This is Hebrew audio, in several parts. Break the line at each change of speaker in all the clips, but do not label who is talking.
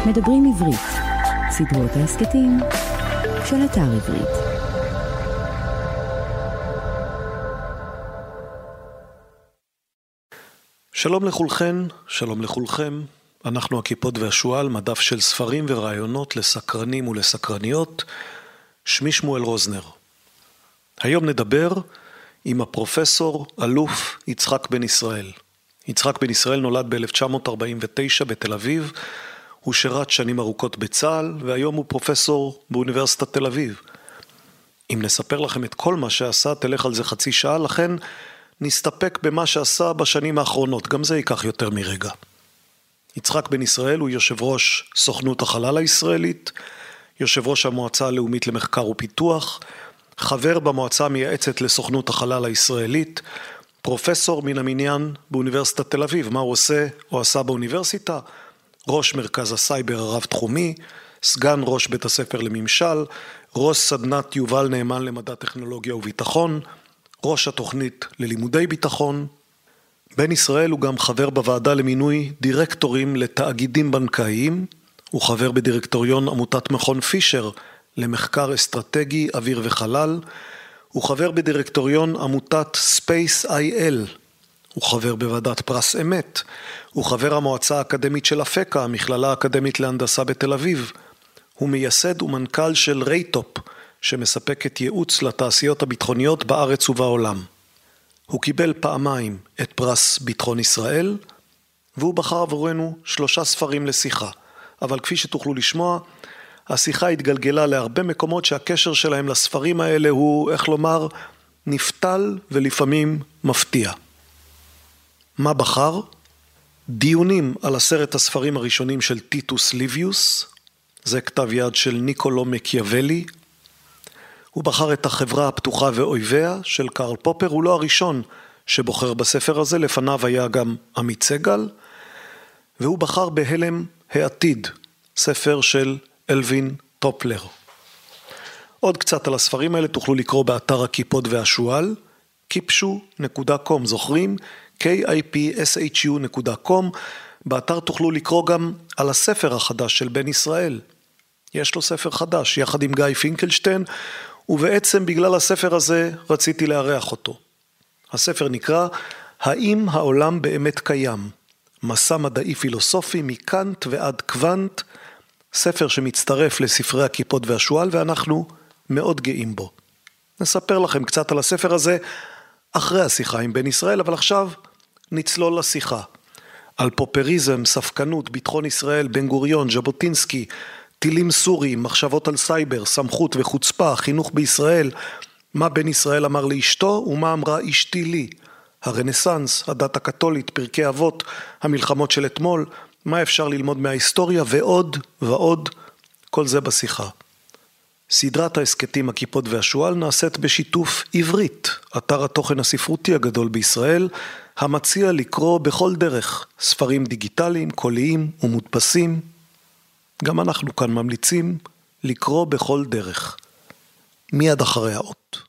מדברים עברית, סדרות ההסכתים של אתר עברית.
שלום לכולכן, שלום לכולכם. אנחנו הכיפות והשועל, מדף של ספרים ורעיונות לסקרנים ולסקרניות. שמי שמואל רוזנר. היום נדבר עם הפרופסור אלוף יצחק בן ישראל. יצחק בן ישראל נולד ב-1949 בתל אביב. הוא שירת שנים ארוכות בצה"ל, והיום הוא פרופסור באוניברסיטת תל אביב. אם נספר לכם את כל מה שעשה, תלך על זה חצי שעה, לכן נסתפק במה שעשה בשנים האחרונות, גם זה ייקח יותר מרגע. יצחק בן ישראל הוא יושב ראש סוכנות החלל הישראלית, יושב ראש המועצה הלאומית למחקר ופיתוח, חבר במועצה המייעצת לסוכנות החלל הישראלית, פרופסור מן המניין באוניברסיטת תל אביב. מה הוא עושה או עשה באוניברסיטה? ראש מרכז הסייבר הרב תחומי, סגן ראש בית הספר לממשל, ראש סדנת יובל נאמן למדע טכנולוגיה וביטחון, ראש התוכנית ללימודי ביטחון. בן ישראל הוא גם חבר בוועדה למינוי דירקטורים לתאגידים בנקאיים, הוא חבר בדירקטוריון עמותת מכון פישר למחקר אסטרטגי אוויר וחלל, הוא חבר בדירקטוריון עמותת ספייס איי-אל, הוא חבר בוועדת פרס אמת, הוא חבר המועצה האקדמית של אפקה, המכללה האקדמית להנדסה בתל אביב, הוא מייסד ומנכ"ל של רייטופ, שמספקת ייעוץ לתעשיות הביטחוניות בארץ ובעולם. הוא קיבל פעמיים את פרס ביטחון ישראל, והוא בחר עבורנו 3 ספרים לשיחה. אבל כפי שתוכלו לשמוע, השיחה התגלגלה להרבה מקומות שהקשר שלהם לספרים האלה הוא, איך לומר, נפתל ולפעמים מפתיע. מה בחר? דיונים על 10 הספרים הראשונים של טיטוס ליביוס, זה כתב יד של ניקולו מקיאוולי. הוא בחר את החברה הפתוחה ואויביה של קרל פופר, הוא לא הראשון שבוחר בספר הזה, לפניו היה גם עמית סגל, והוא בחר בהלם העתיד, ספר של אלווין טופלר. עוד קצת על הספרים האלה תוכלו לקרוא באתר הכיפות והשועל, kipshu.com, זוכרים? kipshu.com. באתר תוכלו לקרוא גם על הספר החדש של בן ישראל. יש לו ספר חדש, יחד עם גיא פינקלשטיין, ובעצם בגלל הספר הזה רציתי לארח אותו. הספר נקרא האם העולם באמת קיים? מסע מדעי פילוסופי מקאנט ועד קוונט, ספר שמצטרף לספרי הכיפות והשועל, ואנחנו מאוד גאים בו. נספר לכם קצת על הספר הזה אחרי השיחה עם בן ישראל, אבל עכשיו נצלול לשיחה. על פופריזם, ספקנות, ביטחון ישראל, בן גוריון, ז'בוטינסקי, טילים סוריים, מחשבות על סייבר, סמכות וחוצפה, חינוך בישראל, מה בן ישראל אמר לאשתו ומה אמרה אשתי לי, הרנסנס, הדת הקתולית, פרקי אבות, המלחמות של אתמול, מה אפשר ללמוד מההיסטוריה ועוד ועוד, כל זה בשיחה. סדרת ההסכתים הכיפות והשועל נעשית בשיתוף עברית, אתר התוכן הספרותי הגדול בישראל, המציע לקרוא בכל דרך ספרים דיגיטליים, קוליים ומודפסים. גם אנחנו כאן ממליצים לקרוא בכל דרך. מיד אחרי האות.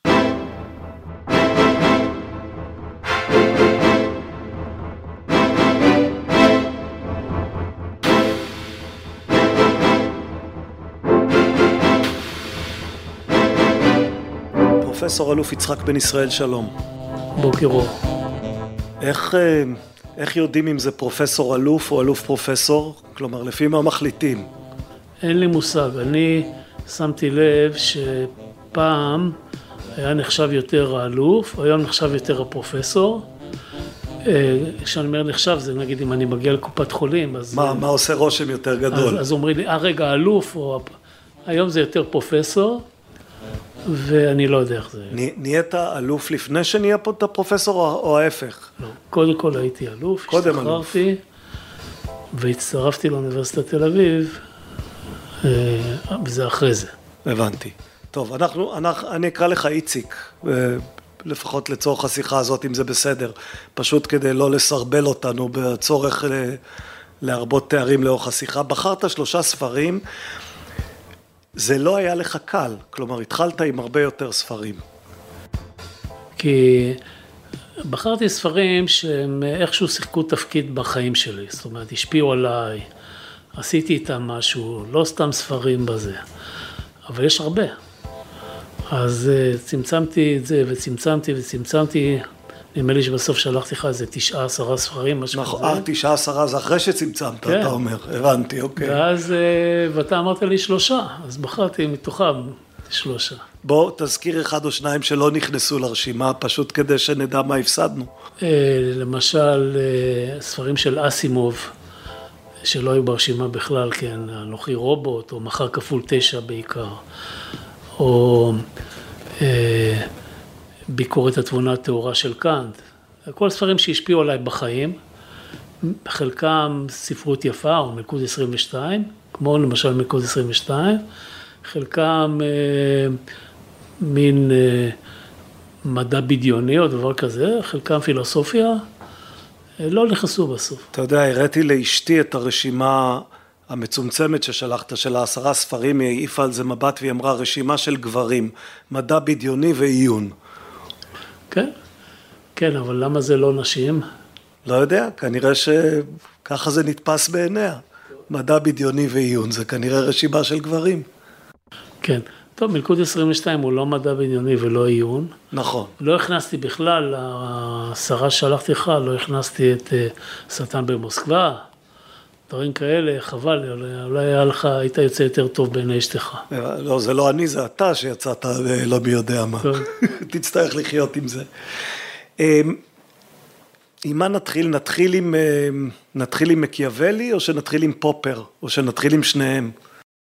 פרופסור אלוף יצחק בן ישראל, שלום.
בוקר אור.
איך יודעים אם זה פרופסור אלוף או אלוף פרופסור? כלומר, לפי מה מחליטים?
אין לי מושג. אני שמתי לב שפעם היה נחשב יותר האלוף, היום נחשב יותר הפרופסור. כשאני אומר נחשב, זה נגיד אם אני מגיע לקופת חולים, אז...
מה עושה רושם יותר גדול?
אז אומרים לי, רגע, אלוף, היום זה יותר פרופסור, ואני לא יודע איך זה.
נהיית אלוף לפני שנהיה פה את הפרופסור או ההפך?
לא, קודם כל הייתי אלוף, השתחררתי, והצטרפתי לאוניברסיטת תל אביב, וזה אחרי זה.
הבנתי. טוב, אני אקרא לך איציק, לפחות לצורך השיחה הזאת, אם זה בסדר, פשוט כדי לא לסרבל אותנו בצורך להרבות תארים לאורך השיחה. בחרת 3 ספרים, זה לא היה לך קל, כלומר התחלת עם הרבה יותר ספרים.
כי בחרתי ספרים שהם איכשהו שיחקו תפקיד בחיים שלי, זאת אומרת, השפיעו עליי, עשיתי איתם משהו, לא סתם ספרים בזה, אבל יש הרבה. אז צמצמתי את זה וצמצמתי, נדמה לי שבסוף שלחתי לך איזה 9-10 ספרים, משהו כזה.
9-10 זה אחרי שצמצמת, אתה אומר, הבנתי, אוקיי.
ואז, ואתה אמרת לי 3, אז בחרתי מתוכם 3.
בוא תזכיר 1 או 2 שלא נכנסו לרשימה, פשוט כדי שנדע מה הפסדנו.
למשל, ספרים של אסימוב, שלא היו ברשימה בכלל, כן, אנוכי רובוט, או מחר כפול 9 בעיקר, או ביקורת התבונה הטהורה של קאנט, כל ספרים שהשפיעו עליי בחיים, חלקם ספרות יפה, או מלכוד 22, כמו למשל מלכוד 22, חלקם מין מדע בדיוני או דבר כזה, חלקם פילוסופיה, לא נכנסו בסוף.
אתה יודע, הראיתי לאשתי את הרשימה המצומצמת ששלחת, של 10 ספרים, היא העיפה על זה מבט והיא אמרה, רשימה של גברים, מדע בדיוני ועיון.
כן, כן, אבל למה זה לא נשים?
לא יודע, כנראה שככה זה נתפס בעיניה. מדע בדיוני ועיון, זה כנראה רשימה של גברים.
כן, טוב, מלכוד 22 הוא לא מדע בדיוני ולא עיון.
נכון.
לא הכנסתי בכלל, 10 שלחתי לך, לא הכנסתי את שטן במוסקבה, דברים כאלה, חבל, אולי היה לך, היית יוצא יותר טוב בעיני אשתך.
לא, זה לא אני, זה אתה שיצאת לא מי יודע מה. תצטרך לחיות עם זה. עם מה נתחיל? נתחיל עם מקיאוולי או שנתחיל עם פופר? או שנתחיל עם שניהם?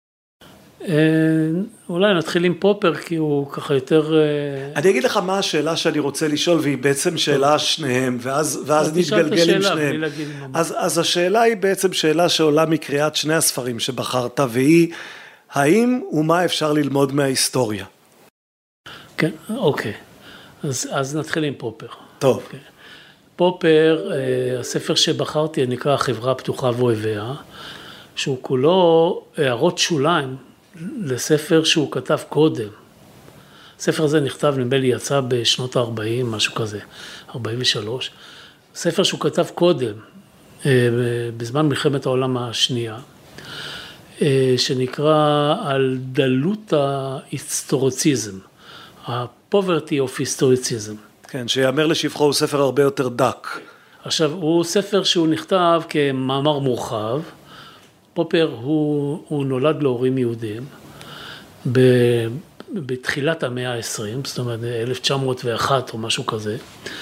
אולי נתחיל עם פופר כי הוא ככה יותר...
אני אגיד לך מה השאלה שאני רוצה לשאול והיא בעצם שאלה שניהם ואז נתגלגל עם שניהם. אז השאלה היא בעצם שאלה שעולה מקריאת שני הספרים שבחרת והיא האם ומה אפשר ללמוד מההיסטוריה?
כן, אוקיי. אז נתחיל עם פופר.
טוב.
פופר, הספר שבחרתי נקרא החברה הפתוחה ואויביה, שהוא כולו הערות שוליים לספר שהוא כתב קודם. הספר הזה נכתב, נדמה לי, יצא בשנות ה-40, משהו כזה, 43. ספר שהוא כתב קודם, בזמן מלחמת העולם השנייה, שנקרא על דלות ההיסטוריציזם, ה-poverty of historicism.
כן, שיאמר לשבחו הוא ספר הרבה יותר דק.
עכשיו, הוא ספר שהוא נכתב כמאמר מורחב, פופר הוא נולד להורים יהודים בתחילת המאה ה-20, זאת אומרת 1901 או משהו כזה,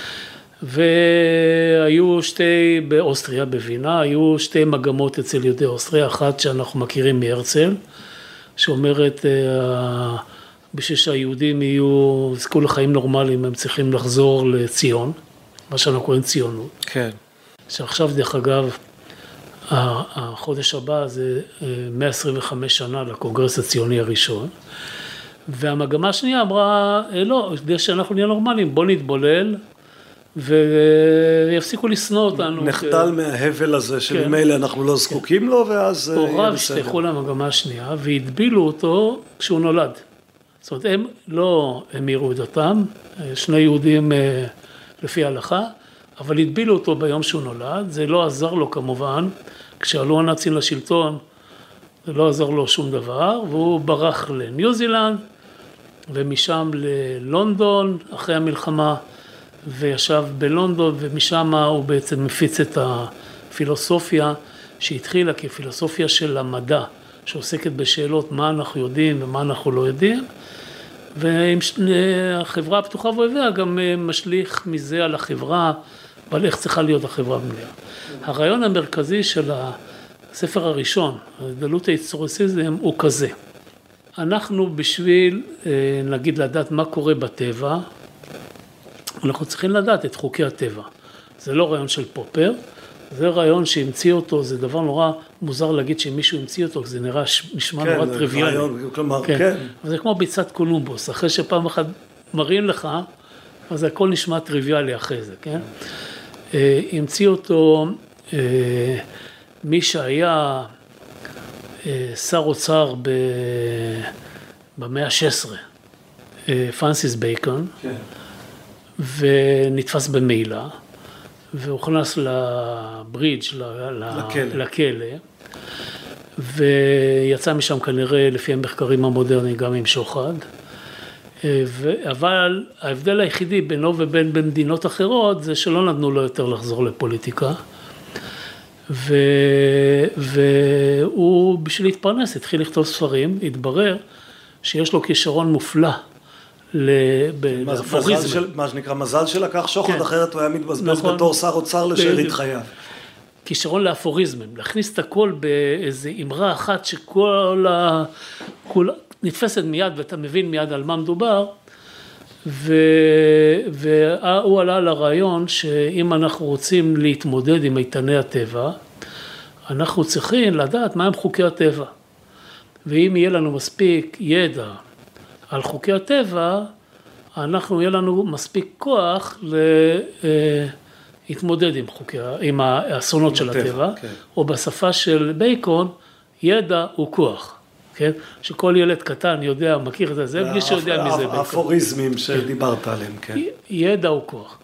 והיו באוסטריה, בווינה, היו 2 מגמות אצל יהודי אוסטריה, אחת שאנחנו מכירים מהרצל, שאומרת בשביל שהיהודים יזכו לחיים נורמליים, הם צריכים לחזור לציון, מה שאנחנו קוראים ציונות.
כן.
שעכשיו דרך אגב, החודש הבא זה 125 שנה לקונגרס הציוני הראשון, והמגמה השנייה אמרה, לא, כדי שאנחנו נהיה נורמליים, בוא נתבולל, ויפסיקו לשנוא אותנו.
נחדל מההבל הזה שממילא אנחנו לא זקוקים לו, ואז
הוריו השתייכו למגמה השנייה, והדבילו אותו כשהוא נולד. זאת אומרת, הם לא המירו את אותם, 2 יהודים לפי ההלכה, אבל הדבילו אותו ביום שהוא נולד, זה לא עזר לו כמובן, כשעלו הנאצים לשלטון, זה לא עזר לו שום דבר, והוא ברח לניו זילנד, ומשם ללונדון אחרי המלחמה, וישב בלונדון, ומשם הוא בעצם מפיץ את הפילוסופיה, שהתחילה כפילוסופיה של המדע, שעוסקת בשאלות מה אנחנו יודעים ומה אנחנו לא יודעים, והחברה הפתוחה ואויביה גם משליך מזה על החברה, ועל איך צריכה להיות החברה במלאה. הרעיון המרכזי של הספר הראשון, דלות ההיסטוריציזם, הוא כזה. אנחנו בשביל, נגיד, לדעת מה קורה בטבע, אנחנו צריכים לדעת את חוקי הטבע. זה לא רעיון של פופר, זה רעיון שהמציא אותו, זה דבר נורא מוזר להגיד שמישהו המציא אותו, זה נשמע נורא טריוויאלי.
כלומר, כן.
זה כמו ביצת קולומבוס, אחרי שפעם אחת מראים לך, אז הכל נשמע טריוויאלי אחרי זה, כן? המציא אותו מי שהיה שר אוצר במאה ה-16, פרנסיס בייקון, ונתפס במילה, והוכנס לברידג' לכלא, ויצא משם כנראה לפי המחקרים המודרניים גם עם שוחד. אבל ההבדל היחידי בינו ובין במדינות אחרות זה שלא נתנו לו יותר לחזור לפוליטיקה. והוא בשביל להתפרנס התחיל לכתוב ספרים, התברר שיש לו כישרון מופלא לאפוריזם.
מה שנקרא מזל שלקח שוחד, אחרת הוא היה מתבזבז בתור שר אוצר לשארית חייו.
כישרון לאפוריזמים, להכניס את הכל באיזו אמרה אחת שכל נתפסת מיד ואתה מבין מיד על מה מדובר, והוא עלה לרעיון שאם אנחנו רוצים להתמודד עם איתני הטבע, אנחנו צריכים לדעת מהם חוקי הטבע. ואם יהיה לנו מספיק ידע על חוקי הטבע, יהיה לנו מספיק כוח להתמודד עם האסונות של הטבע, כן. או בשפה של בייקון, ידע הוא כוח. כן? שכל ילד קטן יודע, מכיר את זה, בלי שיודע מי זה בייקון.
האפוריזמים שדיברת עליהם, כן.
ידע הוא כוח.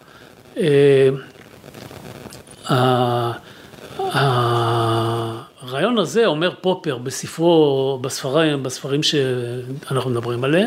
הרעיון הזה אומר פופר בספרו, בספרים שאנחנו מדברים עליהם,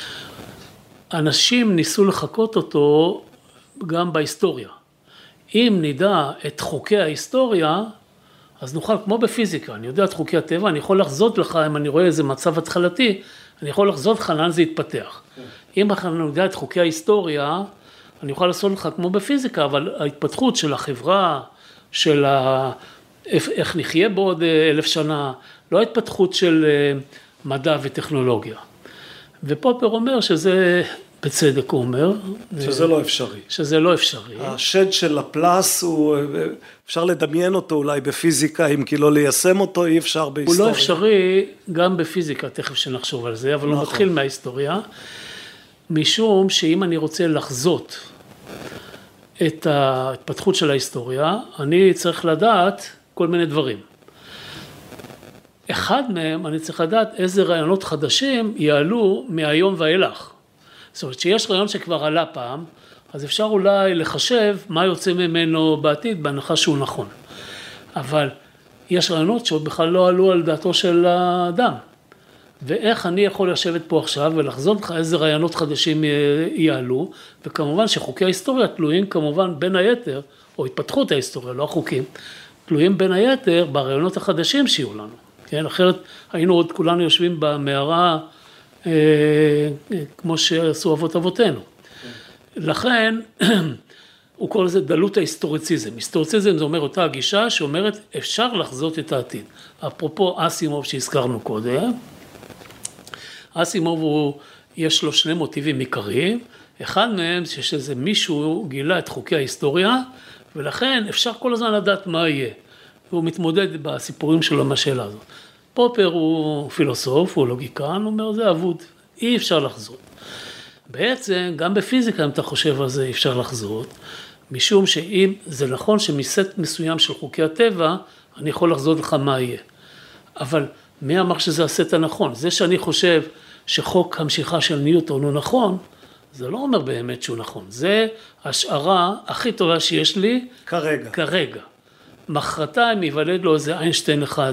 אנשים ניסו לחקות אותו גם בהיסטוריה. אם נדע את חוקי ההיסטוריה, אז נוכל, כמו בפיזיקה, אני יודע את חוקי הטבע, אני יכול לחזות לך, אם אני רואה איזה מצב התחלתי, אני יכול לחזות לך לאן זה יתפתח. אם אני יודע את חוקי ההיסטוריה, אני יכול לעשות לך כמו בפיזיקה, אבל ההתפתחות של החברה, של איך נחיה בעוד 1000 שנה, לא ההתפתחות של מדע וטכנולוגיה. ופופר אומר שזה, בצדק הוא אומר,
שזה לא אפשרי.
שזה לא אפשרי.
השד של לפלס הוא, אפשר לדמיין אותו אולי בפיזיקה, אם כי לא ליישם אותו, אי אפשר בהיסטוריה.
הוא לא אפשרי גם בפיזיקה, תכף שנחשוב על זה, אבל הוא מתחיל מההיסטוריה, משום שאם אני רוצה לחזות את ההתפתחות של ההיסטוריה, אני צריך לדעת כל מיני דברים. אחד מהם, אני צריך לדעת איזה רעיונות חדשים יעלו מהיום ואילך. זאת אומרת, שיש רעיון שכבר עלה פעם, אז אפשר אולי לחשב מה יוצא ממנו בעתיד, בהנחה שהוא נכון. אבל יש רעיונות שעוד בכלל לא עלו על דעתו של האדם. ואיך אני יכול לשבת פה עכשיו ולחזות לך איזה רעיונות חדשים יעלו, וכמובן שחוקי ההיסטוריה תלויים כמובן בין היתר, או התפתחות ההיסטוריה, לא החוקים, תלויים בין היתר ברעיונות החדשים שיהיו לנו. כן? אחרת היינו עוד כולנו יושבים במערה, כמו שעשו אבות אבותינו. לכן, הוא קורא לזה דלות ההיסטוריציזם. היסטוריציזם זה אומר אותה הגישה שאומרת אפשר לחזות את העתיד. אפרופו אסימוב שהזכרנו קודם, אסימוב יש לו 2 מוטיבים עיקריים, אחד מהם שזה מישהו גילה את חוקי ההיסטוריה, ולכן אפשר כל הזמן לדעת מה יהיה. והוא מתמודד בסיפורים שלו מהשאלה הזאת. פופר הוא פילוסוף, הוא לוגיקן, הוא אומר זה אבוד, אי אפשר לחזות. בעצם גם בפיזיקה אם אתה חושב על זה אי אפשר לחזות, משום שאם זה נכון שמסט מסוים של חוקי הטבע, אני יכול לחזות לך מה יהיה. אבל מי אמר שזה הסט הנכון? זה שאני חושב שחוק המשיכה של ניוטון הוא נכון, זה לא אומר באמת שהוא נכון. זה השערה הכי טובה שיש לי כרגע. מחרתיים ייוולד לו איזה איינשטיין אחד,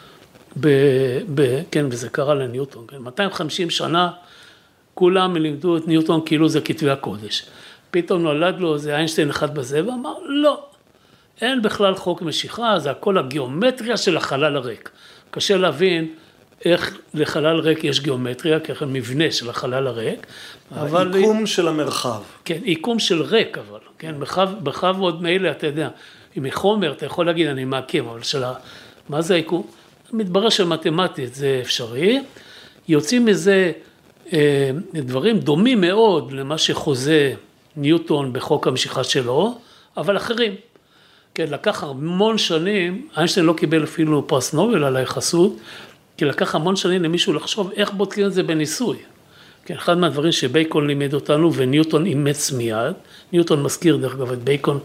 כן, וזה קרה לניוטון, כן, 250 שנה, כולם לימדו את ניוטון כאילו זה כתבי הקודש. פתאום נולד לו איזה איינשטיין אחד בזה, ואמר, לא, אין בכלל חוק משיכה, זה הכל הגיאומטריה של החלל הריק. קשה להבין איך לחלל ריק יש גיאומטריה, ככה מבנה של החלל הריק.
אבל עיקום של המרחב.
כן, עיקום של ריק, אבל, כן, מרחב עוד מילא, אתה יודע, אם מחומר, אתה יכול להגיד, אני מעקים, אבל מה זה העיקום? מתברר שמתמטית זה אפשרי, יוצאים מזה דברים דומים מאוד למה שחוזה ניוטון בחוק המשיכה שלו, אבל אחרים. כן, לקח המון שנים, איינשטיין לא קיבל אפילו פרס נובל על היחסות, כי לקח המון שנים למישהו לחשוב איך בודקים את זה בניסוי. כן, אחד מהדברים שבייקון לימד אותנו וניוטון אימץ מיד, ניוטון מזכיר דרך אגב את בייקון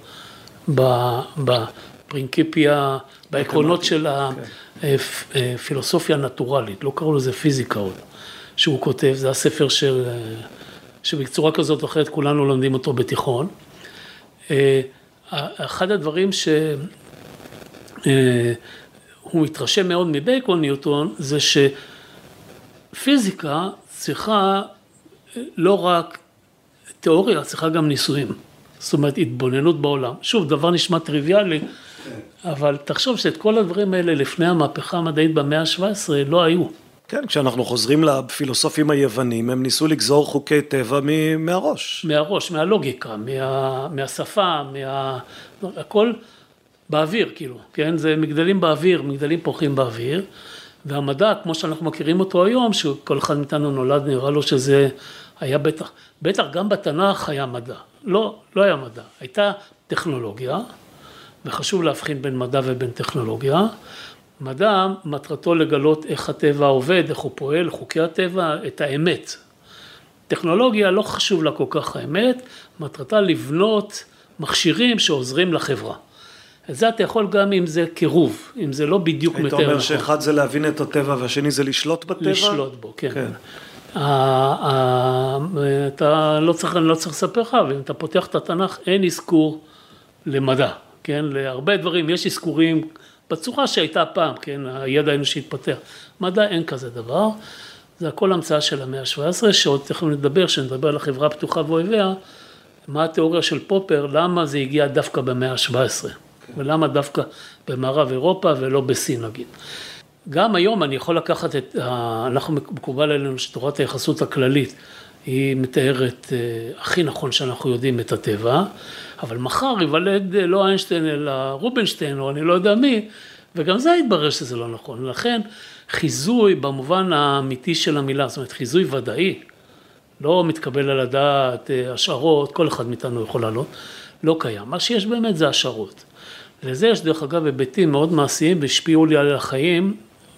בפרינקיפיה, בעקרונות של הפילוסופיה הנטורלית, לא קראו לזה פיזיקה עוד, שהוא כותב, זה הספר שבקצורה כזאת או אחרת כולנו לומדים אותו בתיכון. אחד הדברים שהוא הוא מתרשם מאוד מבייקון ניוטון, זה שפיזיקה צריכה לא רק תיאוריה, צריכה גם ניסויים. זאת אומרת, התבוננות בעולם. שוב, דבר נשמע טריוויאלי, אבל תחשוב שאת כל הדברים האלה לפני המהפכה המדעית במאה ה-17 לא היו.
כן, כשאנחנו חוזרים לפילוסופים היוונים, הם ניסו לגזור חוקי טבע מהראש.
מהראש, מהלוגיקה, מהשפה, הכל באוויר, כאילו, כן? זה מגדלים באוויר, מגדלים פורחים באוויר, והמדע, כמו שאנחנו מכירים אותו היום, שכל אחד מאיתנו נולד, נראה לו שזה היה בטח גם בתנ"ך היה מדע. לא היה מדע. הייתה טכנולוגיה, וחשוב להבחין בין מדע ובין טכנולוגיה. מדע מטרתו לגלות איך הטבע עובד, איך הוא פועל, חוקי הטבע, את האמת. טכנולוגיה לא חשוב לה כל כך האמת, מטרתה לבנות מכשירים שעוזרים לחברה. את זה אתה יכול גם אם זה קירוב, אם זה לא בדיוק מתאר נכון.
היית אומר שאחד זה להבין את הטבע והשני זה לשלוט בטבע?
לשלוט בו, כן. אתה לא צריך לספר לך, ואם אתה פותח את התנ"ך אין אזכור למדע, כן? להרבה דברים יש אזכורים בצורה שהייתה פעם, כן? הידע האנושי התפתח. מדע אין כזה דבר, זה הכל המצאה של המאה ה-17, שעוד תכף שנדבר על החברה הפתוחה ואויביה, מה התיאוריה של פופר, למה זה הגיע דווקא במאה ה-17, ולמה דווקא במערב אירופה ולא בסין נגיד. גם היום אני יכול לקחת אנחנו מקובל עלינו שתורת היחסות הכללית, היא מתארת הכי נכון שאנחנו יודעים את הטבע, אבל מחר יוולד לא איינשטיין אלא רובינשטיין או אני לא יודע מי, וגם זה יתברר שזה לא נכון. לכן חיזוי במובן האמיתי של המילה, זאת אומרת חיזוי ודאי, לא מתקבל על הדעת, השערות, כל אחד מאיתנו יכול לעלות, לא קיים. מה שיש באמת זה השערות. לזה יש דרך אגב היבטים מאוד מעשיים והשפיעו לי על החיים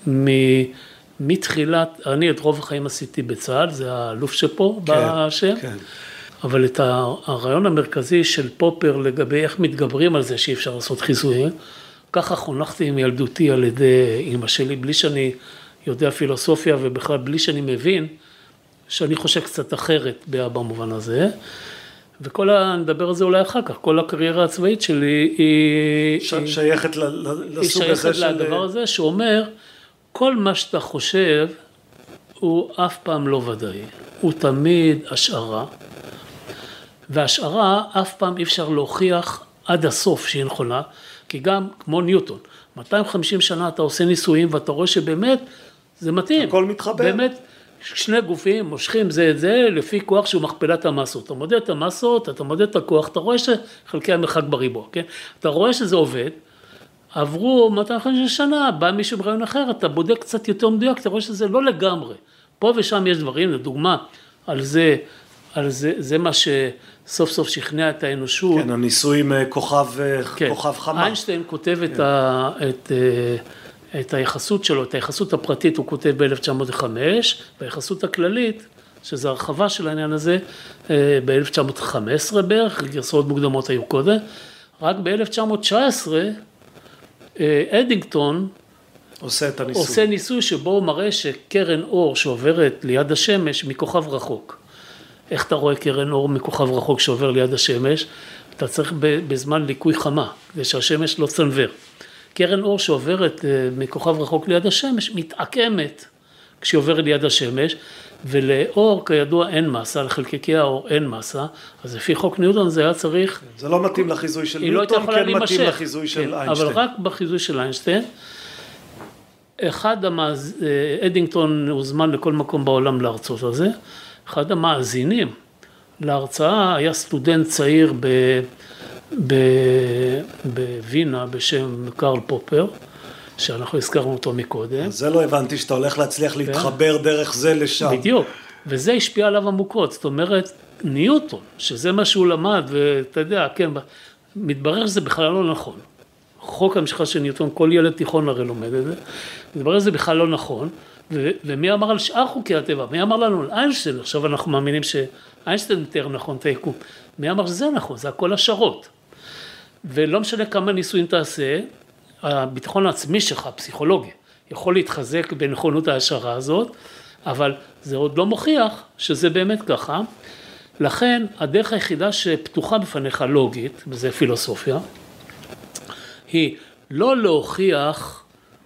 מתחילת, אני את רוב החיים עשיתי בצה"ל, זה האלוף שפה בשם, כן. אבל את הרעיון המרכזי של פופר לגבי איך מתגברים על זה שאי אפשר לעשות חיזויים, ככה חונכתי עם ילדותי על ידי אמא שלי, בלי שאני יודע פילוסופיה ובכלל בלי שאני מבין, שאני חושב קצת אחרת במובן הזה, נדבר על זה אולי אחר כך, כל הקריירה הצבאית שלי היא
שייכת לסוג הזה
היא שייכת לדבר הזה שאומר, כל מה שאתה חושב הוא אף פעם לא ודאי, הוא תמיד השערה, והשערה אף פעם אי אפשר להוכיח עד הסוף שהיא נכונה, כי גם כמו ניוטון, 250 שנה אתה עושה ניסויים ואתה רואה שבאמת זה מתאים.
הכל מתחבר.
באמת שני גופים מושכים זה את זה לפי כוח שהוא מכפלת המסות. אתה מודד את המסות, אתה מודד את הכוח, אתה רואה שחלקי המרחק בריבוע, כן? אתה רואה שזה עובד, עברו 250 שנה, בא מישהו ברעיון אחר, אתה בודק קצת יותר מדויק, אתה רואה שזה לא לגמרי. פה ושם יש דברים, לדוגמה, זה מה שסוף סוף שכנע את האנושות.
כן, הניסוי עם כוכב חמה.
איינשטיין כותב את היחסות שלו, את היחסות הפרטית הוא כותב ב-1905, והיחסות הכללית, שזו הרחבה של העניין הזה, ב-1915 בערך, גרסאות מוקדמות היו קודם, רק ב-1919, אדינגטון עושה ניסוי שבו הוא מראה שקרן אור שעוברת ליד השמש מכוכב רחוק. איך אתה רואה קרן אור מכוכב רחוק שעובר ליד השמש? אתה צריך בזמן ליקוי חמה, כדי שהשמש לא צנבר. קרן אור שעוברת מכוכב רחוק ליד השמש מתעקמת כשהיא עוברת ליד השמש, ולאור כידוע אין מסה, לחלקיקי האור אין מסה, אז לפי חוק ניוטון זה היה צריך...
זה לא מתאים לחיזוי של ניוטון, כן מתאים לחיזוי של איינשטיין.
אבל רק בחיזוי של איינשטיין, אדינגטון הוזמן לכל מקום בעולם להרצות על זה, אחד המאזינים להרצאה היה סטודנט צעיר בווינה בשם קרל פופר, שאנחנו הזכרנו אותו מקודם.
זה לא הבנתי שאתה הולך להצליח להתחבר דרך זה לשם.
בדיוק, וזה השפיע עליו עמוקות, זאת אומרת, ניוטון, שזה מה שהוא למד, ואתה יודע, כן, מתברר שזה בכלל לא נכון. חוק המשיכה של ניוטון, כל ילד תיכון הרי לומד את זה, מתברר שזה בכלל לא נכון, ומי אמר על שאר חוקי הטבע? מי אמר לנו על איינשטיין? עכשיו אנחנו מאמינים שאיינשטיין מתאר נכון את היקום. מי אמר שזה נכון? זה הכל השערות. ולא משנה כמה ניסויים תעשה, הביטחון העצמי שלך, הפסיכולוגיה, יכול להתחזק בנכונות ההשערה הזאת, אבל זה עוד לא מוכיח שזה באמת ככה. לכן הדרך היחידה שפתוחה בפניך לוגית, וזה פילוסופיה, היא לא להוכיח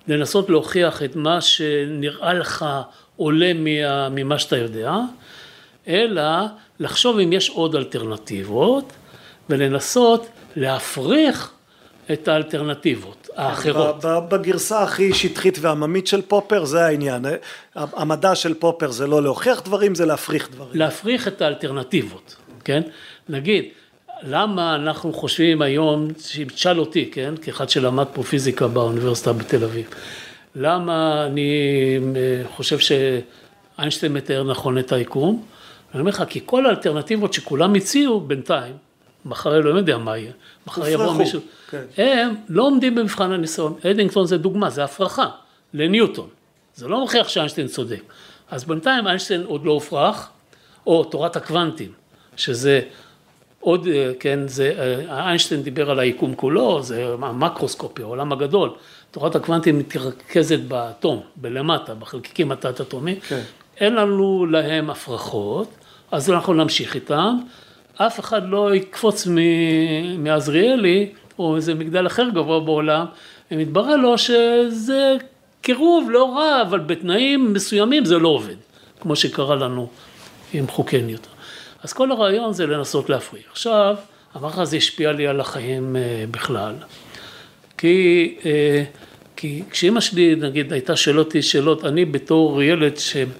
לנסות להוכיח את מה שנראה לך עולה ממה שאתה יודע, אלא לחשוב אם יש עוד אלטרנטיבות, ולנסות להפריך את האלטרנטיבות האחרות.
בגרסה הכי שטחית ועממית של פופר זה העניין. המדע של פופר זה לא להוכיח דברים, זה להפריך דברים.
להפריך את האלטרנטיבות, כן? נגיד, למה אנחנו חושבים היום, תשאל אותי, כן? כאחד שלמד פה פיזיקה באוניברסיטה בתל אביב, למה אני חושב שאיינשטיין מתאר נכון את היקום? אני אומר לך, כי כל האלטרנטיבות שכולם הציעו בינתיים, מחר לא יודע מה יהיה, מחר יבוא מישהו, הם לא עומדים במבחן הניסיון. אדינגטון זה דוגמה, זה הפרחה לניוטון, זה לא מוכיח שאיינשטיין צודק. אז בינתיים איינשטיין עוד לא הופרח, או תורת הקוונטים, שזה עוד, כן, זה, איינשטיין דיבר על היקום כולו, זה המקרוסקופי, העולם הגדול, תורת הקוונטים מתרכזת באטום, בלמטה, בחלקיקים התת-אטומיים, אין לנו להם הפרחות, אז אנחנו נמשיך איתם, אף אחד לא יקפוץ מעזריאלי, או איזה מגדל אחר גבוה בעולם, ומתברר לו שזה קירוב לא רע, אבל בתנאים מסוימים זה לא עובד, כמו שקרה לנו עם חוקי ניוטון. אז כל הרעיון זה לנסות להפריך. עכשיו, המערך הזה השפיע לי על החיים בכלל, כי כשאמא שלי, נגיד, הייתה שאלות, אני בתור ילד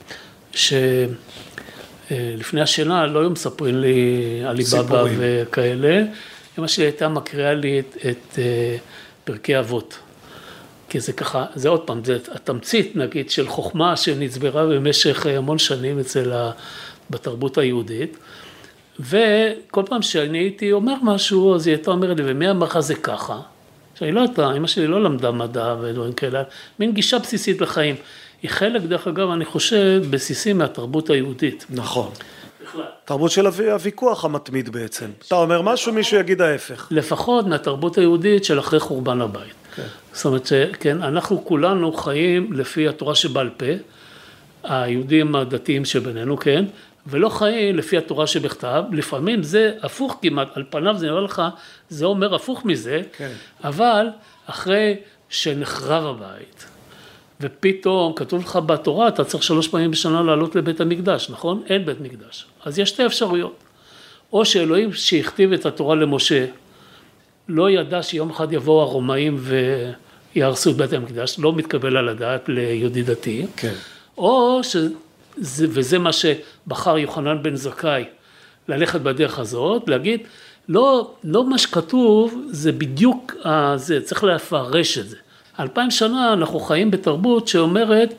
לפני השאלה לא היו מספרים לי עליבאבא וכאלה, אמא שלי הייתה מקריאה לי את פרקי אבות, כי זה ככה, זה עוד פעם, זה התמצית נגיד של חוכמה שנצברה במשך המון שנים בתרבות היהודית, וכל פעם שאני הייתי אומר משהו, אז היא הייתה אומרת לי, ומי אמר לך זה ככה? שאני לא יודעת, אמא שלי לא למדה מדע ודברים כאלה, מין גישה בסיסית לחיים. היא חלק, דרך אגב, אני חושב, בסיסי מהתרבות היהודית.
נכון. בכלל. תרבות של הוויכוח המתמיד בעצם. אתה אומר משהו, מישהו יגיד ההפך.
לפחות מהתרבות היהודית של אחרי חורבן הבית. כן. זאת אומרת, כן, אנחנו כולנו חיים לפי התורה שבעל פה, היהודים הדתיים שבינינו, כן, ולא חיים לפי התורה שבכתב, לפעמים זה הפוך כמעט, על פניו זה נראה לך, זה אומר הפוך מזה, כן. אבל אחרי שנחרב הבית, ופתאום כתוב לך בתורה, אתה צריך 3 פעמים בשנה לעלות לבית המקדש, נכון? אין בית מקדש. אז יש 2 אפשרויות. או שאלוהים שהכתיב את התורה למשה, לא ידע שיום אחד יבואו הרומאים ויהרסו את בית המקדש, לא מתקבל על הדעת ליהודי דתי. כן. או וזה מה שבחר יוחנן בן זכאי, ללכת בדרך הזאת, להגיד, לא מה שכתוב, זה בדיוק, זה צריך לפרש את זה. 2000 שנה אנחנו חיים בתרבות שאומרת,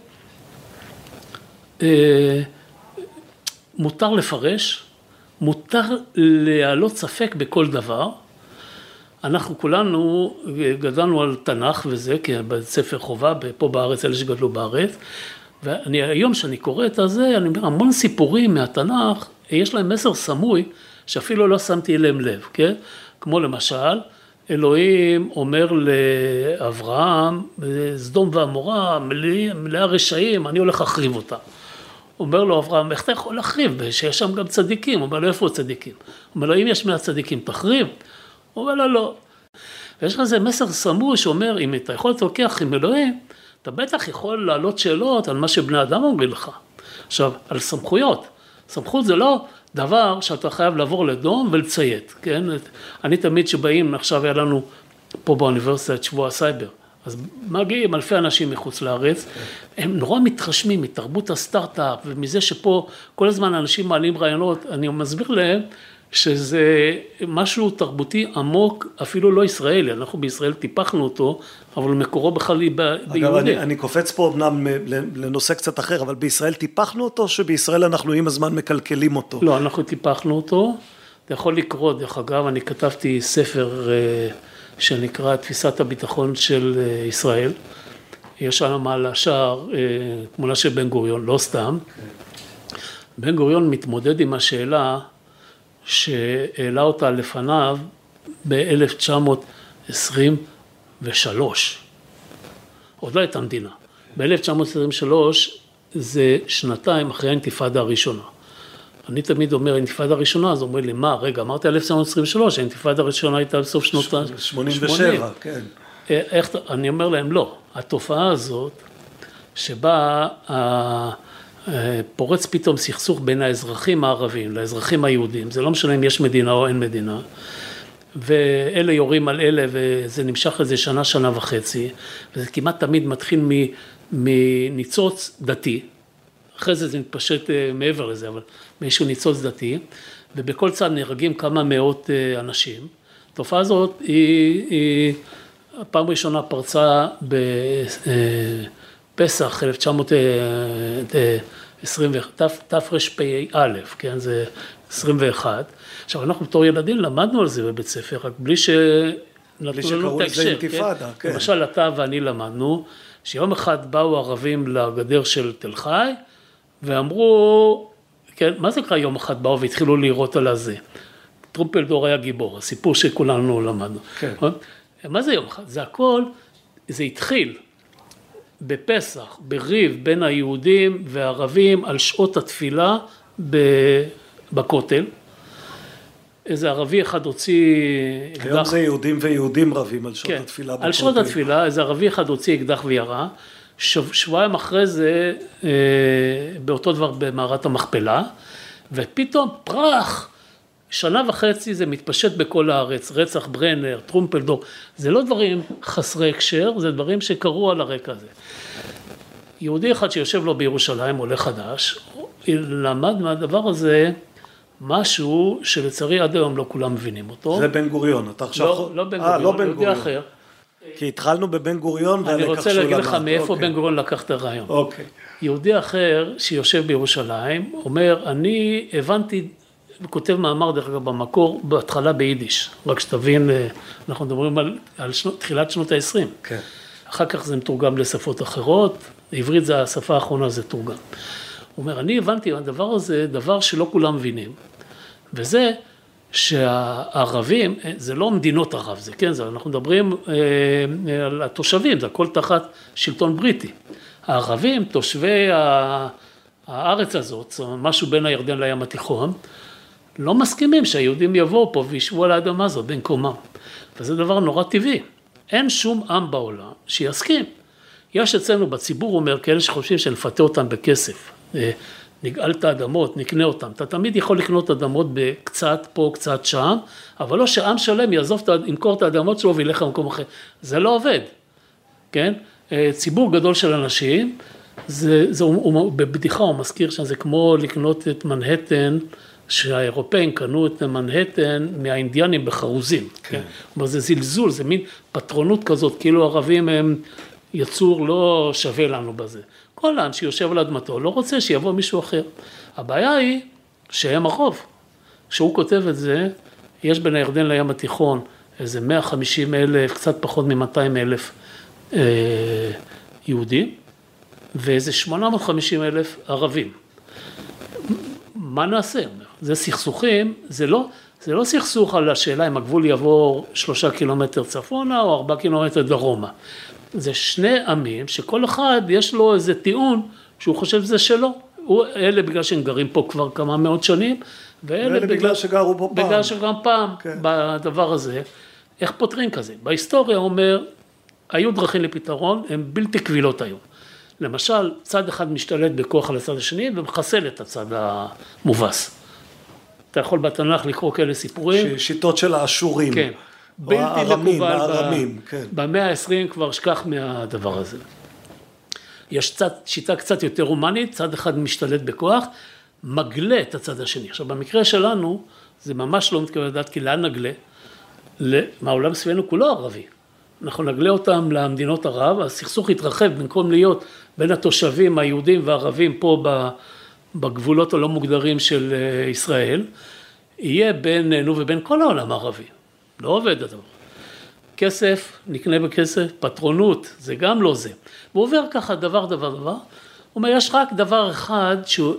מותר לפרש, מותר להעלות ספק בכל דבר. אנחנו כולנו גדלנו על תנ"ך וזה, כי בספר חובה, פה בארץ, אלה שגדלו בארץ, והיום שאני קורא את זה, אני אומר, המון סיפורים מהתנ"ך, יש להם מסר סמוי, שאפילו לא שמתי אליהם לב, כן? כמו למשל, אלוהים אומר לאברהם, סדום ועמורה, מלאה רשעים, אני הולך להחריב אותה. אומר לו אברהם, איך אתה יכול להחריב? שיש שם גם צדיקים. הוא אומר לו, איפה הצדיקים? הוא אומר לו, אם יש 100 צדיקים, תחריב? הוא אומר לו, לא. ויש לך איזה מסר סמוי שאומר, אם אתה יכול להתווכח עם אלוהים, אתה בטח יכול להעלות שאלות על מה שבני אדם אומרים לך. עכשיו, על סמכויות. סמכות זה לא דבר שאתה חייב לעבור לדום ולציית, כן? אני תמיד שבאים, עכשיו היה לנו פה באוניברסיטה את שבוע הסייבר, אז מגיעים אלפי אנשים מחוץ לארץ, הם נורא מתרשמים מתרבות הסטארט-אפ, ומזה שפה כל הזמן אנשים מעלים רעיונות, אני מסביר להם שזה משהו תרבותי עמוק, אפילו לא ישראלי, אנחנו בישראל טיפחנו אותו, אבל מקורו בכלל ביהודי.
אגב, אני קופץ פה אמנם לנושא קצת אחר, אבל בישראל טיפחנו אותו, שבישראל אנחנו עם הזמן מקלקלים אותו?
לא, אנחנו טיפחנו אותו, אתה יכול לקרוא, דרך אגב, אני כתבתי ספר שנקרא תפיסת הביטחון של ישראל, יש שם על השער תמונה של בן גוריון, לא סתם, בן גוריון מתמודד עם השאלה, שהעלה אותה לפניו ב-1923, עוד לא הייתה מדינה, ב-1923 זה 2 אחרי האינתיפאדה הראשונה. אני תמיד אומר האינתיפאדה הראשונה, אז אומר לי, מה, רגע, אמרתי 1923, האינתיפאדה הראשונה הייתה בסוף שנות
87, כן.
אני אומר להם, לא, התופעה הזאת, שבה פורץ פתאום סכסוך בין האזרחים הערבים לאזרחים היהודים, זה לא משנה אם יש מדינה או אין מדינה, ואלה יורים על אלה, וזה נמשך איזה שנה, שנה וחצי, וזה כמעט תמיד מתחיל מניצוץ דתי, אחרי זה מתפשט מעבר לזה, אבל מאיזשהו ניצוץ דתי, ובכל צד נהרגים כמה מאות אנשים. התופעה הזאת היא הפעם ראשונה פרצה בפסח 1921, תרפ"א, כן, זה 21. עכשיו אנחנו בתור ילדים למדנו על זה בבית ספר, רק בלי שנתנו לנו את ההקשר. כן? למשל אתה ואני למדנו, שיום אחד באו ערבים לגדר של תל חי, ואמרו, כן, מה זה קרה יום אחד באו והתחילו לירות על הזה? טרומפלדור היה גיבור, הסיפור שכולנו למדנו.
כן.
מה זה יום אחד? זה הכל, זה התחיל בפסח, בריב בין היהודים והערבים על שעות התפילה בכותל. איזה ערבי אחד הוציא אקדח.
היום זה יהודים ויהודים רבים על שעות התפילה בכותל.
על שעות התפילה, איזה ערבי אחד הוציא אקדח וירה. שבועיים אחרי זה, באותו דבר במערת המכפלה, ופתאום פרח, שנה וחצי זה מתפשט בכל הארץ, רצח ברנר, טרומפלדור, זה לא דברים חסרי הקשר, זה דברים שקרו על הרקע הזה. יהודי אחד שיושב לו בירושלים, עולה חדש, למד מהדבר הזה משהו שלצערי עד היום לא כולם מבינים אותו.
זה בן גוריון, אתה עכשיו...
לא בן גוריון,
לא בן
יהודי
גוריון.
אחר.
כי התחלנו בבן גוריון
אני רוצה להגיד לך מאיפה בן גוריון לקח את הרעיון.
אוקיי.
יהודי אחר שיושב בירושלים, אומר, אני הבנתי, כותב מאמר דרך אגב במקור, בהתחלה ביידיש, רק שתבין, אנחנו מדברים על תחילת שנות ה-20.
כן.
אחר כך זה מתורגם לשפות אחרות, עברית זה השפה האחרונה, זה תורגם. הוא אומר, אני הבנתי, הדבר הזה, דבר שלא כולם מבינים, וזה שהערבים, זה לא מדינות ערב, זה כן, זה, אנחנו מדברים על התושבים, זה הכל תחת שלטון בריטי. הערבים, תושבי הארץ הזאת, משהו בין הירדן לים התיכון, לא מסכימים שהיהודים יבואו פה וישבו על האדמה הזאת במקומם. וזה דבר נורא טבעי. אין שום עם בעולם שיסכים. יש אצלנו בציבור, אומר, כאלה שחושבים שנפתה אותם בכסף. נגאל את האדמות, נקנה אותם. אתה תמיד יכול לקנות אדמות בקצת פה, קצת שם, אבל לא שעם שלם ימכור את האדמות שלו וילך למקום אחר. זה לא עובד. כן? ציבור גדול של אנשים, בבדיחה הוא מזכיר שזה כמו לקנות את מנהטן, שהאירופאים קנו את מנהטן מהאינדיאנים בחרוזים. כן. כלומר, זה זלזול, זה מין פטרונות כזאת, כאילו ערבים הם יצור לא שווה לנו בזה. כל העם שיושב על אדמתו לא רוצה שיבוא מישהו אחר. הבעיה היא שהם הרוב. כשהוא כותב את זה, יש בין הירדן לים התיכון איזה 150,000, קצת פחות מ-200,000 יהודים, ואיזה 850,000 ערבים. מה נעשה? זה סכסוכים, זה לא סכסוך על השאלה אם הגבול יבוא 3 קילומטר צפונה או 4 קילומטר דרומה. זה שני עמים שכל אחד יש לו איזה טיעון שהוא חושב שזה שלו. אלה בגלל שהם גרים פה כבר כמה מאות שנים, ואלה
בגלל שגרו פה פעם.
בגלל שגם פעם בדבר הזה. איך פותרים כזה? בהיסטוריה אומר, היו דרכים לפתרון, הן בלתי קבילות היום. למשל, צד אחד משתלט בכוח על הצד השני ומחסל את הצד המובס. אתה יכול בתנ"ך לקרוא כאלה סיפורים.
שיטות של האשורים.
כן.
או הארמים. כן.
במאה ה-20 כבר שכח מהדבר הזה. יש שיטה קצת יותר הומנית, צד אחד משתלט בכוח, מגלה את הצד השני. עכשיו, במקרה שלנו, זה ממש לא מתכוון לדעת, כי לאן נגלה? מהעולם סביבנו כולו ערבי. אנחנו נגלה אותם למדינות ערב, הסכסוך יתרחב במקום להיות בין התושבים היהודים והערבים פה בגבולות הלא מוגדרים של ישראל, יהיה בינינו ובין כל העולם הערבי. לא עובד הדבר. כסף, נקנה בכסף, פטרונות, זה גם לא זה. הוא עובר ככה דבר. הוא אומר, יש רק דבר אחד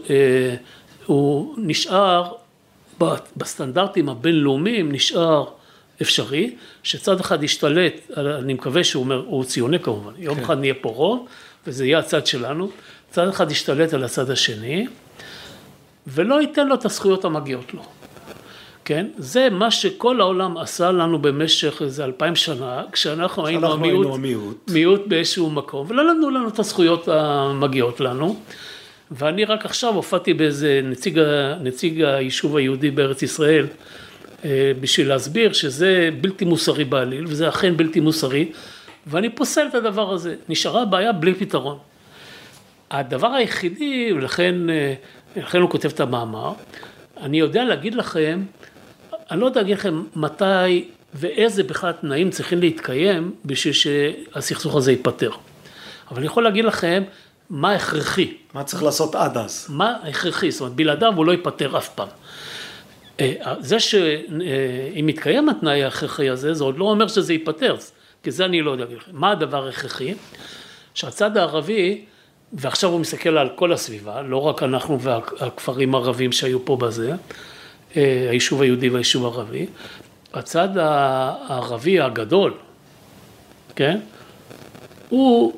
שהוא נשאר בסטנדרטים הבינלאומיים, נשאר אפשרי, שצד אחד ישתלט, אני מקווה שהוא אומר, הוא ציוני כמובן, יום אחד נהיה פה רוב, וזה יהיה הצד שלנו, צד אחד ישתלט על הצד השני, ולא ייתן לו את הזכויות המגיעות לו. כן? זה מה שכל העולם עשה לנו במשך איזה 2000 שנה, כשאנחנו היינו מיעוט באיזשהו מקום, ולא נתנו לנו את הזכויות המגיעות לנו, ואני רק עכשיו הופעתי באיזה נציג היישוב היהודי בארץ ישראל, בשביל להסביר שזה בלתי מוסרי בעליל, וזה אכן בלתי מוסרי, ואני פוסל את הדבר הזה. נשארה בעיה בלי פתרון. הדבר היחידי, ולכן הוא כותב את המאמר, אני יודע להגיד לכם, אני לא יודע להגיד לכם מתי ואיזה בכלל תנאים צריכים להתקיים בשביל שהסכסוך הזה ייפטר. אבל אני יכול להגיד לכם מה הכרחי.
מה צריך לעשות עד אז?
מה הכרחי, זאת אומרת, בלעדיו הוא לא ייפטר אף פעם. זה שאם מתקיים התנאי ההכרחי הזה, זה עוד לא אומר שזה ייפטר, כי זה אני לא יודע להגיד לכם. מה הדבר ההכרחי? שהצד הערבי, ועכשיו הוא מסתכל על כל הסביבה, לא רק אנחנו והכפרים הערבים שהיו פה בזה, היישוב היהודי והיישוב הערבי, הצד הערבי הגדול, כן? הוא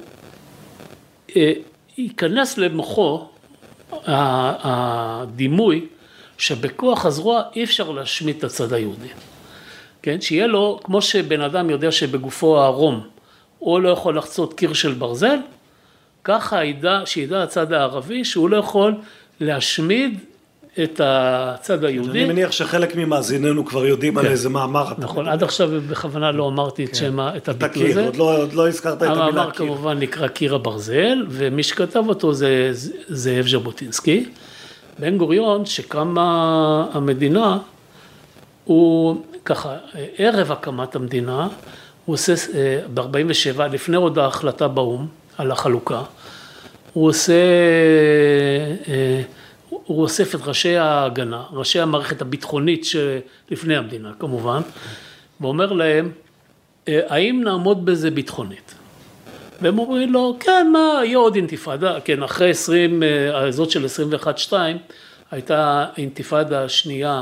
ייכנס למוחו הדימוי שבכוח הזרוע אי אפשר להשמיד את הצד היהודי. כן? שיהיה לו, כמו שבן אדם יודע שבגופו הערום, הוא לא יכול לחצות קיר של ברזל, ככה שידע הצד הערבי שהוא לא יכול להשמיד את הצד היהודי.
אני מניח שחלק ממאזיננו כבר יודעים על איזה מאמר.
נכון, עד עכשיו בכוונה לא אמרתי את הביטוי הזה.
עוד לא הזכרת את המילה קיר.
המאמר כמובן נקרא קיר הברזל, ומי שכתב אותו זה זאב ז'בוטינסקי. בן גוריון שקמה המדינה, הוא ככה, ערב הקמת המדינה, הוא עושה ב-47, לפני עוד ההחלטה באום על החלוקה, הוא אוסף את ראשי ההגנה, ראשי המערכת הביטחונית שלפני המדינה כמובן, ואומר להם, האם נעמוד בזה ביטחונית? והם אומרים לו, כן, מה, יהיה עוד אינתיפאדה, כן, אחרי 20, הזאת של 21-2, הייתה אינתיפאדה שנייה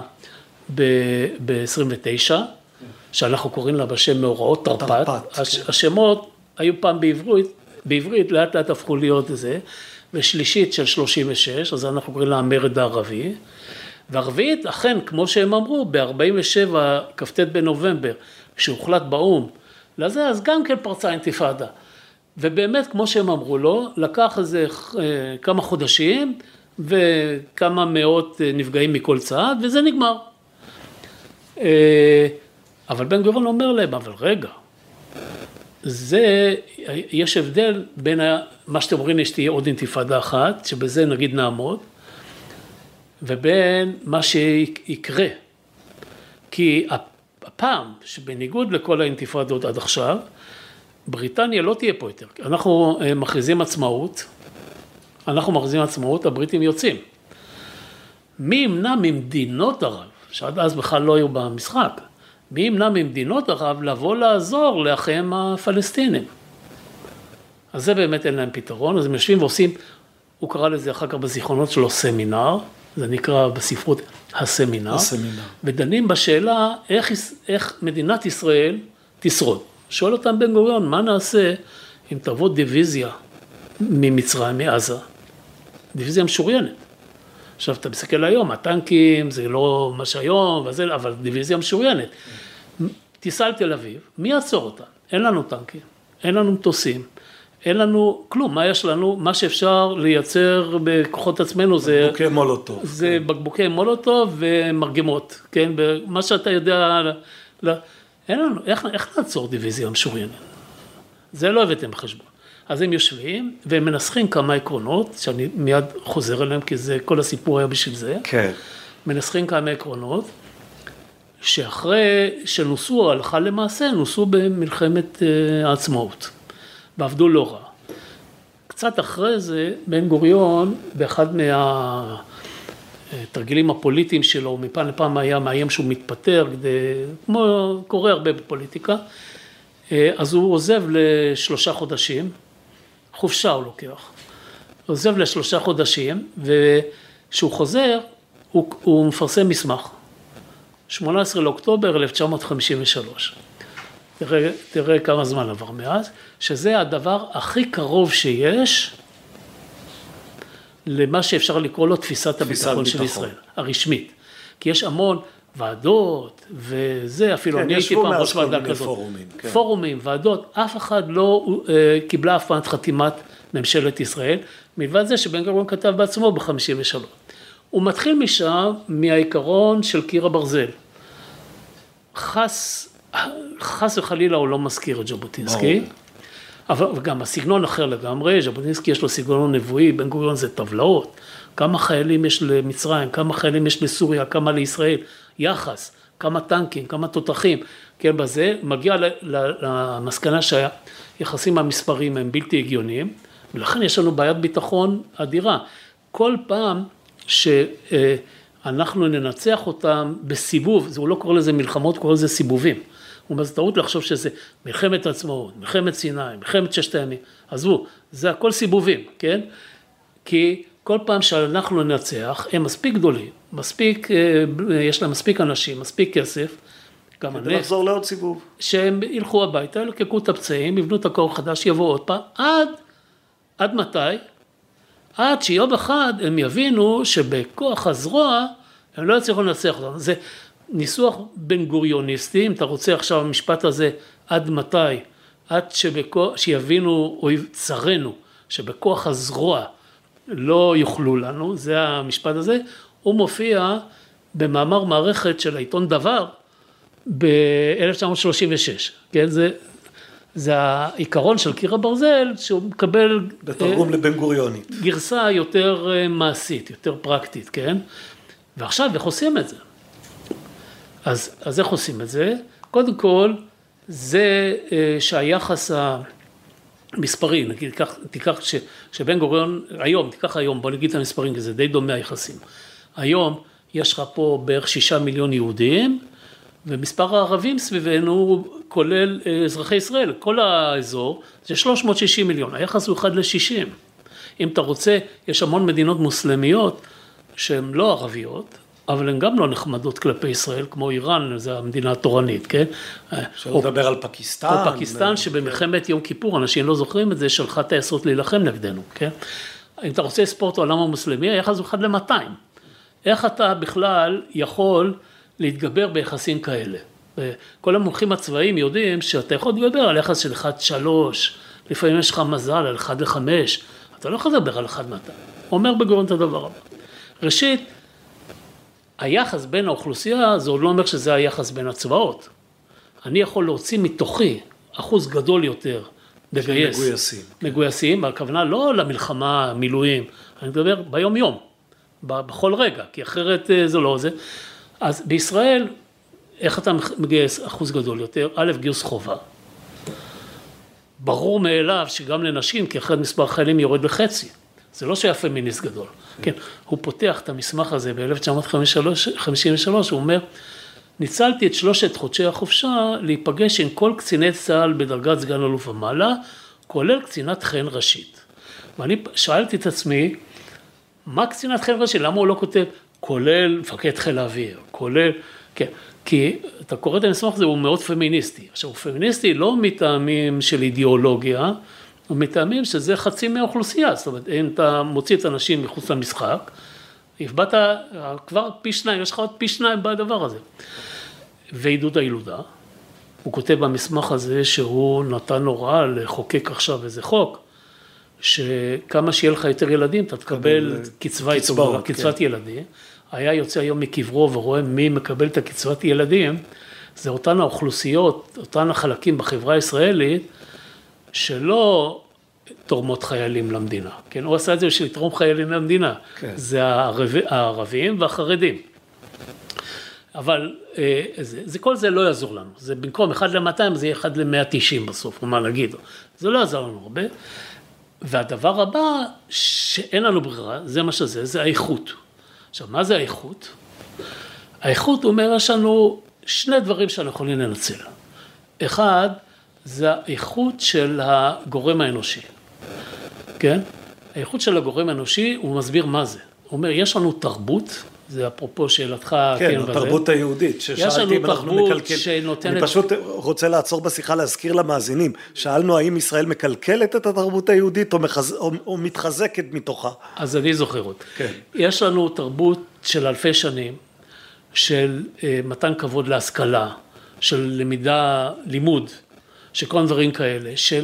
ב-29, שאנחנו קוראים לה בשם מאורעות תרפ"ט, השמות היו פעם בעברית, לאט לאט הפכו להיות זה, ושלישית של 36, אז אנחנו קוראים לה המרד הערבי, והרביעית, אכן, כמו שהם אמרו, ב-47, כ"ט בנובמבר, כשהוחלט באום, לזה, אז גם כן פרצה אינתיפאדה. ובאמת, כמו שהם אמרו לו, לקח איזה כמה חודשים, וכמה מאות נפגעים מכל צעד, וזה נגמר. אבל בן גוריון אומר להם, אבל רגע, יש הבדל בין מה שאתם אומרים, שתהיה עוד אינתיפאדה אחת, שבזה נגיד נעמוד, ובין מה שיקרה. כי הפעם, שבניגוד לכל האינתיפאדות עד עכשיו, בריטניה לא תהיה פה יותר. אנחנו מכריזים עצמאות, הבריטים יוצאים. מי ימנע ממדינות ערב, שעד אז בכלל לא היו במשחק, מי ימנע ממדינות ערב לבוא לעזור לאחיהם הפלסטינים? אז זה באמת אין להם פתרון, אז הם יושבים ועושים, הוא קרא לזה אחר כך בזיכרונות שלו סמינר, זה נקרא בספרות הסמינר, ודנים בשאלה איך מדינת ישראל תשרוד. שואל אותם בן גוריון, מה נעשה אם תבוא דיוויזיה ממצרים, מעזה? דיוויזיה משוריינת. עכשיו, אתה מסתכל היום, הטנקים, זה לא מה שהיום, אבל דיוויזיה משוריינת. תיסע על תל אביב, מי יעצור אותה? אין לנו טנקים, אין לנו מטוסים, אין לנו כלום. מה יש לנו? מה שאפשר לייצר בכוחות עצמנו זה...
בקבוקי מולוטוב.
זה בקבוקי מולוטוב ומרגמות, כן? מה שאתה יודע... אין לנו, איך נעצור דיוויזיה משוריינת? זה לא הבאתם בחשבון. אז הם יושבים והם מנסחים כמה עקרונות, שאני מיד חוזר אליהם, כי זה, כל הסיפור היה בשביל זה.
כן.
מנסחים כמה עקרונות, שאחרי שנוסו הלכה למעשה, נוסו במלחמת העצמאות, ועבדו לא רע. קצת אחרי זה, בן גוריון, באחד מהתרגילים הפוליטיים שלו, מפעם לפעם היה מאיים שהוא מתפטר, כמו קורה הרבה בפוליטיקה, אז הוא עוזב ל3 חודשים, חופשה הוא לוקח, עוזב ל3 חודשים, וכשהוא חוזר, הוא מפרסם מסמך, 18 לאוקטובר 1953. תראה כמה זמן עבר מאז, שזה הדבר הכי קרוב שיש למה שאפשר לקרוא לו תפיסת הביטחון של ישראל, הרשמית. כי יש המון, ועדות, וזה אפילו
כן,
אני הייתי פעם ראש ועדה כזאת.
פורומים, כן.
פורומים, ועדות, אף אחד לא קיבלה אף פעם את חתימת ממשלת ישראל, מלבד זה שבן גוריון כתב בעצמו ב-53. הוא מתחיל משם מהעיקרון של קיר הברזל. חס וחלילה הוא לא מזכיר את ז'בוטינסקי, אבל גם הסגנון אחר לגמרי, ז'בוטינסקי יש לו סגנון נבואי, בן גוריון זה טבלאות, כמה חיילים יש למצרים, כמה חיילים יש לסוריה, כמה לישראל, יחס, כמה טנקים, כמה תותחים, כן, בזה מגיע למסקנה שהיחסים המספרים הם בלתי הגיוניים, ולכן יש לנו בעיית ביטחון אדירה. כל פעם שאנחנו ננצח אותם בסיבוב, הוא לא קורא לזה מלחמות, קורא לזה סיבובים. הוא אומר, זה טעות לחשוב שזה מלחמת עצמאות, מלחמת סיני, מלחמת ששת הימים. עזבו, זה הכל סיבובים, כן? כי כל פעם שאנחנו ננצח, הם מספיק גדולים, מספיק, יש להם מספיק אנשים, מספיק כסף, גם
כדי לחזור לעוד סיבוב.
שהם ילכו הביתה, ילקקו את הפצעים, יבנו את הקור חדש, יבואו עוד פעם, עד מתי? עד שיום אחד הם יבינו שבכוח הזרוע הם לא יצליחו לנצח אותם. זה ניסוח בן גוריוניסטי, אם אתה רוצה עכשיו המשפט הזה, עד מתי? עד שיבינו אויב צרינו, שבכוח הזרוע לא יוכלו לנו, זה המשפט הזה, הוא מופיע במאמר מערכת של העיתון דבר ב-1936, כן? זה העיקרון של קיר הברזל, שהוא מקבל
בתרגום לבן גוריונית.
גרסה יותר מעשית, יותר פרקטית, כן? ועכשיו איך עושים את זה? אז איך עושים את זה? קודם כל, זה שהיחס המספרי, נגיד, תיקח שבן גוריון, תיקח היום, בוא נגיד את המספרים, כי זה די דומה היחסים. היום יש לך פה בערך 6 מיליון יהודים, ומספר הערבים סביבנו כולל אזרחי ישראל, כל האזור זה 360 מיליון, היחס הוא 1 ל-60. אם אתה רוצה, יש המון מדינות מוסלמיות שהן לא ערביות, אבל הן גם לא נחמדות כלפי ישראל, כמו איראן, זו המדינה התורנית, כן?
אפשר לדבר על פקיסטן.
או פקיסטן, שבמלחמת יום כיפור, אנשים לא זוכרים את זה, שלחה טייסות להילחם נגדנו, כן? אם אתה רוצה ספורט העולם המוסלמי, היחס הוא 1 ל-200. איך אתה בכלל יכול להתגבר ביחסים כאלה? כל המומחים הצבאיים יודעים שאתה יכול להתגבר על יחס של 1-3, לפעמים יש לך מזל על 1-5, אתה לא יכול לדבר על 1-200. אומר בגוריון את הדבר הבא. ראשית, היחס בין האוכלוסייה, זה עוד לא אומר שזה היחס בין הצבאות. אני יכול להוציא מתוכי אחוז גדול יותר לגייס.
מגויסים.
מגויסים, הכוונה לא למלחמה, מילואים, אני מדבר ביום יום, בכל רגע, כי אחרת זה לא זה. אז בישראל, איך אתה מגייס אחוז גדול יותר? א', גיוס חובה. ברור מאליו שגם לנשים, כי אחרת מספר חיילים יורד לחצי. זה לא שהיה פמיניסט גדול. כן, הוא פותח את המסמך הזה ב-1953, הוא אומר, ניצלתי את 3 חודשי החופשה להיפגש עם כל קציני צה"ל בדרגת סגן אלוף ומעלה, כולל קצינת חן ראשית. ואני שאלתי את עצמי, מה קצינת חן ראשית? למה הוא לא כותב, כולל מפקד חיל האוויר, כולל, כן, כי אתה קורא את המסמך הזה, הוא מאוד פמיניסטי. עכשיו, הוא פמיניסטי לא מטעמים של אידיאולוגיה, הוא מטעמים שזה חצי מהאוכלוסייה, זאת אומרת, אם אתה מוציא את האנשים מחוץ למשחק, הבאת כבר פי 2, יש לך עוד פי 2 בדבר הזה. ועידוד הילודה, הוא כותב במסמך הזה שהוא נתן הוראה לחוקק עכשיו איזה חוק, שכמה שיהיה לך יותר ילדים, אתה תקבל קצבת ילדים. היה יוצא היום מקברו ורואה מי מקבל את הקצבת ילדים, זה אותן האוכלוסיות, אותן החלקים בחברה הישראלית, שלא תורמות חיילים למדינה, כן? הוא עשה את זה בשביל לתרום חיילים למדינה, כן. זה הערבים והחרדים. אבל כל זה לא יעזור לנו, זה במקום 1 ל-200, זה יהיה 1 ל-190 בסוף, מה נגיד, זה לא יעזור לנו הרבה. והדבר הבא שאין לנו ברירה, זה מה שזה, זה האיכות. עכשיו, מה זה האיכות? האיכות אומר, יש לנו 2 דברים שאנחנו יכולים לנצל. אחד, זה האיכות של הגורם האנושי. כן? האיכות של הגורם האנושי, הוא מסביר מה זה. הוא אומר, יש לנו תרבות, זה אפרופו שאלתך,
כן, התרבות היהודית, ששאלתי אם אנחנו מקלקל. אני פשוט רוצה לעצור בשיחה להזכיר למאזינים, שאלנו האם ישראל מקלקלת את התרבות היהודית או מתחזקת מתוכה.
אז אני זוכר אותה.
כן.
יש לנו תרבות של אלפי שנים, של מתן כבוד להשכלה, של לימוד, של כל דברים כאלה, של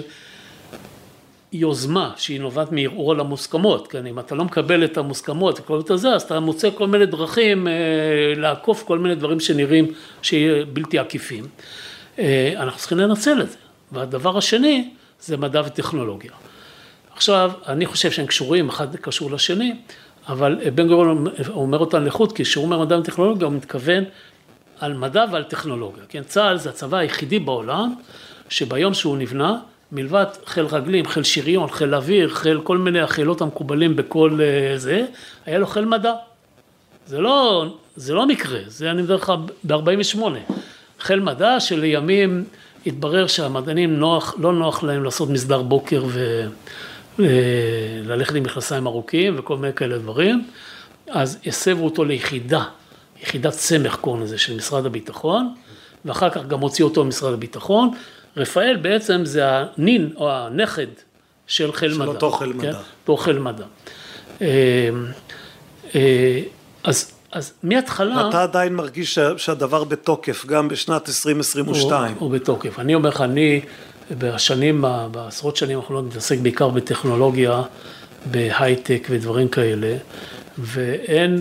יוזמה שהיא נובעת מערעור על המוסכמות, כן? אם אתה לא מקבל את המוסכמות וכל את זה, אז אתה מוצא כל מיני דרכים לעקוף כל מיני דברים שנראים שיהיה בלתי עקיפים. אנחנו צריכים לנצל את זה. והדבר השני זה מדע וטכנולוגיה. עכשיו, אני חושב שהם קשורים, אחד קשור לשני, אבל בן גוריון אומר אותם לחוד, כי כשהוא אומר מדע וטכנולוגיה, הוא מתכוון על מדע ועל טכנולוגיה. כן? צה"ל זה הצבא היחידי בעולם, שביום שהוא נבנה, מלבד חיל רגלים, חיל שריון, חיל אוויר, חיל כל מיני החילות המקובלים בכל זה, היה לו חיל מדע. זה לא מקרה, זה אני מדבר לך ב-48. חיל מדע שלימים התברר שהמדענים לא נוח להם לעשות מסדר בוקר וללכת עם מכנסיים ארוכים וכל מיני כאלה דברים, אז הסבו אותו יחידת סמך קוראים לזה של משרד הביטחון, ואחר כך גם הוציאו אותו ממשרד הביטחון. רפאל בעצם זה הנין או הנכד של חיל מדע. של
אותו חיל מדע.
כן? אותו חיל מדע. אז מההתחלה...
ואתה עדיין מרגיש שהדבר בתוקף, גם בשנת 2022.
הוא בתוקף. אני אומר לך, בעשרות שנים האחרונות מתעסק בעיקר בטכנולוגיה, בהייטק ודברים כאלה, ואין...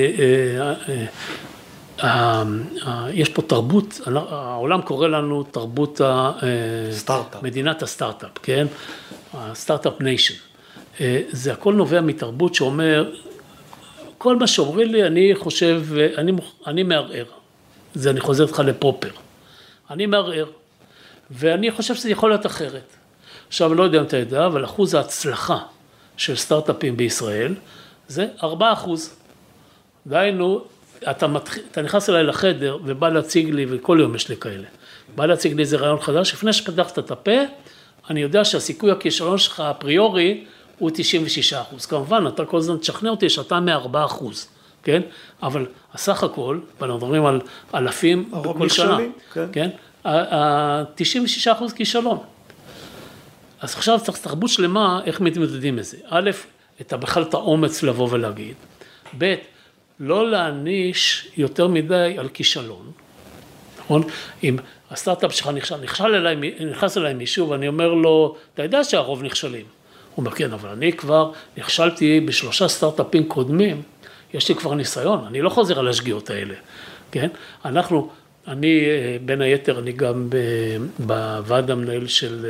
יש פה תרבות, העולם קורא לנו תרבות מדינת הסטארט-אפ, כן? הסטארט-אפ ניישן. זה הכל נובע מתרבות שאומר, כל מה שאומרים לי, אני חושב, אני מערער. זה אני חוזר אותך לפרופר. אני מערער. ואני חושב שזה יכול להיות אחרת. עכשיו, אני לא יודע אם אתה יודע, אבל אחוז ההצלחה של סטארט-אפים בישראל, זה 4%. דהיינו, אתה נכנס אליי לחדר ובא להציג לי, וכל יום יש לי כאלה, בא להציג לי איזה רעיון חדש, לפני שפתחת את הפה, אני יודע שהסיכוי הכישלון שלך הפריורי הוא 96%. כמובן, אתה כל הזמן תשכנע אותי שאתה מ4%, כן? אבל הסך הכל, ואנחנו מדברים על אלפים בכל שנה, כן? 96% כישלון. אז עכשיו צריך תרבות שלמה, איך מתמודדים את זה? א', בכלל את האומץ לבוא ולהגיד, ב', לא להעניש יותר מדי על כישלון, נכון? אם הסטארט-אפ שלך נכנס אליי מישהו ואני אומר לו, אתה יודע שהרוב נכשלים. הוא אומר, כן, אבל אני כבר נכשלתי ב3 סטארט-אפים קודמים, יש לי כבר ניסיון, אני לא חוזר על השגיאות האלה, כן? אני בין היתר, אני גם בוועד המנהל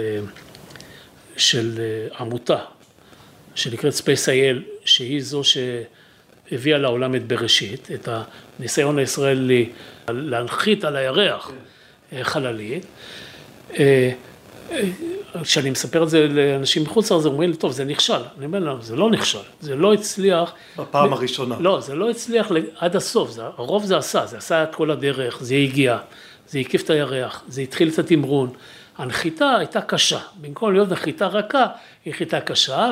של עמותה, שנקראת Space.il, שהיא זו הביאה לעולם את בראשית, את הניסיון הישראלי להנחית על הירח חללית. כשאני מספר את זה לאנשים מחוץ לזה, אומרים לי, טוב, זה נכשל. אני אומר להם, זה לא נכשל, זה לא הצליח.
בפעם הראשונה.
לא, זה לא הצליח עד הסוף, הרוב זה עשה את כל הדרך, זה הגיע, זה הקיף את הירח, זה התחיל את התמרון. הנחיתה הייתה קשה, במקום להיות נחיתה רכה, היא נחיתה קשה,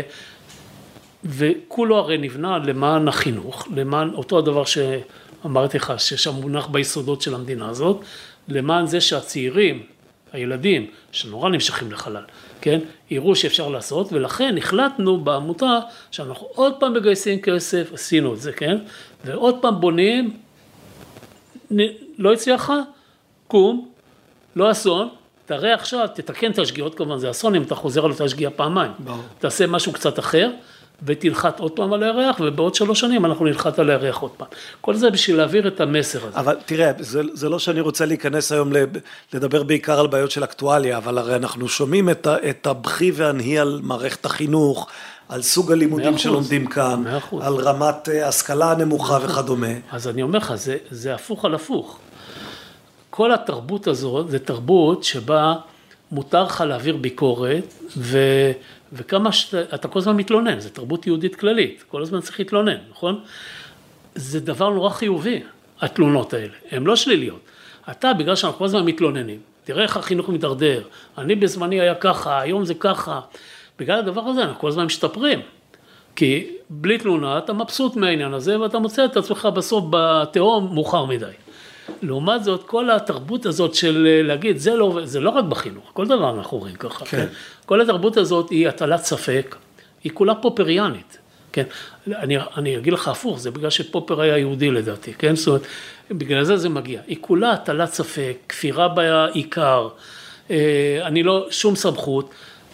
וכולו הרי נבנה למען החינוך, למען אותו הדבר שאמרתי לך, ששם מונח ביסודות של המדינה הזאת, למען זה שהצעירים, הילדים, שנורא נמשכים לחלל, כן, יראו שאפשר לעשות, ולכן החלטנו בעמותה שאנחנו עוד פעם מגייסים כסף, עשינו את זה, כן, ועוד פעם בונים, לא הצליח, קום, לא אסון, תראה עכשיו, תתקן את השגיאות, כמובן זה אסון אם אתה חוזר על אותה שגיאה פעמיים, תעשה משהו קצת אחר, ותלחת עוד פעם על הירח, ובעוד 3 שנים אנחנו נלחת על הירח עוד פעם. כל זה בשביל להעביר את המסר הזה.
אבל תראה, זה לא שאני רוצה להיכנס היום לדבר בעיקר על בעיות של אקטואליה, אבל הרי אנחנו שומעים את הבכי והנהי על מערכת החינוך, על סוג הלימודים שלומדים כאן, על רמת השכלה הנמוכה וכדומה.
אז אני אומר לך, זה הפוך על הפוך. כל התרבות הזאת, זה תרבות שבה מותר לך להעביר ביקורת, וכמה אתה כל הזמן מתלונן, זה תרבות יהודית כללית, כל הזמן צריך להתלונן, נכון? זה דבר נורא חיובי, התלונות האלה, הן לא שליליות. אתה, בגלל שאנחנו כל הזמן מתלוננים, תראה איך החינוך מתדרדר, אני בזמני היה ככה, היום זה ככה, בגלל הדבר הזה אנחנו כל הזמן משתפרים, כי בלי תלונה אתה מבסוט מהעניין הזה, ואתה מוצא את עצמך בסוף בתהום מאוחר מדי. לעומת זאת, כל התרבות הזאת של להגיד, זה לא רק בחינוך, כל דבר אנחנו רואים ככה. כן. כל התרבות הזאת היא הטלת ספק, היא כולה פופריאנית. כן? אני אגיד לך הפוך, זה בגלל שפופר היה יהודי לדעתי, כן? זאת אומרת, בגלל זה מגיע. היא כולה הטלת ספק, כפירה בעיקר, אני לא, שום סמכות.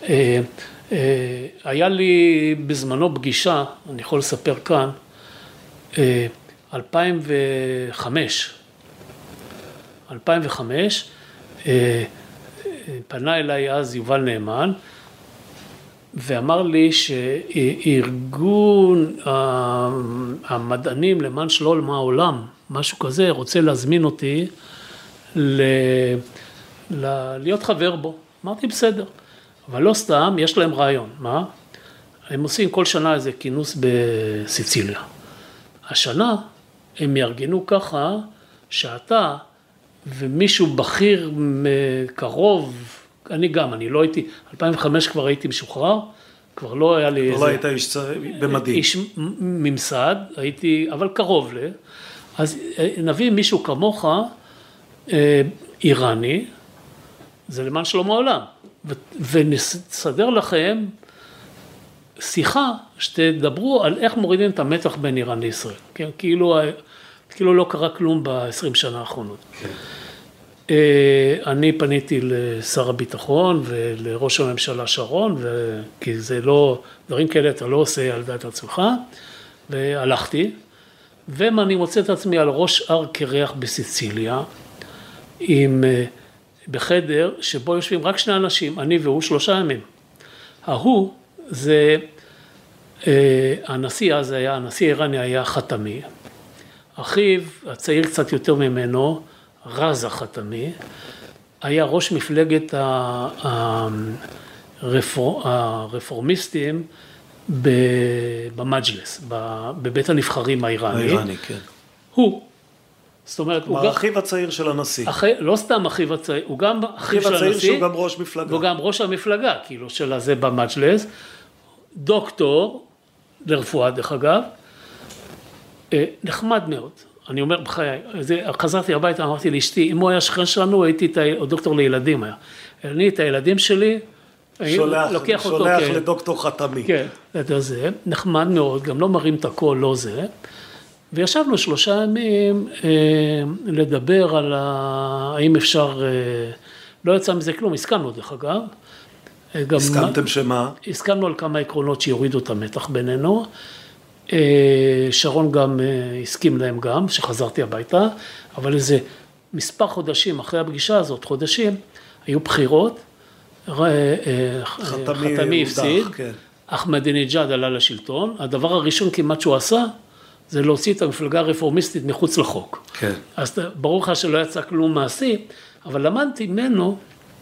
היה לי בזמנו פגישה, אני יכול לספר כאן, 2005, פנה אליי אז יובל נאמן, ואמר לי שארגון המדענים למען שלום העולם, משהו כזה, רוצה להזמין אותי להיות חבר בו. אמרתי בסדר, אבל לא סתם, יש להם רעיון. מה? הם עושים כל שנה איזה כינוס בסיציליה. השנה הם יארגנו ככה שאתה ומישהו בכיר קרוב, אני לא הייתי, 2005 כבר הייתי משוחרר, כבר לא היה לי
לא היית איש במדים.
איש ממסד, הייתי, אבל קרוב לי, אז נביא מישהו כמוך, איראני, זה למען שלום העולם, ונסדר לכם שיחה שתדברו על איך מורידים את המתח בין איראן לישראל, כן? כאילו לא קרה כלום ב-20 שנה האחרונות. כן. אני פניתי לשר הביטחון ולראש הממשלה שרון, כי זה לא, דברים כאלה אתה לא עושה על דעת עצמך, והלכתי, ואני מוצא את עצמי על ראש הר קרח בסיציליה, בחדר שבו יושבים רק שני אנשים, אני והוא 3 ימים. ההוא זה, הנשיא אז היה, הנשיא האיראני היה חתמי, אחיו, הצעיר קצת יותר ממנו, רזה חתמי, היה ראש מפלגת הרפורמיסטים במג'לס, בבית הנבחרים האיראני.
כן.
הוא, זאת אומרת,
הוא אחיו הצעיר של הנשיא.
לא סתם אחיו הצעיר, הוא גם אחיו של הנשיא.
שהוא גם ראש מפלגה.
הוא גם ראש המפלגה, כאילו, של הזה במג'לס. דוקטור, לרפואה דרך אגב, נחמד מאוד. אני אומר בחיי, חזרתי הביתה, אמרתי לאשתי, אם הוא היה שכן שלנו, הייתי דוקטור לילדים היה. אני את הילדים שלי,
שולח לדוקטור חתמי.
כן, זה נחמד מאוד, גם לא מרים את הכל, לא זה. וישבנו 3 ימים לדבר על האם אפשר, לא יצא מזה כלום, הסכמנו דרך אגב.
הסכמתם שמה?
הסכמנו על כמה עקרונות שיורידו את המתח בינינו. שרון גם הסכים להם גם, שחזרתי הביתה, אבל איזה מספר חודשים אחרי הפגישה הזאת, היו בחירות, חתמי הפסיד, אחמדינג'אד עלה לשלטון, הדבר הראשון כמעט שהוא עשה, זה להוציא את המפלגה הרפורמיסטית מחוץ לחוק.
כן.
אז ברור לך שלא יצא כלום מעשי, אבל למדתי ממנו,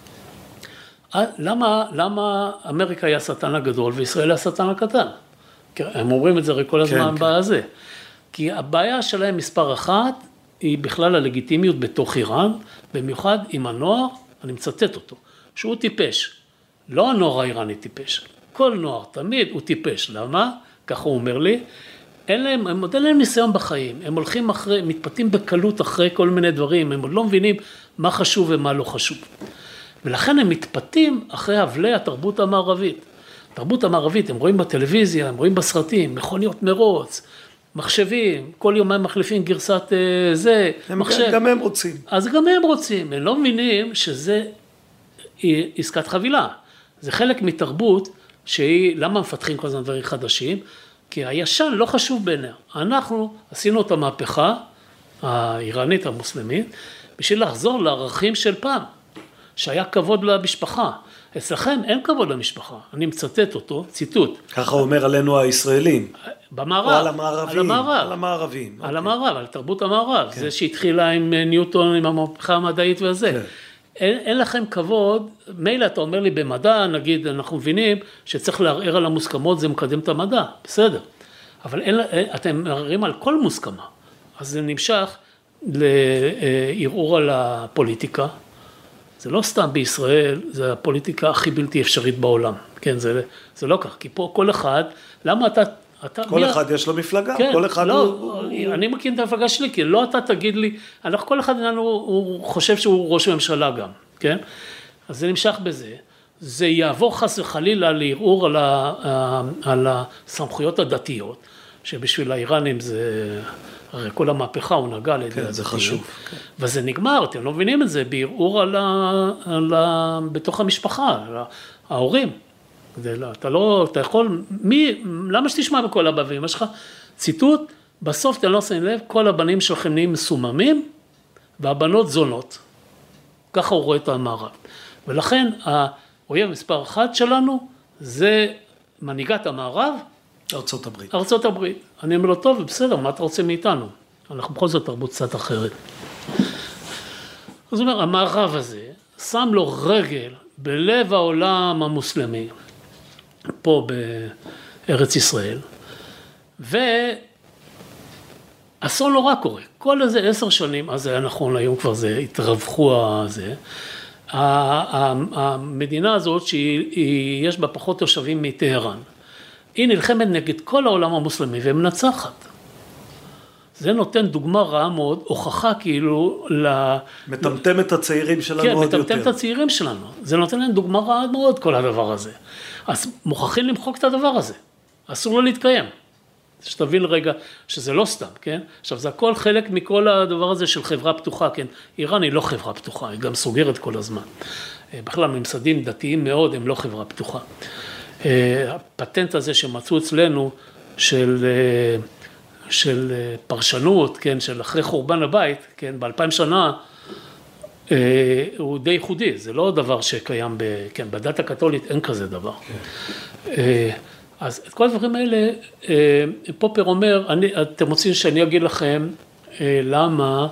למה אמריקה היא השטן הגדול וישראל היא השטן הקטן? הם אומרים את זה הרי כל הזמן בזה. כי הבעיה שלהם מספר 1 היא בכלל הלגיטימיות בתוך איראן, במיוחד עם הנוער, אני מצטט אותו, שהוא טיפש. לא הנוער האיראני טיפש, כל נוער תמיד הוא טיפש. למה? ככה הוא אומר לי, הם עוד אין להם ניסיון בחיים, הם הולכים אחרי, מתפתים בקלות אחרי כל מיני דברים, הם עוד לא מבינים מה חשוב ומה לא חשוב. ולכן הם מתפתים אחרי הבלי התרבות המערבית. התרבות המערבית, הם רואים בטלוויזיה, הם רואים בסרטים, מכוניות מרוץ, מחשבים, כל יום הם מחליפים גרסת זה, מחשב.
גם הם רוצים.
אז גם הם רוצים, הם לא מבינים שזה עסקת חבילה. זה חלק מתרבות שהיא, למה מפתחים כל הזמן דברים חדשים? כי הישן לא חשוב בעיניה. אנחנו עשינו את המהפכה האיראנית המוסלמית, בשביל לחזור לערכים של פעם, שהיה כבוד למשפחה. אצלכם אין כבוד למשפחה, אני מצטט אותו, ציטוט.
ככה אומר עלינו הישראלים.
במערב.
או על המערבים.
על המערבים. על המערב, על תרבות המערב. זה שהתחילה עם ניוטון, עם המהפכה המדעית וזה. אין לכם כבוד, מילא אתה אומר לי במדע, נגיד אנחנו מבינים שצריך לערער על המוסכמות, זה מקדם את המדע, בסדר. אבל אתם מערערים על כל מוסכמה. אז זה נמשך לערעור על הפוליטיקה. זה לא סתם בישראל, זה הפוליטיקה הכי בלתי אפשרית בעולם. כן, זה לא כך, כי פה כל אחד, למה אתה
כל אחד יש לו מפלגה,
כן,
כל אחד
לא,
הוא...
אני מכיר את המפלגה שלי, כי לא אתה תגיד לי, כל אחד הוא חושב שהוא ראש ממשלה גם, כן? אז זה נמשך בזה. זה יעבור חס וחלילה לערעור על הסמכויות הדתיות, שבשביל האיראנים זה, הרי כל המהפכה הוא נגע לידי הדתיות.
זה חשוב.
וזה נגמר, אתם לא מבינים את זה, בערעור בתוך המשפחה, ההורים. אתה יכול, למה שתשמע בכל הבבים? יש לך ציטוט, בסוף אתה לא שם לב, כל הבנים שלכם נהיים מסוממים, והבנות זונות. ככה הוא רואה את המערב. ולכן, האויב מספר 1 שלנו, זה מנהיגת המערב,
ארצות הברית.
ארצות הברית. אני אומר לו, טוב, בסדר, מה אתה רוצה מאיתנו? אנחנו בכל זאת תרבות קצת אחרת. זאת אומרת, המערב הזה, שם לו רגל בלב העולם המוסלמי, פה בארץ ישראל, ואסון נורא קורה. כל איזה 10 שנים, אז זה היה נכון, היום כבר זה התרווחו הזה, המדינה הזאת שיש בה פחות תושבים מטהרן, היא נלחמת נגד כל העולם המוסלמי ומנצחת. זה נותן דוגמה רעה מאוד, הוכחה כאילו
מטמטם את הצעירים שלנו
כן,
עוד יותר. כן,
מטמטם את הצעירים שלנו. זה נותן להם דוגמה רעה מאוד כל הדבר הזה. אז מוכרחים למחוק את הדבר הזה. אסור לו להתקיים. שתבין רגע שזה לא סתם, כן? עכשיו זה הכל חלק מכל הדבר הזה של חברה פתוחה, כן? איראן היא לא חברה פתוחה, היא גם סוגרת כל הזמן. בכלל ממסדים דתיים מאוד הם לא חברה פתוחה. הפטנט הזה שמצאו אצלנו של פרשנות, כן, של אחרי חורבן הבית, כן, ב2000 שנה, הוא די ייחודי, זה לא דבר שקיים, כן, בדת הקתולית אין כזה דבר. אז את כל הדברים האלה, פופר אומר, אתם רוצים שאני אגיד לכם למה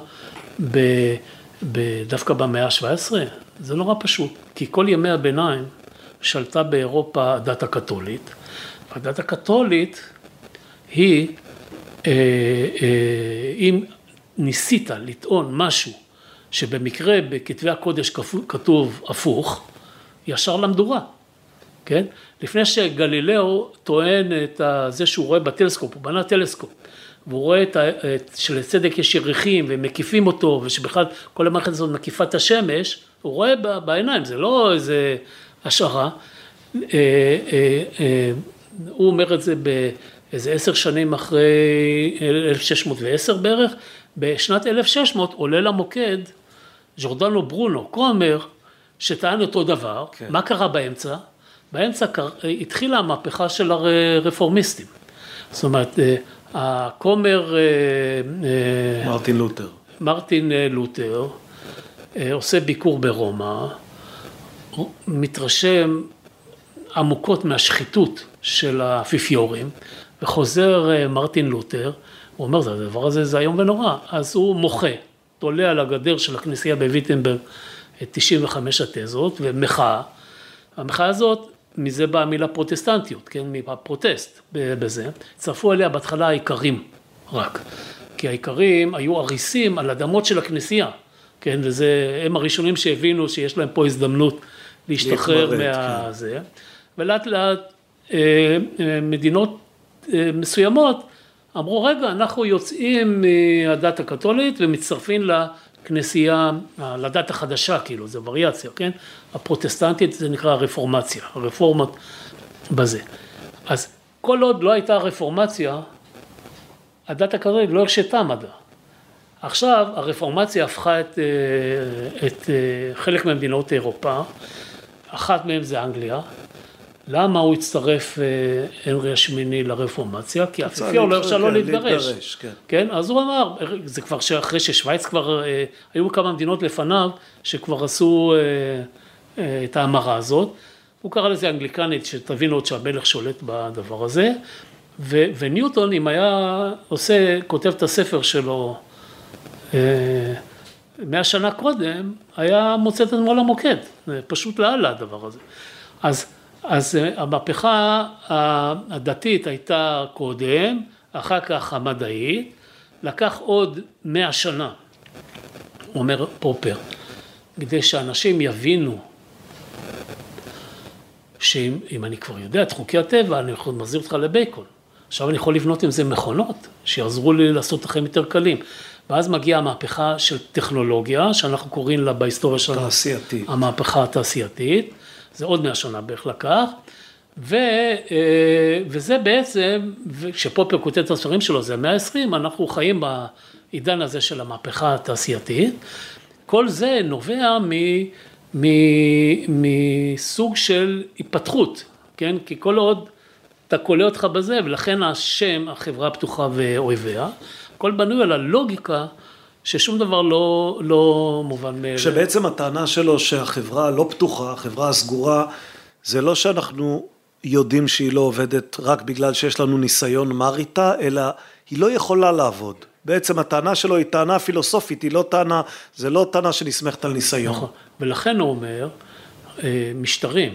דווקא במאה ה-17? זה נורא פשוט, כי כל ימי הביניים שלטה באירופה הדת הקתולית, והדת הקתולית היא, אם ניסית לטעון משהו שבמקרה בכתבי הקודש כתוב הפוך, ישר למדורה, כן? לפני שגלילאו טוען את זה שהוא רואה בטלסקופ, הוא בנה טלסקופ, והוא רואה שלצדק יש ירחים ומקיפים אותו, ושבכלל כל המערכת הזאת מקיפה את השמש, הוא רואה בעיניים, זה לא איזה השערה, הוא אומר את זה באיזה 10 שנים אחרי 1610 בערך, בשנת 1600 עולה למוקד ג'ורדנו ברונו, כומר, שטען אותו דבר, כן. מה קרה באמצע? באמצע התחילה המהפכה של הרפורמיסטים. זאת אומרת, הכומר מרטין לותר עושה ביקור ברומא, מתרשם עמוקות מהשחיתות של האפיפיורים, וחוזר מרטין לותר, הוא אומר, הדבר הזה זה היום ונורא, אז הוא מוחה, תולה על הגדר של הכנסייה בוויטנברג את 95 התזות, ומחאה. המחאה הזאת, מזה באה המילה פרוטסטנטיות, כן, מהפרוטסט בזה, צרפו עליה בהתחלה העיקרים רק, כי העיקרים היו עריסים על אדמות של הכנסייה, כן, וזה, הם הראשונים שהבינו שיש להם פה הזדמנות להשתחרר מהזה, כן. ולאט לאט מדינות מסוימות אמרו, רגע, אנחנו יוצאים מהדת הקתולית ומצטרפים לכנסייה, לדת החדשה, כאילו, זה וריאציה, כן? הפרוטסטנטית זה נקרא הרפורמציה, הרפורמות בזה. אז כל עוד לא הייתה רפורמציה, הדת הקתולית לא הרשתה מדע. עכשיו הרפורמציה הפכה את חלק ממדינות אירופה, אחת מהן זה אנגליה. למה הוא הצטרף הנרי השמיני לרפורמציה? כי האפיפיור לא הרשה לו להתגרש. כן, אז הוא אמר, זה כבר אחרי ששוויץ כבר, היו כמה מדינות לפניו שכבר עשו את האמרה הזאת. הוא קרא לזה אנגליקנית, שתבינו עוד שהמלך שולט בדבר הזה. וניוטון, אם היה כותב את הספר שלו 100 שנה קודם, היה מוצא את עצמו למוקד. פשוט לעלה הדבר הזה. אז המהפכה הדתית הייתה קודם, אחר כך המדעית, לקח עוד 100 שנה, אומר פופר, כדי שאנשים יבינו שאם אני כבר יודע את חוקי הטבע, אני יכול מחזיר אותך לבייקון. עכשיו אני יכול לבנות עם זה מכונות, שיעזרו לי לעשות את החיים יותר קלים. ואז מגיעה המהפכה של טכנולוגיה, שאנחנו קוראים לה בהיסטוריה שלנו, המהפכה התעשייתית. זה עוד 100 שנה בערך לקח, וזה בעצם, כשפופר כותב את הספרים שלו, זה 120, אנחנו חיים בעידן הזה של המהפכה התעשייתית, כל זה נובע מסוג של התפתחות, כן? כי כל עוד אתה קולע אותך בזה, ולכן השם, החברה הפתוחה ואויביה, הכל בנוי על הלוגיקה, ששום דבר לא מובן מאליו.
שבעצם הטענה שלו שהחברה לא פתוחה, החברה הסגורה, זה לא שאנחנו יודעים שהיא לא עובדת רק בגלל שיש לנו ניסיון מר איתה, אלא היא לא יכולה לעבוד. בעצם הטענה שלו היא טענה פילוסופית, היא לא טענה, זה לא טענה שנסמכת על ניסיון.
נכון, ולכן הוא אומר, משטרים,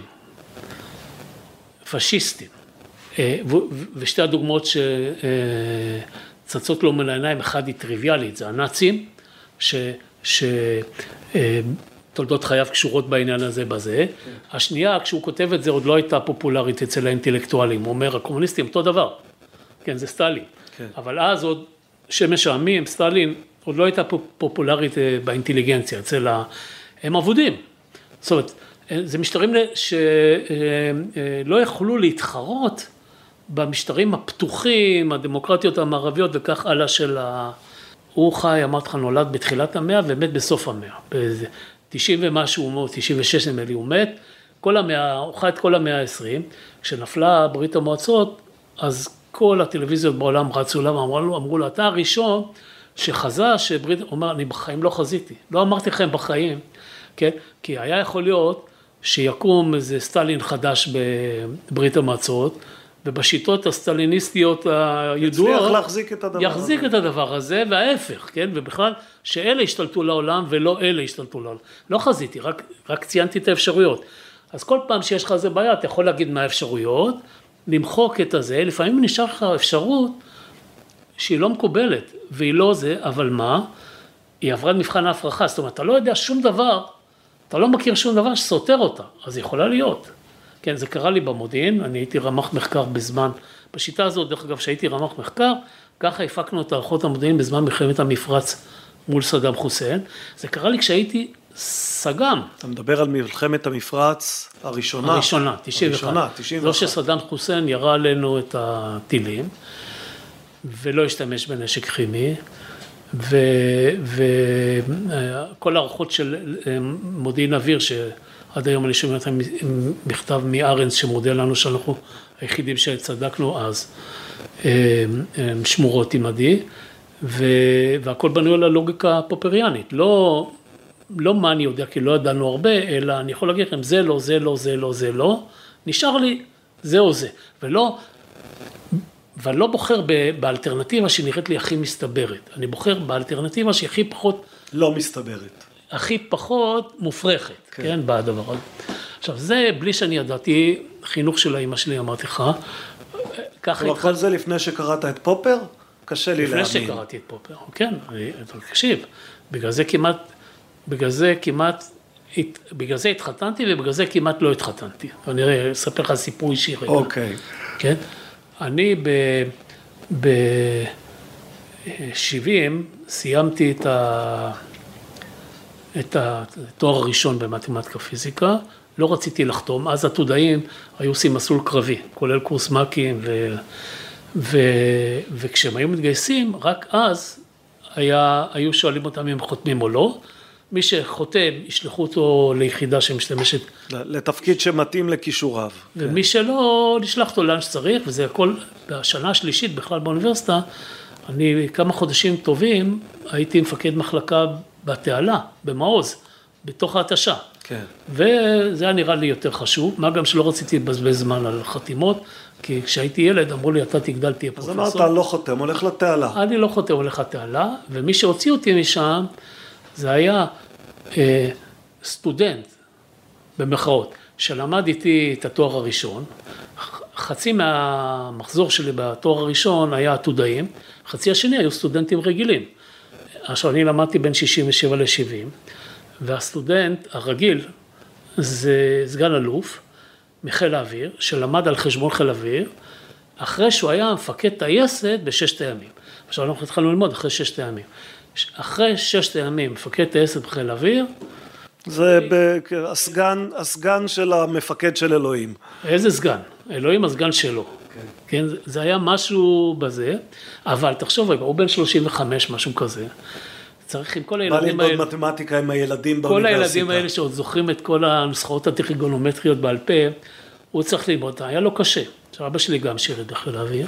פשיסטים, ושתי הדוגמאות שצצות לו מן העיניים, אחד היא טריוויאלית, זה הנאצים, שתולדות חייו קשורות בעניין הזה בזה. השנייה, כשהוא כותב את זה, עוד לא הייתה פופולרית אצל האינטלקטואלים, הוא אומר, הקומוניסטים, אותו דבר, כן, זה סטלין, אבל אז עוד שמש העמים, סטלין, עוד לא הייתה פופולרית באינטליגנציה, הם עבודים, זאת אומרת, זה משטרים שלא יכלו להתחרות במשטרים הפתוחים, הדמוקרטיות המערביות וכך הלאה של הוא חי, אמרת לך, נולד בתחילת המאה ומת בסוף המאה. ב-90 ומשהו, 96 נדמה לי, הוא מת, הוא חי את כל המאה ה-20, כשנפלה ברית המועצות, אז כל הטלוויזיות בעולם רצו למה, אמרו לו, אתה הראשון שחזה שברית, הוא אומר, אני בחיים לא חזיתי, לא אמרתי לכם בחיים, כן? כי היה יכול להיות שיקום איזה סטלין חדש בברית המועצות, ובשיטות הסטליניסטיות הידועות,
יצליח להחזיק את הדבר הזה.
יחזיק את הדבר הזה, וההפך, כן? ובכלל, שאלה השתלטו לעולם, ולא אלה השתלטו לעולם. לא חזיתי, רק ציינתי את האפשרויות. אז כל פעם שיש לך איזה בעיה, אתה יכול להגיד מה האפשרויות, למחוק את הזה, לפעמים נשאר לך אפשרות, שהיא לא מקובלת, והיא לא זה, אבל מה? היא עברה מבחן ההפרחה, זאת אומרת, אתה לא יודע שום דבר, אתה לא מכיר שום דבר שסותר אותה, אז היא יכולה להיות. כן, זה קרה לי במודיעין, אני הייתי רמ"ח מחקר בזמן, בשיטה הזאת, דרך אגב, שהייתי רמ"ח מחקר, ככה הפקנו את הערכות המודיעין בזמן מלחמת המפרץ מול סדאם חוסיין, זה קרה לי כשהייתי סג"ם.
אתה מדבר על מלחמת המפרץ הראשונה.
הראשונה, 91. לא שסדאם חוסיין ירה עלינו את הטילים, ולא השתמש בנשק כימי, וכל הערכות של מודיעין אוויר, שעד היום אני שומע אותם מכתב מארנס שמודה לנו שאנחנו היחידים שצדקנו אז, שמורות עמדי, והכל בנוי על הלוגיקה הפופריאנית, לא מה אני יודע כי לא ידענו הרבה, אלא אני יכול להגיד לכם זה לא, זה לא, זה לא, זה לא, נשאר לי זה או זה, ואני לא בוחר באלטרנטיבה שנראית לי הכי מסתברת, אני בוחר באלטרנטיבה שהיא הכי פחות...
לא מסתברת.
הכי פחות מופרכת, כן, בדבר הזה. עכשיו, זה בלי שאני ידעתי, חינוך של האמא שלי, אמרתי לך, ככה...
אבל כל זה לפני שקראת את פופר? קשה לי להאמין.
לפני שקראתי את פופר, כן, תקשיב, בגלל זה התחתנתי ובגלל זה כמעט לא התחתנתי. אני אספר לך סיפור אישי רגע.
אוקיי.
כן? אני ב-70 סיימתי את התואר הראשון במתמטיקה פיזיקה, לא רציתי לחתום, אז התודעים היו עושים מסלול קרבי, כולל קורס מקים, וכשהם היו מתגייסים, רק אז היו שואלים אותם אם חותמים או לא, מי שחותם, ישלחו אותו ליחידה שמשתמשת.
לתפקיד שמתאים לכישוריו.
ומי שלא, נשלח אותו לאן שצריך, וזה הכל, בשנה השלישית בכלל באוניברסיטה, אני כמה חודשים טובים, הייתי מפקד מחלקה בתעלה, במעוז, בתוך ההתשה.
כן.
וזה היה נראה לי יותר חשוב, מה גם שלא רציתי לבזבז זמן על חתימות, כי כשהייתי ילד אמרו לי, אתה תגדל, תהיה פרופסור.
אז אמרת, לא חותם, הולך לתעלה.
אני לא חותם, הולך לתעלה, ומי שהוציא אותי משם, זה היה סטודנט, במחאות, שלמד איתי את התואר הראשון, חצי מהמחזור שלי בתואר הראשון היה עתודאים, חצי השני היו סטודנטים רגילים. עכשיו אני למדתי בין 67 ל-70, והסטודנט הרגיל זה סגן אלוף מחיל האוויר, שלמד על חשבון חיל האוויר, אחרי שהוא היה מפקד טייסת בששת הימים. עכשיו אנחנו התחלנו ללמוד אחרי 6 ימים. אחרי 6 ימים מפקד טייסת בחיל האוויר,
זה הסגן של המפקד של אלוהים.
איזה סגן? אלוהים הסגן שלו. כן, זה היה משהו בזה, אבל תחשוב רגע, הוא בן 35, משהו כזה. צריך עם כל הילדים
האלה... בא ללמוד מתמטיקה עם הילדים באוניברסיטה.
כל הילדים האלה שעוד זוכרים את כל הנוסחאות הטריגונומטריות בעל פה, הוא צריך ללמוד, היה לו קשה. אבא שלי גם שירת בחיל האוויר,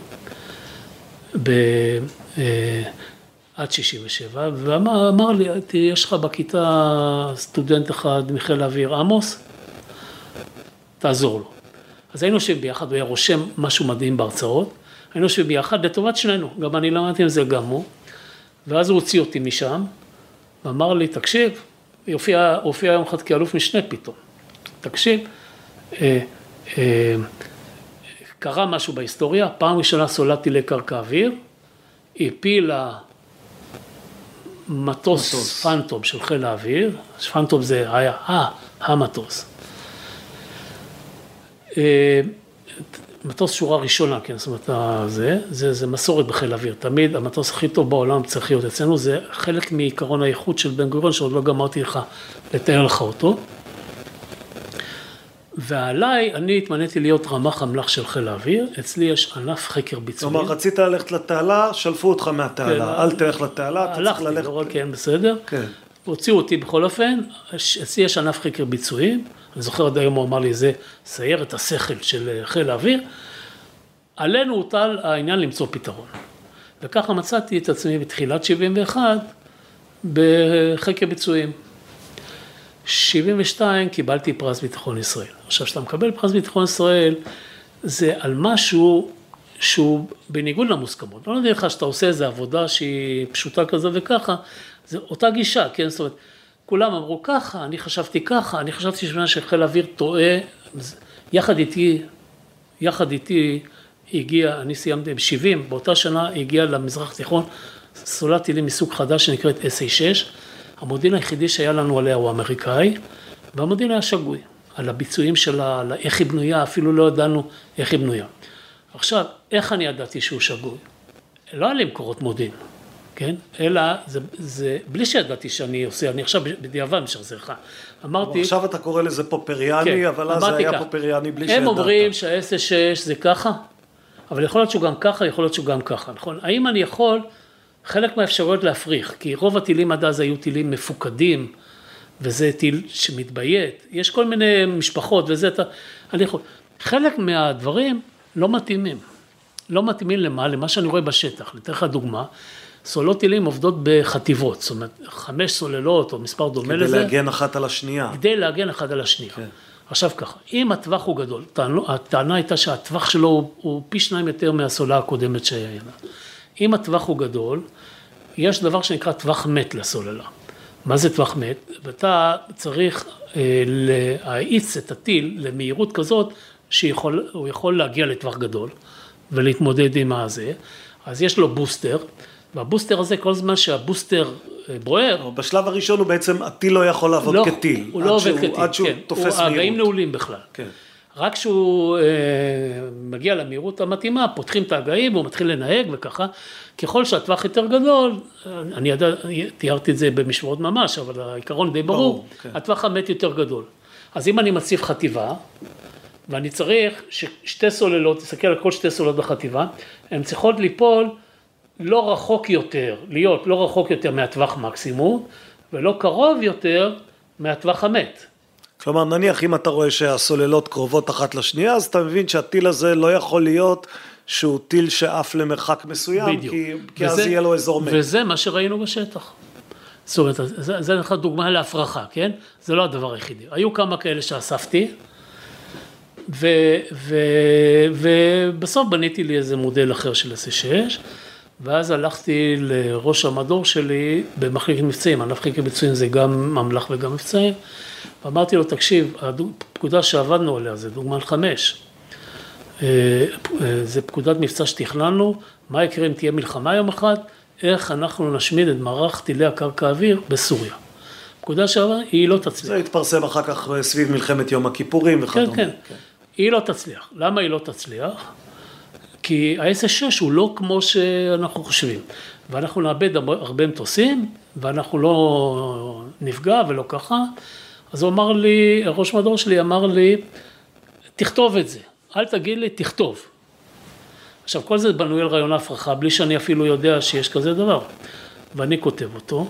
עד 67, ואמר לי, יש לך בכיתה סטודנט אחד מחיל האוויר, עמוס, תעזור לו. אז היינו יושבים ביחד, הוא היה רושם משהו מדהים בהרצאות, היינו יושבים ביחד לטובת שנינו, גם אני למדתי עם זה גם הוא, ואז הוא הוציא אותי משם, ואמר לי, תקשיב, הופיע יום אחד כאלוף משנה פתאום, תקשיב, קרה משהו בהיסטוריה, פעם ראשונה סוללתי לקרקע אוויר, הפילה מטוס פנטום של חיל האוויר, פנטום זה היה המטוס. מטוס שורה ראשונה, כן, זאת אומרת, זה מסורת בחיל האוויר, תמיד המטוס הכי טוב בעולם צריך להיות אצלנו, זה חלק מעיקרון האיכות של בן גוריון, שעוד לא גמרתי לך לתאר לך אותו. ועליי, אני התמניתי להיות רמ"ח אמל"ח של חיל האוויר, אצלי יש ענף חקר ביצועים.
כלומר, רצית ללכת לתעלה, שלפו אותך מהתעלה, אל תלך לתעלה, אתה צריך ללכת...
הלכתי, לא רק כן, בסדר.
כן.
הוציאו אותי בכל אופן, אצלי יש ענף חקר ביצועים, אני זוכר עד היום הוא אמר לי, זה סיירת השכל של חיל האוויר, עלינו הוטל העניין למצוא פתרון. וככה מצאתי את עצמי בתחילת 71 בחקר ביצועים. 72 קיבלתי פרס ביטחון ישראל. עכשיו, שאתה מקבל פרס ביטחון ישראל, זה על משהו שהוא בניגוד למוסכמות. לא יודע לך שאתה עושה איזו עבודה שהיא פשוטה כזו וככה, זה אותה גישה, כן? זאת אומרת, כולם אמרו ככה, אני חשבתי ככה, אני חשבתי שחיל האוויר טועה, יחד איתי הגיע, אני סיימתי ב-70, באותה שנה הגיע למזרח תיכון, סוללתי לי מסוג חדש שנקראת SA6, המודיעין היחידי שהיה לנו עליה הוא אמריקאי, והמודיעין היה שגוי, על הביצועים שלה, על איך היא בנויה, אפילו לא ידענו איך היא בנויה. עכשיו, איך אני ידעתי שהוא שגוי? לא היה לי מקורות מודיעין, כן? אלא זה בלי שידעתי שאני עושה, אני עכשיו בדיעבד משחזר לך. אמרתי...
עכשיו אתה קורא לזה פופריאני, כן, אבל אז זה היה פופריאני בלי שידעת.
הם אומרים שה-SA6 זה ככה, אבל יכול להיות שהוא גם ככה, יכול להיות שהוא גם ככה, נכון? האם אני יכול... חלק מהאפשרויות להפריך, כי רוב הטילים עד אז היו טילים מפוקדים, וזה טיל שמתביית, יש כל מיני משפחות וזה, אני יכול, חלק מהדברים לא מתאימים, לא מתאימים למה שאני רואה בשטח, לתת לך דוגמה, סוללות טילים עובדות בחטיבות, זאת אומרת, 5 סוללות או מספר דומה לזה.
כדי להגן אחת על השנייה.
כדי להגן אחת על השנייה.
כן.
עכשיו ככה, אם הטווח הוא גדול, הטענה הייתה שהטווח שלו הוא פי 2 יותר מהסוללה הקודמת שהיה. אם הטווח הוא גדול, יש דבר שנקרא טווח מת לסוללה. מה זה טווח מת? ואתה צריך להאיץ את הטיל למהירות כזאת, שהוא יכול להגיע לטווח גדול, ולהתמודד עם הזה. אז יש לו בוסטר, והבוסטר הזה כל זמן שהבוסטר בוער...
בשלב הראשון הוא בעצם, הטיל לא יכול לעבוד כטיל.
הוא לא עובד כטיל,
עד שהוא תופס מהירות.
הגאים נעולים בכלל.
כן.
רק כשהוא מגיע למהירות המתאימה, פותחים את הגאים, והוא מתחיל לנהג וככה, ככל שהטווח יותר גדול, אני תיארתי את זה במשמרות ממש, אבל העיקרון די ברור, כן. הטווח המת יותר גדול. אז אם אני מציב חטיבה, ואני צריך ששתי סוללות, תסתכל על כל שתי סוללות בחטיבה, הן צריכות ליפול לא רחוק יותר, להיות לא רחוק יותר מהטווח מקסימום, ולא קרוב יותר מהטווח המת.
כלומר, נניח אם אתה רואה שהסוללות קרובות אחת לשנייה, אז אתה מבין שהטיל הזה לא יכול להיות שהוא טיל שאף למרחק מסוים, כי אז יהיה לו אזור מת.
וזה מה שראינו בשטח. זאת אומרת, זה לך דוגמה להפרחה, כן? זה לא הדבר היחידי. היו כמה כאלה שאספתי, ובסוף בניתי לי איזה מודל אחר של SA6, ואז הלכתי לראש המדור שלי במחלקת מבצעים, ענף חקר ביצועים זה גם ממל"ח וגם מבצעים, ואמרתי לו, תקשיב, הפקודה שעבדנו עליה זה דוגמן 5, זה פקודת מבצע שתכננו, מה יקרה אם תהיה מלחמה יום אחד, איך אנחנו נשמיד את מערך טילי הקרקע האוויר בסוריה. פקודה שעבדה, היא לא תצליח.
זה התפרסם אחר כך סביב מלחמת יום הכיפורים וכדומה.
כן, כן. היא לא תצליח. למה היא לא תצליח? כי ה-SA6 הוא לא כמו שאנחנו חושבים. ואנחנו נאבד הרבה מטוסים, ואנחנו לא נפגע ולא ככה. אז הוא אמר לי, ראש מדור שלי אמר לי, תכתוב את זה, אל תגיד לי, תכתוב. עכשיו, כל זה בנוי על רעיון ההפרחה, בלי שאני אפילו יודע שיש כזה דבר. ואני כותב אותו.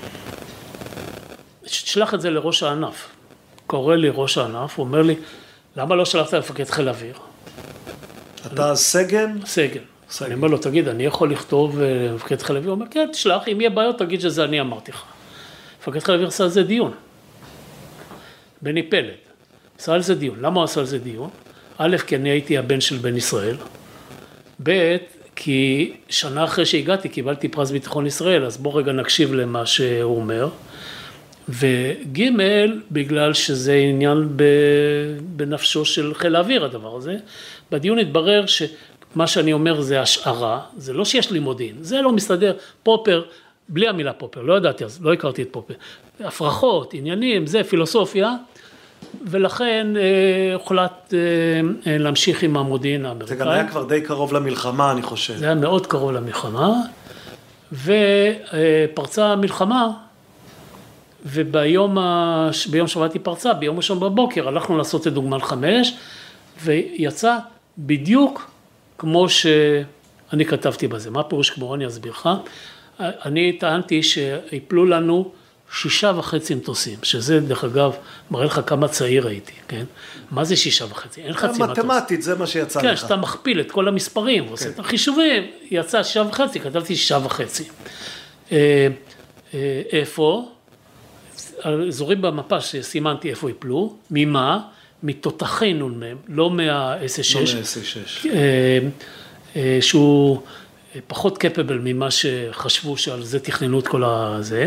שלח את זה לראש הענף. קורא לי ראש הענף, הוא אומר לי, למה לא שלחת למפקד חיל האוויר?
אתה סגן?
סגן. אני אומר לו, תגיד, אני יכול לכתוב למפקד חיל האוויר? הוא אומר, כן, תשלח, אם יהיה בעיות, תגיד שזה אני אמרתי לך. מפקד חיל האוויר עשה על זה דיון. בני פלד. עשה על זה דיון. למה הוא עשה על זה דיון? א', כי אני הייתי הבן של בן ישראל. ב', כי שנה אחרי שהגעתי, קיבלתי פרס ביטחון ישראל, אז בוא רגע נקשיב למה שהוא אומר. וג', בגלל שזה עניין בנפשו של חיל האוויר הדבר הזה, בדיון התברר שמה שאני אומר זה השערה, זה לא שיש לי מודיעין, זה לא מסתדר, פופר, בלי המילה פופר, לא ידעתי אז, לא הכרתי את פופר, הפרחות, עניינים, זה פילוסופיה, ולכן הוחלט להמשיך עם המודיעין האמריקאי.
זה גם היה כבר די קרוב למלחמה, אני חושב.
זה היה מאוד קרוב למלחמה, ופרצה המלחמה, וביום שבת היא פרצה, ביום ראשון בבוקר, הלכנו לעשות את דוגמן 5, ויצא בדיוק כמו שאני כתבתי בזה. מה פירוש כמו? אני אסביר לך. אני טענתי שיפלו לנו 6.5 מטוסים, שזה דרך אגב מראה לך כמה צעיר הייתי, כן? מה זה 6.5? אין חצי מטוס.
מתמטית, זה מה שיצא לך.
כן, שאתה מכפיל את כל המספרים, ועושה את החישובים, יצא 6.5, כתבתי 6.5. איפה? אזורים במפה שסימנתי איפה יפלו, ממה? מתותחי נ"מ, לא מה-S6.
לא מה-S6.
שהוא פחות קפבל ממה שחשבו שעל זה תכננו את כל הזה.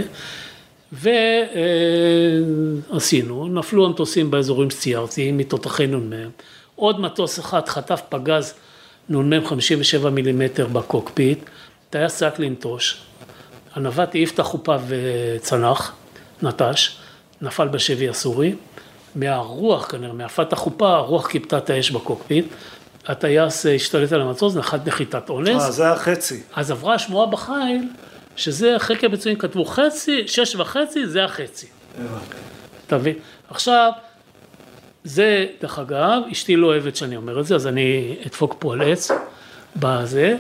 ועשינו, נפלו המטוסים באזורים שציירתי, מתותחי נ"מ. עוד מטוס אחד חטף פגז נ"מ 57 מילימטר בקוקפיט, טייס צעק לנטוש, הנווט העיף את החופה וצנח, נטש, נפל בשבי הסורי, מהרוח כנראה, מהפת החופה, הרוח כיבתה את האש בקוקפיט, הטייס השתלט על המטוס, נחת נחיתת אונס.
זה החצי.
אז עברה השמועה בחיל, שזה חקר ביצועים כתבו חצי, 6.5, זה החצי. תבין. עכשיו, זה דרך אגב, אשתי לא אוהבת שאני אומר את זה, אז אני אדפוק פה על עץ בזה.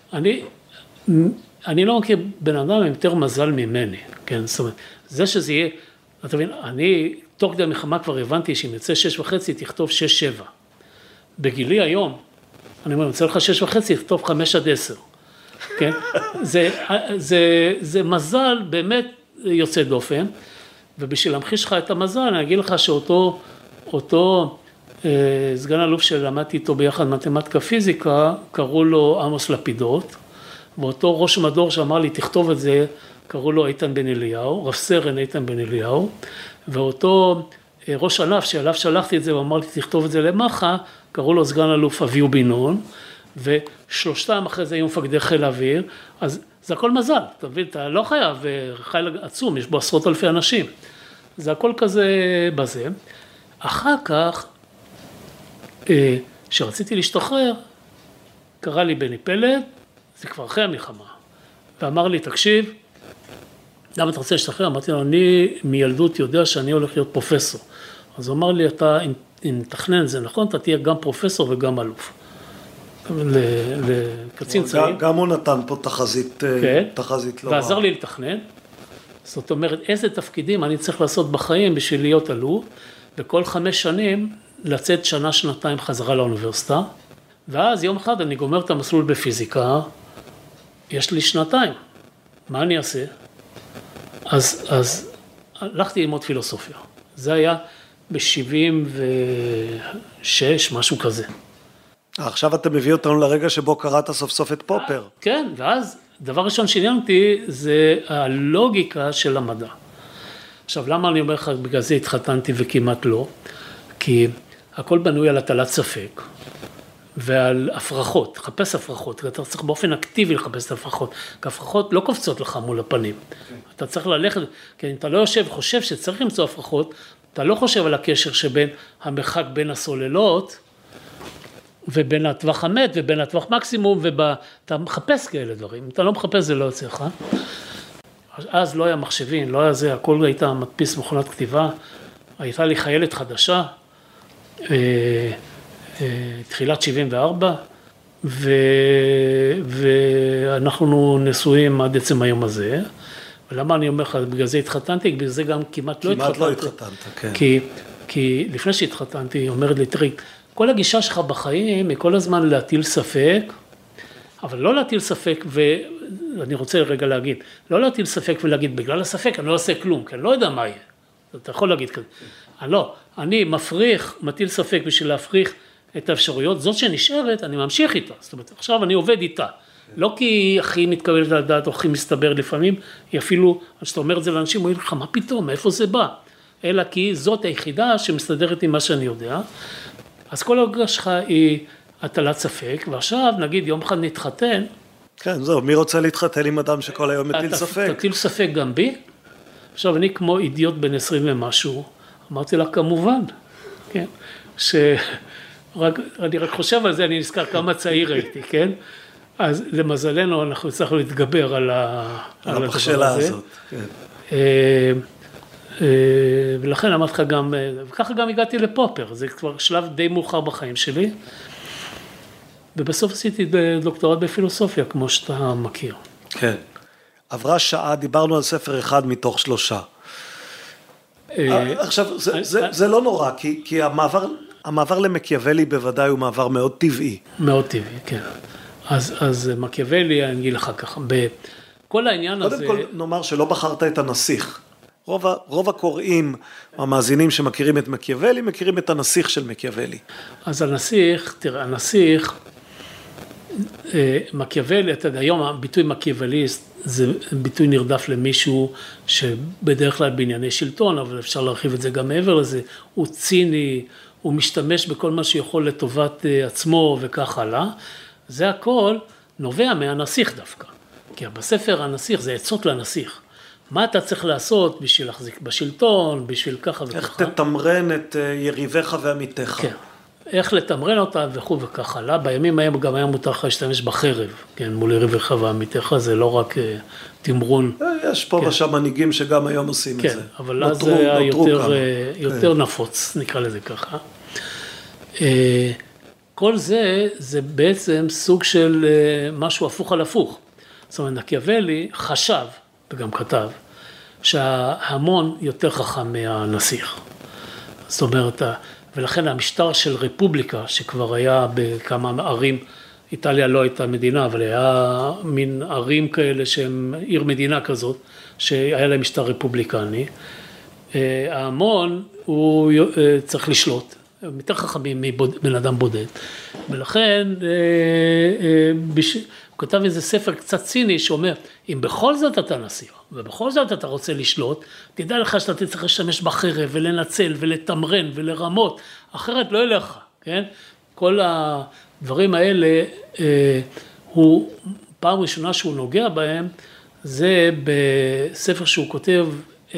אני לא מכיר בן אדם עם יותר מזל ממני, כן? זאת אומרת, זה שזה יהיה, אתה מבין, אני תוך כדי המלחמה כבר הבנתי שאם יצא 6.5, תכתוב 6-7. בגילי היום, אני אומר, יוצא לך 6.5, תכתוב 5-10. כן? זה מזל באמת יוצא דופן, ובשביל להמחיש לך את המזל, אני אגיד לך שאותו סגן אלוף שלמדתי איתו ביחד מתמטיקה פיזיקה, קראו לו עמוס לפידות, ואותו ראש מדור שאמר לי, תכתוב את זה, קראו לו איתן בן אליהו, רב סרן איתן בן אליהו, ואותו ראש ענף שעליו שלחתי את זה, ואמר לי, תכתוב את זה למחה, קראו לו סגן אלוף אביהו בינון, ושלושתם אחרי זה היו מפקדי חיל האוויר, אז זה הכל מזל, אתה מבין, אתה לא חייב, חיל עצום, יש בו עשרות אלפי אנשים, זה הכל כזה בזה. אחר כך, שרציתי להשתחרר, קרא לי בני פלד, זה כבר אחרי המלחמה, ואמר לי, תקשיב, למה אתה רוצה להשתחרר? אמרתי לו, אני מילדות יודע שאני הולך להיות פרופסור. אז הוא אמר לי, אתה, אם תכנן זה נכון, אתה תהיה גם פרופסור וגם אלוף. לקצין צעיר.
גם הוא נתן פה תחזית לא רעה.
ועזר לי לתכנן. זאת אומרת, איזה תפקידים אני צריך לעשות בחיים בשביל להיות אלוף, וכל 5 שנים לצאת שנה-שנתיים חזרה לאוניברסיטה, ואז יום אחד אני גומר את המסלול בפיזיקה, יש לי 2 מה אני אעשה? אז הלכתי ללמוד פילוסופיה. זה היה ב-76, משהו כזה.
עכשיו אתה מביא אותנו לרגע שבו קראת סוף סוף את פופר.
כן, ואז דבר ראשון שעניינתי זה הלוגיקה של המדע. עכשיו, למה אני אומר לך, בגלל זה התחתנתי וכמעט לא? כי הכל בנוי על הטלת ספק. ועל הפרחות, חפש הפרחות, אתה צריך באופן אקטיבי לחפש את הפרחות, כי הפרחות לא קופצות לך מול הפנים, אתה צריך ללכת, כי אם אתה לא יושב וחושב שצריך למצוא הפרחות, אתה לא חושב על הקשר שבין המרחק בין הסוללות, ובין הטווח המת ובין הטווח מקסימום, ואתה מחפש כאלה דברים, אם אתה לא מחפש זה לא יוצא לך, אז לא היה מחשבים, לא היה זה, הכל הייתה מדפיס מכונת כתיבה, הייתה לי חיילת חדשה, תחילת 74, ואנחנו נשואים עד עצם היום הזה. ולמה אני אומר לך, בגלל זה התחתנתי, בגלל זה גם כמעט לא התחתנתי.
כמעט לא התחתנת, כן.
כי לפני שהתחתנתי, היא אומרת לי, תראי, כל הגישה שלך בחיים היא כל הזמן להטיל ספק, אבל לא להטיל ספק, ואני רוצה רגע להגיד, לא להטיל ספק ולהגיד, בגלל הספק אני לא עושה כלום, כי אני לא יודע מה יהיה. אתה יכול להגיד כזה. אני מפריך, מטיל ספק בשביל להפריך את האפשרויות, זאת שנשארת, אני ממשיך איתה. זאת אומרת, עכשיו אני עובד איתה. לא כי הכי מתקבלת על דעת או הכי מסתבר לפעמים, היא אפילו, אז שאתה אומר את זה לאנשים, הוא אומר לך, מה פתאום, מאיפה זה בא? אלא כי זאת היחידה שמסתדרת עם מה שאני יודע. אז כל ההרגשה שלך היא הטלת ספק, ועכשיו נגיד יום אחד נתחתן.
כן, זהו, מי רוצה להתחתן עם אדם שכל היום מטיל ספק?
תטיל ספק גם בי. עכשיו אני כמו אידיוט בן 20 ומשהו, אמרתי לה כמובן, כן? אני רק חושב על זה, אני נזכר כמה צעיר הייתי, כן? אז למזלנו אנחנו הצלחנו להתגבר על
המכשלה הזאת.
ולכן אמרתי לך גם, וככה גם הגעתי לפופר, זה כבר שלב די מאוחר בחיים שלי, ובסוף עשיתי דוקטורט בפילוסופיה, כמו שאתה מכיר.
כן. עברה שעה, דיברנו על ספר אחד מתוך 3. עכשיו, זה לא נורא, כי המעבר למקיאוולי בוודאי הוא מעבר מאוד טבעי.
מאוד טבעי, כן. אז מקיאוולי, אני אגיד לך ככה, בכל העניין הזה...
קודם כל נאמר שלא בחרת את הנסיך. רוב הקוראים, המאזינים שמכירים את מקיאוולי, מכירים את הנסיך של מקיאוולי.
אז הנסיך, תראה, הנסיך, מקיאוולי, אתה יודע, היום הביטוי מקיאווליסט, זה ביטוי נרדף למישהו שבדרך כלל בענייני שלטון, אבל אפשר להרחיב את זה גם מעבר לזה, הוא ציני, הוא משתמש בכל מה שיכול לטובת עצמו וכך הלאה. זה הכל נובע מהנסיך דווקא. כי בספר הנסיך זה עצות לנסיך. מה אתה צריך לעשות בשביל להחזיק בשלטון, בשביל ככה וככה.
איך תתמרן את יריביך ועמיתיך.
כן. איך לתמרן אותה וכו' וכך הלאה. בימים ההם גם היה מותר לך להשתמש בחרב, כן, מול יריביך ועמיתיך, זה לא רק תמרון.
יש פה ושם מנהיגים שגם היום עושים את זה.
כן, אבל אז זה היה יותר נפוץ, נקרא לזה ככה. כל זה, זה בעצם סוג של משהו הפוך על הפוך. זאת אומרת, מקיאוולי חשב, וגם כתב, שההמון יותר חכם מהנסיך. זאת אומרת, ולכן המשטר של רפובליקה, שכבר היה בכמה ערים, איטליה לא הייתה מדינה, אבל היה מין ערים כאלה שהם עיר מדינה כזאת, שהיה להם משטר רפובליקני, ההמון הוא צריך לשלוט. יותר חכמים מבן אדם בודד, ולכן הוא כתב איזה ספר קצת ציני שאומר, אם בכל זאת אתה נסיך, ובכל זאת אתה רוצה לשלוט, תדע לך שאתה צריך להשתמש בחרב ולנצל ולתמרן ולרמות, אחרת לא ילך, כן? כל הדברים האלה, הוא פעם ראשונה שהוא נוגע בהם, זה בספר שהוא כותב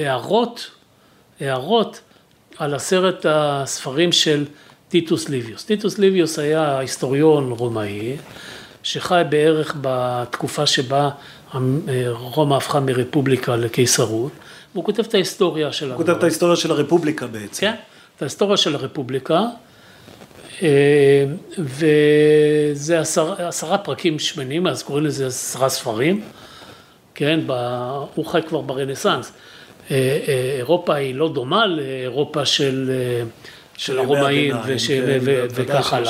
הערות, על 10 הספרים של טיטוס ליביוס. טיטוס ליביוס היה היסטוריון רומאי, שחי בערך בתקופה שבה רומא הפכה מרפובליקה לקיסרות, והוא כותב את ההיסטוריה של
הוא כותב את ההיסטוריה של הרפובליקה בעצם.
כן, את ההיסטוריה של הרפובליקה, וזה 10 פרקים שמנים, אז קוראים לזה 10 ספרים, כן, הוא חי כבר ברנסנס. אירופה היא לא דומה לאירופה של הרומאים וכך הלאה.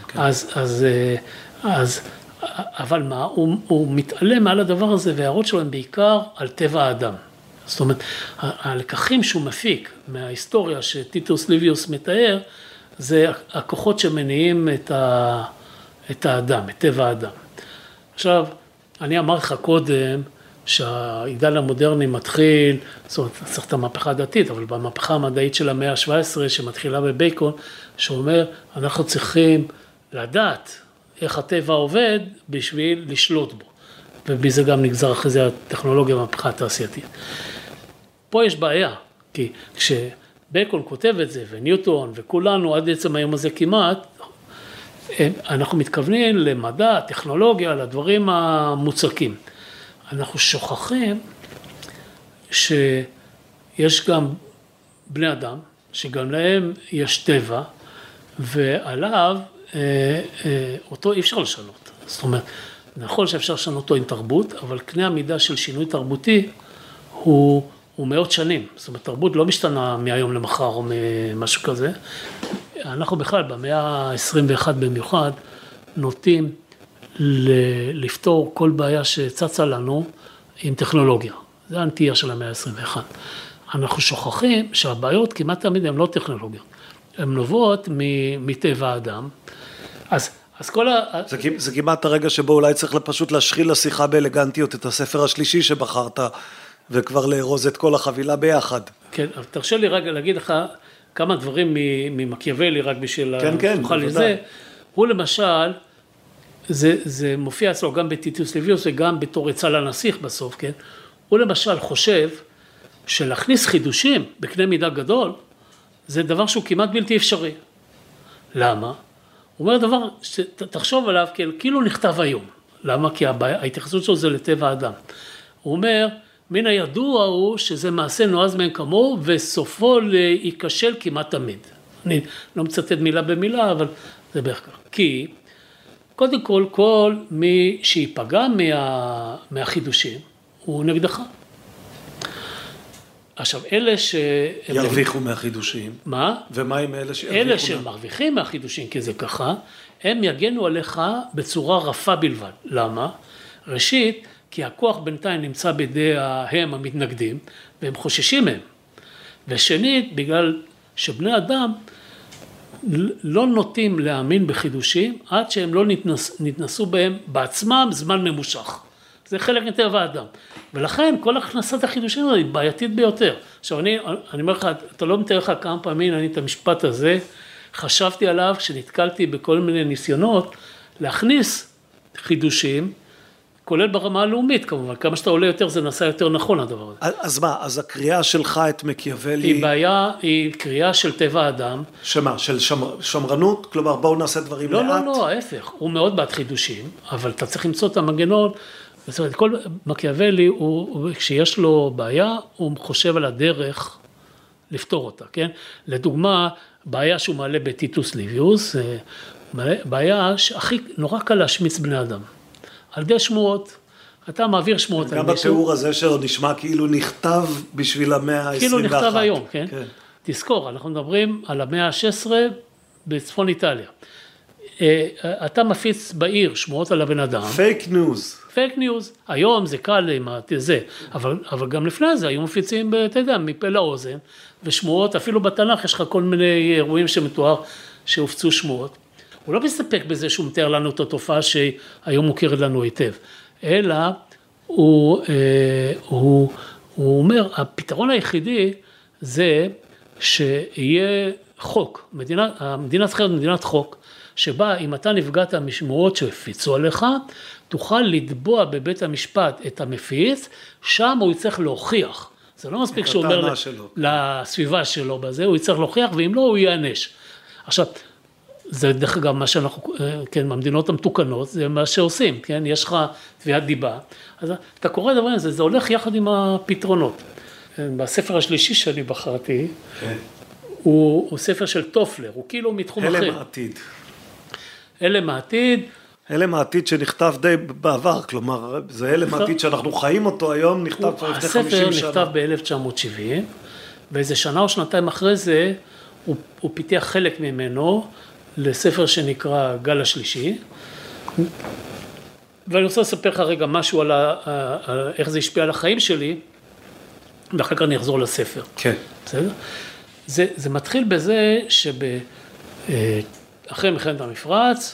אז, אבל מה, הוא מתעלם על הדבר הזה, וההערות שלו הן בעיקר על טבע האדם. זאת אומרת, הלקחים שהוא מפיק מההיסטוריה שטיטוס ליביוס מתאר, זה הכוחות שמניעים את האדם, את טבע האדם. עכשיו, אני אמרתי לך קודם, שהעידן המודרני מתחיל, זאת אומרת, צריך את המהפכה הדתית, אבל במהפכה המדעית של המאה ה-17, שמתחילה בבייקון, שאומר, אנחנו צריכים לדעת איך הטבע עובד בשביל לשלוט בו. ובזה גם נגזר אחרי זה הטכנולוגיה והמהפכה התעשייתית. פה יש בעיה, כי כשבייקון כותב את זה, וניוטון וכולנו עד עצם היום הזה כמעט, אנחנו מתכוונים למדע, טכנולוגיה, לדברים המוצקים. אנחנו שוכחים שיש גם בני אדם שגם להם יש טבע, ועליו אותו אי אפשר לשנות. זאת אומרת, נכון שאפשר לשנות אותו עם תרבות, אבל קנה המידה של שינוי תרבותי הוא מאות שנים. זאת אומרת, תרבות לא משתנה מהיום למחר או משהו כזה. אנחנו בכלל, במאה ה-21 במיוחד, נוטים לפתור כל בעיה שצצה לנו עם טכנולוגיה. זה הנטייה של המאה ה-21. אנחנו שוכחים שהבעיות כמעט תמיד הן לא טכנולוגיות. הן נובעות מטבע האדם. אז כל
זה כמעט הרגע שבו אולי צריך פשוט להשחיל לשיחה באלגנטיות את הספר השלישי שבחרת, וכבר לארוז את כל החבילה ביחד.
כן, אבל תרשה לי רגע להגיד לך כמה דברים ממקיאוולי, רק בשביל
כן,
תוכל לזה. הוא למשל, זה מופיע אצלו גם בטיטוס ליביוס וגם בתור עצה לנסיך בסוף, כן? הוא למשל חושב שלהכניס חידושים בקנה מידה גדול, זה דבר שהוא כמעט בלתי אפשרי. למה? הוא אומר דבר שתחשוב עליו כאילו נכתב היום. למה? כי ההתייחסות שלו זה לטבע האדם. הוא אומר, מן הידוע הוא שזה מעשה נועז מן כמוהו, וסופו להיכשל כמעט תמיד. אני לא מצטט מילה במילה, אבל זה בערך כך. כי קודם כל מי שיפגע מהחידושים, הוא נגדך. עכשיו, אלה
ירוויחו מהחידושים.
מה?
ומה עם אלה שירוויחו?
אלה שמרוויחים מהחידושים, כי זה ככה, הם יגנו עליך בצורה רפה בלבד. למה? ראשית, כי הכוח בינתיים נמצא בידי הם המתנגדים, והם חוששים מהם. ושנית, בגלל שבני אדם לא נוטים להאמין בחידושים, עד שהם לא נתנסו בהם בעצמם זמן ממושך. זה חלק מטבע האדם. ולכן כל הכנסת החידושים היא בעייתית ביותר. עכשיו אני אומר לך, אתה לא מתאר לך כמה פעמים אני את המשפט הזה, חשבתי עליו כשנתקלתי בכל מיני ניסיונות להכניס חידושים, כולל ברמה הלאומית כמובן, כמה שאתה עולה יותר זה נעשה יותר נכון הדבר הזה.
אז מה, אז הקריאה שלך את מקיאוולי...
היא קריאה של טבע האדם.
שמה, של שמרנות? כלומר בואו נעשה דברים לאט?
לא, ההפך, הוא מאוד בעד חידושים, אבל אתה צריך למצוא את המנגנון, זאת אומרת, כל מקיאוולי, כשיש לו בעיה, הוא חושב על הדרך לפתור אותה, כן? לדוגמה, בעיה שהוא מעלה בטיטוס ליביוס, בעיה שהכי נורא קל להשמיץ בני אדם. על ידי שמועות, אתה מעביר שמועות על מישהו.
גם בתיאור הזה שלו נשמע כאילו נכתב בשביל המאה ה-21.
כאילו נכתב היום, כן? תזכור, אנחנו מדברים על המאה ה-16 בצפון איטליה. אתה מפיץ בעיר שמועות על הבן אדם.
פייק ניוז.
פייק ניוז. היום זה קל עם זה, אבל גם לפני זה היו מפיצים, אתה יודע, מפה לאוזן, ושמועות, אפילו בתנ"ך יש לך כל מיני אירועים שמתואר שהופצו שמועות. הוא לא מסתפק בזה שהוא מתאר לנו את התופעה שהיום מוכרת לנו היטב, אלא הוא אומר, הפתרון היחידי זה שיהיה חוק, המדינה צריכה להיות מדינת חוק, שבה אם אתה נפגעת משמועות שהפיצו עליך, תוכל לתבוע בבית המשפט את המפיץ, שם הוא יצטרך להוכיח. זה לא מספיק שהוא אומר לסביבה שלו בזה, הוא יצטרך להוכיח, ואם לא הוא ייענש. עכשיו, זה דרך אגב מה שאנחנו, כן, במדינות המתוקנות, זה מה שעושים, כן, יש לך תביעת דיבה, אז אתה קורא דברים הזה, זה הולך יחד עם הפתרונות. בספר השלישי שאני בחרתי, הוא ספר של טופלר, הוא כאילו מתחום אחר.
הלם העתיד.
הלם העתיד.
הלם העתיד שנכתב די בעבר, כלומר, זה הלם העתיד שאנחנו חיים אותו היום, נכתב כבר לפני 50 שנה.
הספר נכתב ב-1970, ואיזה שנה או שנתיים אחרי זה, הוא פיתח חלק ממנו לספר שנקרא גל השלישי, ואני רוצה לספר לך רגע משהו על איך זה השפיע על החיים שלי, ואחר כך אני אחזור לספר.
כן.
בסדר? זה מתחיל בזה אחרי מלחמת המפרץ,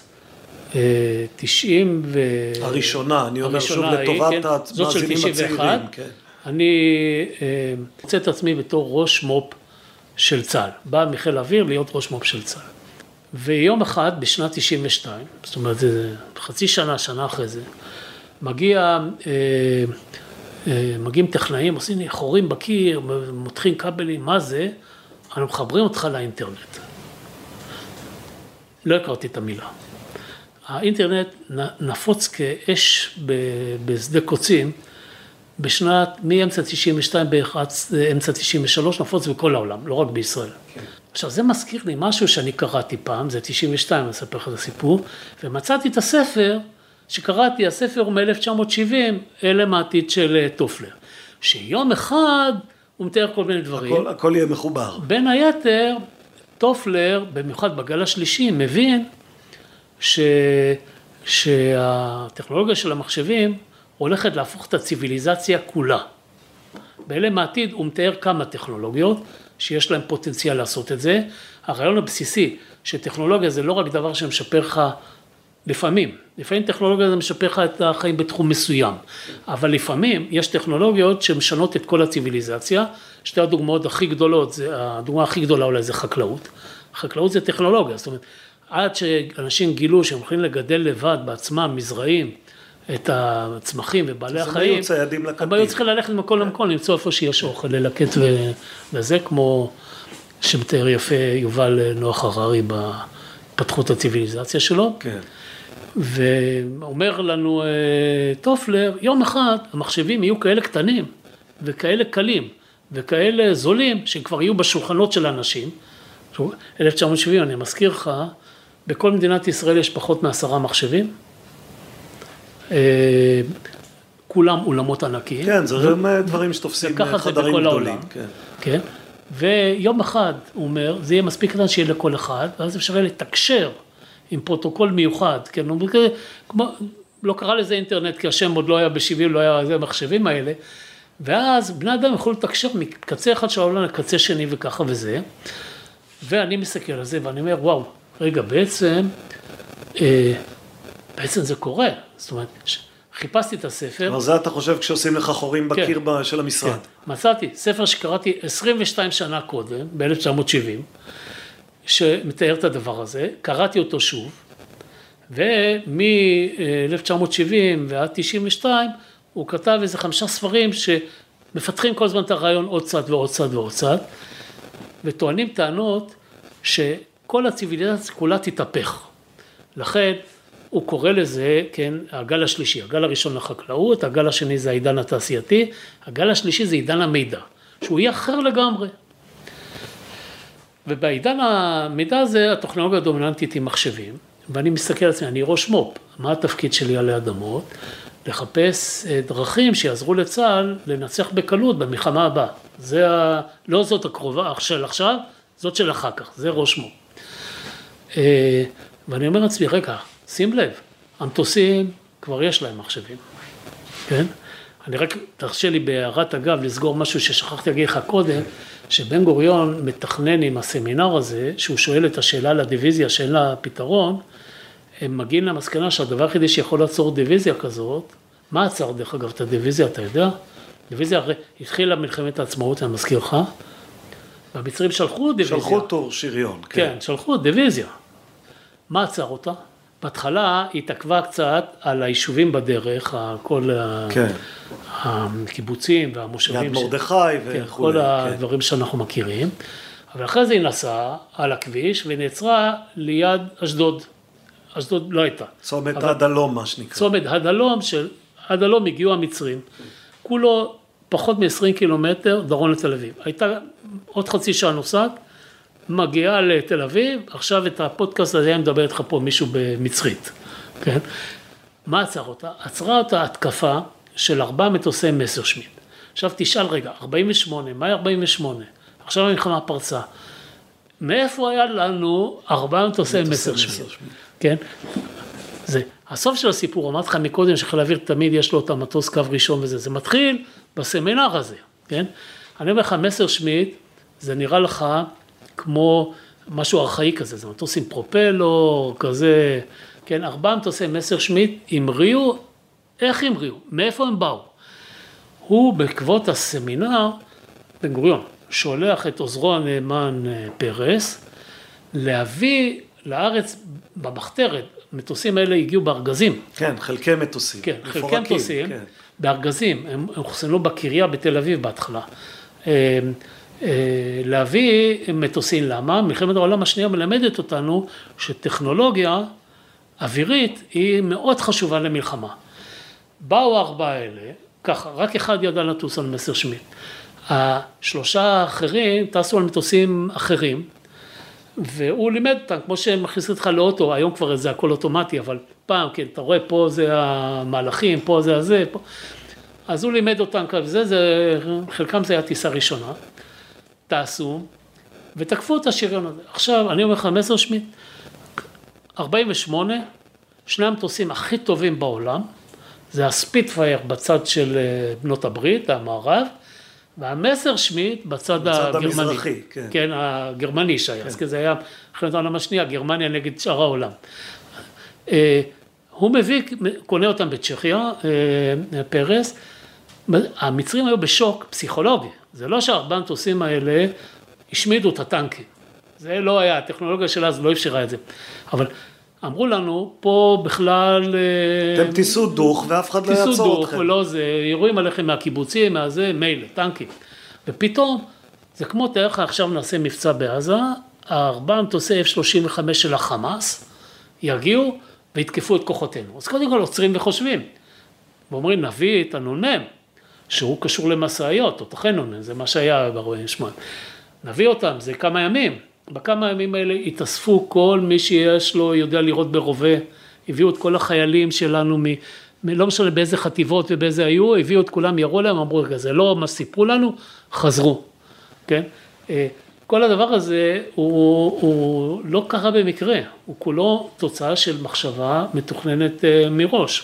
90
הראשונה, אני אומר שוב לטובת המאזינים הצעירים.
אני מוצא את עצמי בתור ראש מו"פ של צה"ל, בא מחיל האוויר להיות ראש מו"פ של צה"ל. ויום אחד בשנת 92, זאת אומרת זה חצי שנה, שנה אחרי זה, מגיעים טכנאים, עושים חורים בקיר, מותחים כבלים, מה זה? אנחנו מחברים אותך לאינטרנט. לא הכרתי את המילה. האינטרנט נפוץ כאש בשדה קוצים, מאמצע 92 באמצע 93 נפוץ בכל העולם, לא רק בישראל. כן. עכשיו, זה מזכיר לי משהו שאני קראתי פעם, זה 92, אני אספר לך את הסיפור, ומצאתי את הספר שקראתי, הספר הוא מ-1970, אלה העתיד של טופלר, שיום אחד הוא מתאר כל מיני דברים.
הכל יהיה מחובר.
בין היתר, טופלר, במיוחד בגל השלישי, מבין שהטכנולוגיה של המחשבים הולכת להפוך את הציביליזציה כולה. באלה העתיד הוא מתאר כמה טכנולוגיות שיש להם פוטנציאל לעשות את זה. הרעיון הבסיסי שטכנולוגיה זה לא רק דבר שמשפר לך לפעמים טכנולוגיה זה משפר לך את החיים בתחום מסוים, אבל לפעמים יש טכנולוגיות שמשנות את כל הציביליזציה. שתי הדוגמאות הכי גדולות, הדוגמה הכי גדולה אולי זה חקלאות. חקלאות זה טכנולוגיה, זאת אומרת, עד שאנשים גילו שהם יכולים לגדל לבד בעצמם מזרעים, את הצמחים ובעלי החיים, הם היו צריכים ללכת ממקום למקום, למצוא איפה שיש אוכל, ללקט וזה, כמו שמתאר יפה יובל נוח הררי בפתחות הציביליזציה שלו.
כן.
ואומר לנו טופלר, יום אחד המחשבים יהיו כאלה קטנים וכאלה קלים וכאלה זולים, שכבר יהיו בשולחנות של האנשים. 1970, אני מזכיר לך, בכל מדינת ישראל יש פחות מ10 מחשבים. כולם אולמות ענקיים.
כן, זה דברים שתופסים חדרים גדולים.
כן. ויום אחד, הוא אומר, זה יהיה מספיק קטן שיהיה לכל אחד, ואז אפשר לתקשר עם פרוטוקול מיוחד, כן, לא קרא לזה אינטרנט, כי השם עוד לא היה ב-70, לא היה זה המחשבים האלה, ואז בני אדם יכולו לתקשר מקצה אחד של העולם לקצה שני וככה וזה, ואני מסתכל על זה ואני אומר, וואו, רגע, בעצם זה קורה, זאת אומרת, חיפשתי את הספר.
אבל זה אתה חושב כשעושים לך חורים בקיר של המשרד.
כן, מצאתי ספר שקראתי 22 שנה קודם, ב-1970, שמתאר את הדבר הזה, קראתי אותו שוב, ומ-1970 ועד 92, הוא כתב איזה 5 ספרים שמפתחים כל הזמן את הרעיון עוד צד ועוד צד ועוד צד, וטוענים טענות שכל הציביליזציה כולה תתהפך. לכן הוא קורא לזה, כן, הגל השלישי, הגל הראשון לחקלאות, הגל השני זה העידן התעשייתי, הגל השלישי זה עידן המידע, שהוא יהיה אחר לגמרי. ובעידן המידע הזה, הטכנולוגיה הדומיננטית היא מחשבים, ואני מסתכל על עצמי, אני ראש מו"פ, מה התפקיד שלי עלי אדמות? לחפש דרכים שיעזרו לצה"ל לנצח בקלות במלחמה הבאה. לא זאת הקרובה של עכשיו, זאת של אחר כך, זה ראש מו"פ. ואני אומר לעצמי, רגע, שים לב, המטוסים כבר יש להם מחשבים, כן? אני רק תרשה לי בהערת אגב לסגור משהו ששכחתי להגיד לך קודם, שבן גוריון מתכנן עם הסמינר הזה, שהוא שואל את השאלה לדיוויזיה שאין לה פתרון, הם מגיעים למסקנה שהדבר היחידי שיכול לעצור דיוויזיה כזאת, מה עצר דרך אגב את הדיוויזיה, אתה יודע? דיוויזיה הרי התחילה מלחמת העצמאות, אני מזכיר לך, והמצרים שלחו דיוויזיה.
שלחו אותו שריון.
כן, שלחו דיוויזיה. מה עצר אותה? בהתחלה היא התעכבה קצת על היישובים בדרך, כל הקיבוצים והמושבים.
יד מרדכי וכו'.
כל הדברים שאנחנו מכירים. אבל אחרי זה היא נסעה על הכביש ונעצרה ליד אשדוד. אשדוד לא הייתה.
צומת הדלום, מה שנקרא.
צומת הדלום, עד הלום הגיעו המצרים. כולו פחות מ-20 קילומטר דרום לתל אביב. הייתה עוד חצי שעה נוסעת, מגיעה לתל אביב, עכשיו את הפודקאסט הזה מדבר איתך פה מישהו במצרית, כן? מה עצר אותה? עצרה אותה התקפה של 4 מטוסי מסרשמיט. עכשיו תשאל רגע, 48, מה 48? עכשיו המלחמה פרצה. מאיפה היה לנו 4 מטוסי מסרשמיט? כן? זה, הסוף של הסיפור, אמרתי לך מקודם שחיל האוויר תמיד יש לו את המטוס קו ראשון וזה, זה מתחיל בסמינר הזה, כן? אני אומר לך, מסרשמיט, זה נראה לך כמו משהו ארכאי כזה, זה מטוס עם פרופלור, כזה, כן, 4 מטוסי מסרשמיט המריאו, איך המריאו? מאיפה הם באו? הוא בעקבות הסמינר, בן גוריון, שולח את עוזרו הנאמן פרס, להביא לארץ במחתרת, מטוסים האלה הגיעו בארגזים.
כן, חלקי מטוסים.
כן, חלקי מטוסים, כן. בארגזים, הם חוסנו בקריה בתל אביב בהתחלה. להביא מטוסים, למה? מלחמת העולם השנייה מלמדת אותנו שטכנולוגיה אווירית היא מאוד חשובה למלחמה. באו 4 האלה, ככה, רק אחד ידע לטוס על מסר שמיט. השלושה האחרים טסו על מטוסים אחרים, והוא לימד אותם, כמו שהם מכניסו אותך לאוטו, היום כבר זה הכל אוטומטי, אבל פעם, כן, אתה רואה פה זה המהלכים, פה זה הזה, פה. אז הוא לימד אותם כזה, חלקם זה היה טיסה ראשונה, טסו, ותקפו את השריון הזה. עכשיו, אני אומר לך, מסר שמיט, 48, שני המטוסים הכי טובים בעולם, זה הספיטפייר בצד של בנות הברית, המערב, והמסר שמיט בצד הגרמני.
המזרחי, כן.
כן, הגרמני שהיה, כן. אז זה היה אחרי העולם השנייה, גרמניה נגד שאר העולם. הוא מביא, קונה אותם בצ'כיה, פרס, המצרים היו בשוק פסיכולוגי, זה לא שהארבעה המטוסים האלה השמידו את הטנקים, זה לא היה, הטכנולוגיה שלה אז לא אפשרה את זה, אבל אמרו לנו, פה בכלל...
אתם טיסו דוך ואף אחד לא יעצור אתכם.
טיסו דוך ולא זה, ירואים עליכם מהקיבוצים, מהזה, מילא, טנקים. ופתאום, זה כמו תאר לך, עכשיו נעשה מבצע בעזה, הארבעה מטוסי F-35 של החמאס, יגיעו ויתקפו את כוחותינו. אז קודם כל עוצרים וחושבים. ואומרים, נביא את הנ"מ, שהוא קשור למסעיות, תותחי נ"מ, זה מה שהיה ב-48. נביא אותם, זה כמה ימים. בכמה ימים האלה התאספו כל מי שיש לו, יודע לראות ברובה, הביאו את כל החיילים שלנו, לא משנה באיזה חטיבות ובאיזה היו, הביאו את כולם, יראו להם, אמרו, זה לא מה סיפרו לנו, חזרו, כן? כל הדבר הזה הוא לא קרה במקרה, הוא כולו תוצאה של מחשבה מתוכננת מראש.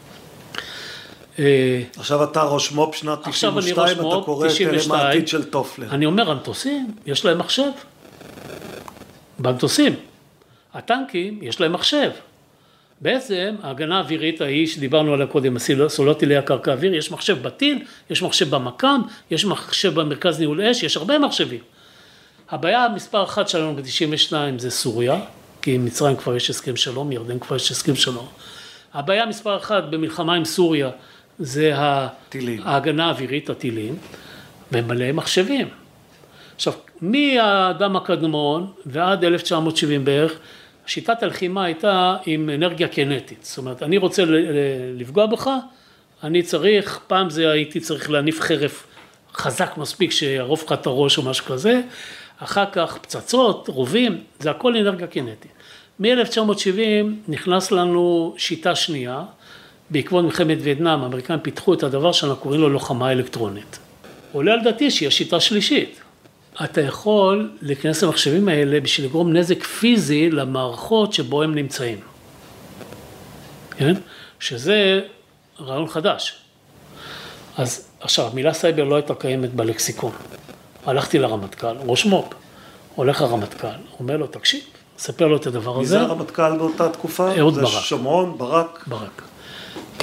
עכשיו אתה ראש מו"פ שנת 92, אתה קורא תלם העתיד של טופלר.
אני אומר, המטוסים, יש להם מחשב. במטוסים. הטנקים, יש להם מחשב. בעצם, ההגנה האווירית ההיא שדיברנו עליה קודם, סוללות טילי הקרקע אוויר, יש מחשב בטיל, יש מחשב במקם, יש מחשב במרכז ניהול אש, יש הרבה מחשבים. הבעיה מספר אחת שלנו ב-92 זה סוריה, כי עם מצרים כבר יש הסכם שלום, ירדן כבר יש הסכם שלום. הבעיה מספר אחת במלחמה עם סוריה, זה ההגנה האווירית, הטילים, ומלא מחשבים. עכשיו, מהאדם הקדמון ועד 1970 בערך, שיטת הלחימה הייתה עם אנרגיה קינטית. זאת אומרת, אני רוצה לפגוע בך, אני צריך, פעם זה הייתי צריך להניף חרף חזק מספיק שיערוף לך את הראש או משהו כזה, אחר כך פצצות, רובים, זה הכל אנרגיה קינטית. מ-1970 נכנס לנו שיטה שנייה, בעקבות מלחמת וייטנאם, האמריקאים פיתחו את הדבר שאנחנו קוראים לו לוחמה אלקטרונית. עולה על דעתי שהיא השיטה שלישית. אתה יכול להיכנס למחשבים האלה בשביל לגרום נזק פיזי למערכות שבו הם נמצאים. כן? שזה רעיון חדש. אז עכשיו, המילה סייבר לא הייתה קיימת בלקסיקון. הלכתי לרמטכ"ל, ראש מו"פ, הולך לרמטכ"ל, אומר לו, תקשיב, ספר לו את הדבר הזה.
מי זה הרמטכ"ל באותה תקופה?
אהוד ברק.
זה שומרון, ברק?
ברק, כן.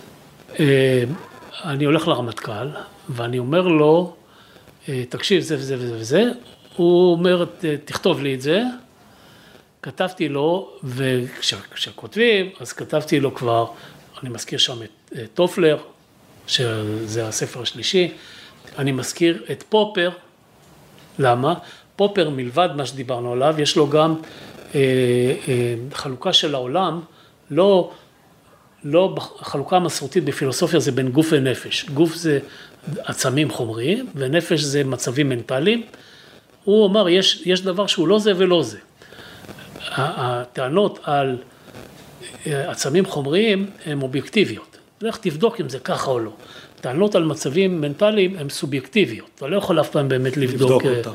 אני הולך לרמטכ"ל, ואני אומר לו, תקשיב, זה וזה וזה וזה, הוא אומר, תכתוב לי את זה, כתבתי לו, וכשכותבים, אז כתבתי לו כבר, אני מזכיר שם את טופלר, שזה הספר השלישי, אני מזכיר את פופר, למה? פופר מלבד מה שדיברנו עליו, יש לו גם חלוקה של העולם, לא החלוקה המסורתית בפילוסופיה זה בין גוף ונפש, גוף זה עצמים חומריים, ונפש זה מצבים מנטליים, הוא אומר, יש דבר שהוא לא זה ולא זה. הטענות על עצמים חומריים הן אובייקטיביות, לך תבדוק אם זה ככה או לא. טענות על מצבים מנטליים הן סובייקטיביות, אתה לא יכול אף פעם באמת לבדוק אותם.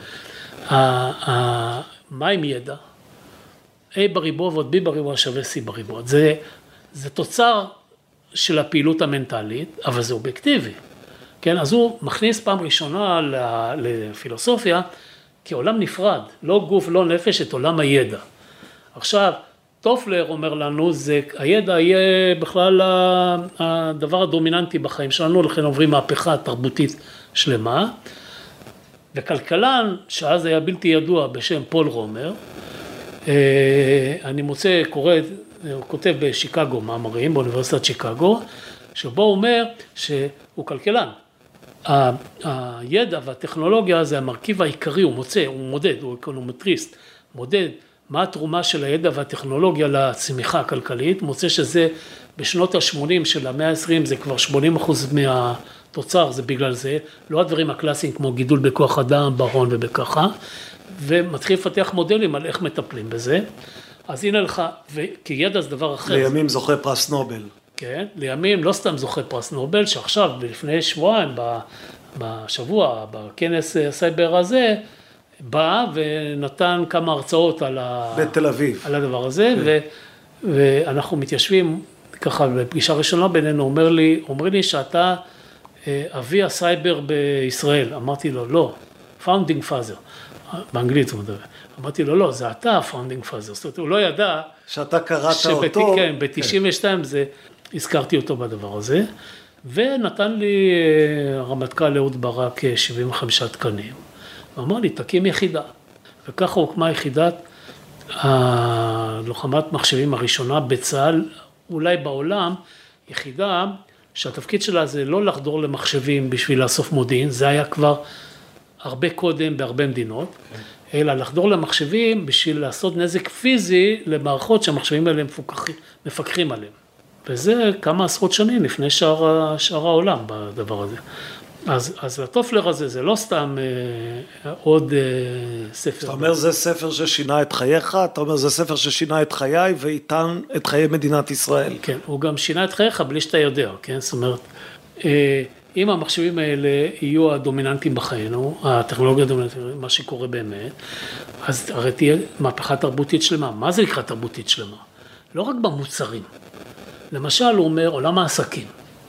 מה עם ידע? A בריבוע ועוד B בריבוע שווה C בריבוע. זה תוצר של הפעילות המנטלית, אבל זה אובייקטיבי. כן, אז הוא מכניס פעם ראשונה לפילוסופיה כעולם נפרד, לא גוף, לא נפש, את עולם הידע. עכשיו, טופלר אומר לנו, הידע יהיה בכלל הדבר הדומיננטי בחיים שלנו, לכן עוברים מהפכה תרבותית שלמה, וכלכלן, שאז היה בלתי ידוע בשם פול רומר, אני מוצא, הוא כותב בשיקגו מאמרים, באוניברסיטת שיקגו, שבו הוא אומר שהוא כלכלן. הידע והטכנולוגיה זה המרכיב העיקרי, הוא מודד, הוא אקונומטריסט, מודד מה התרומה של הידע והטכנולוגיה לצמיחה הכלכלית, מוצא שזה בשנות ה-80 של המאה ה-20 זה כבר 80% מהתוצר, זה בגלל זה, לא הדברים הקלאסיים כמו גידול בכוח אדם, בהון ובככה, ומתחיל לפתח מודלים על איך מטפלים בזה, אז הנה לך, כי ידע זה דבר אחר.
לימים זוכה פרס נובל.
כן, לימים לא סתם זוכה פרס נובל, שעכשיו לפני שבועיים, בשבוע, בכנס הסייבר הזה, בא ונתן כמה הרצאות
בתל אביב.
על הדבר הזה, ואנחנו מתיישבים ככה בפגישה ראשונה בינינו, אומר לי שאתה אבי הסייבר בישראל. אמרתי לו, לא, founding father, באנגלית הוא מדבר. אמרתי לו, לא, זה אתה ה-founding father, זאת אומרת, הוא לא ידע
שאתה קראת אותו.
כן, ב-92 זה, הזכרתי אותו בדבר הזה, ונתן לי רמטכ"ל אהוד ברק 75 תקנים. ואמר לי, תקים יחידה. וככה הוקמה יחידת הלוחמת מחשבים הראשונה בצה"ל, אולי בעולם, יחידה שהתפקיד שלה זה לא לחדור למחשבים בשביל לאסוף מודיעין, זה היה כבר הרבה קודם בהרבה מדינות, אלא לחדור למחשבים בשביל לעשות נזק פיזי למערכות שהמחשבים האלה מפקחים עליהם. וזה כמה עשרות שנים לפני שאר העולם בדבר הזה. אז הטופלר הזה זה לא סתם עוד ספר.
אתה אומר זה ספר ששינה את חייך, אתה אומר זה ספר ששינה את חיי ואיתן את חיי מדינת ישראל.
כן, הוא גם שינה את חייך בלי שאתה יודע, כן? זאת אומרת, אם המחשבים האלה יהיו הדומיננטיים בחיינו, הטכנולוגיה הדומיננטית, מה שקורה באמת, אז הרי תהיה מהפכה תרבותית שלמה. מה זה נקרא תרבותית שלמה? לא רק במוצרים. למשל, הוא אומר, עולם העסקים.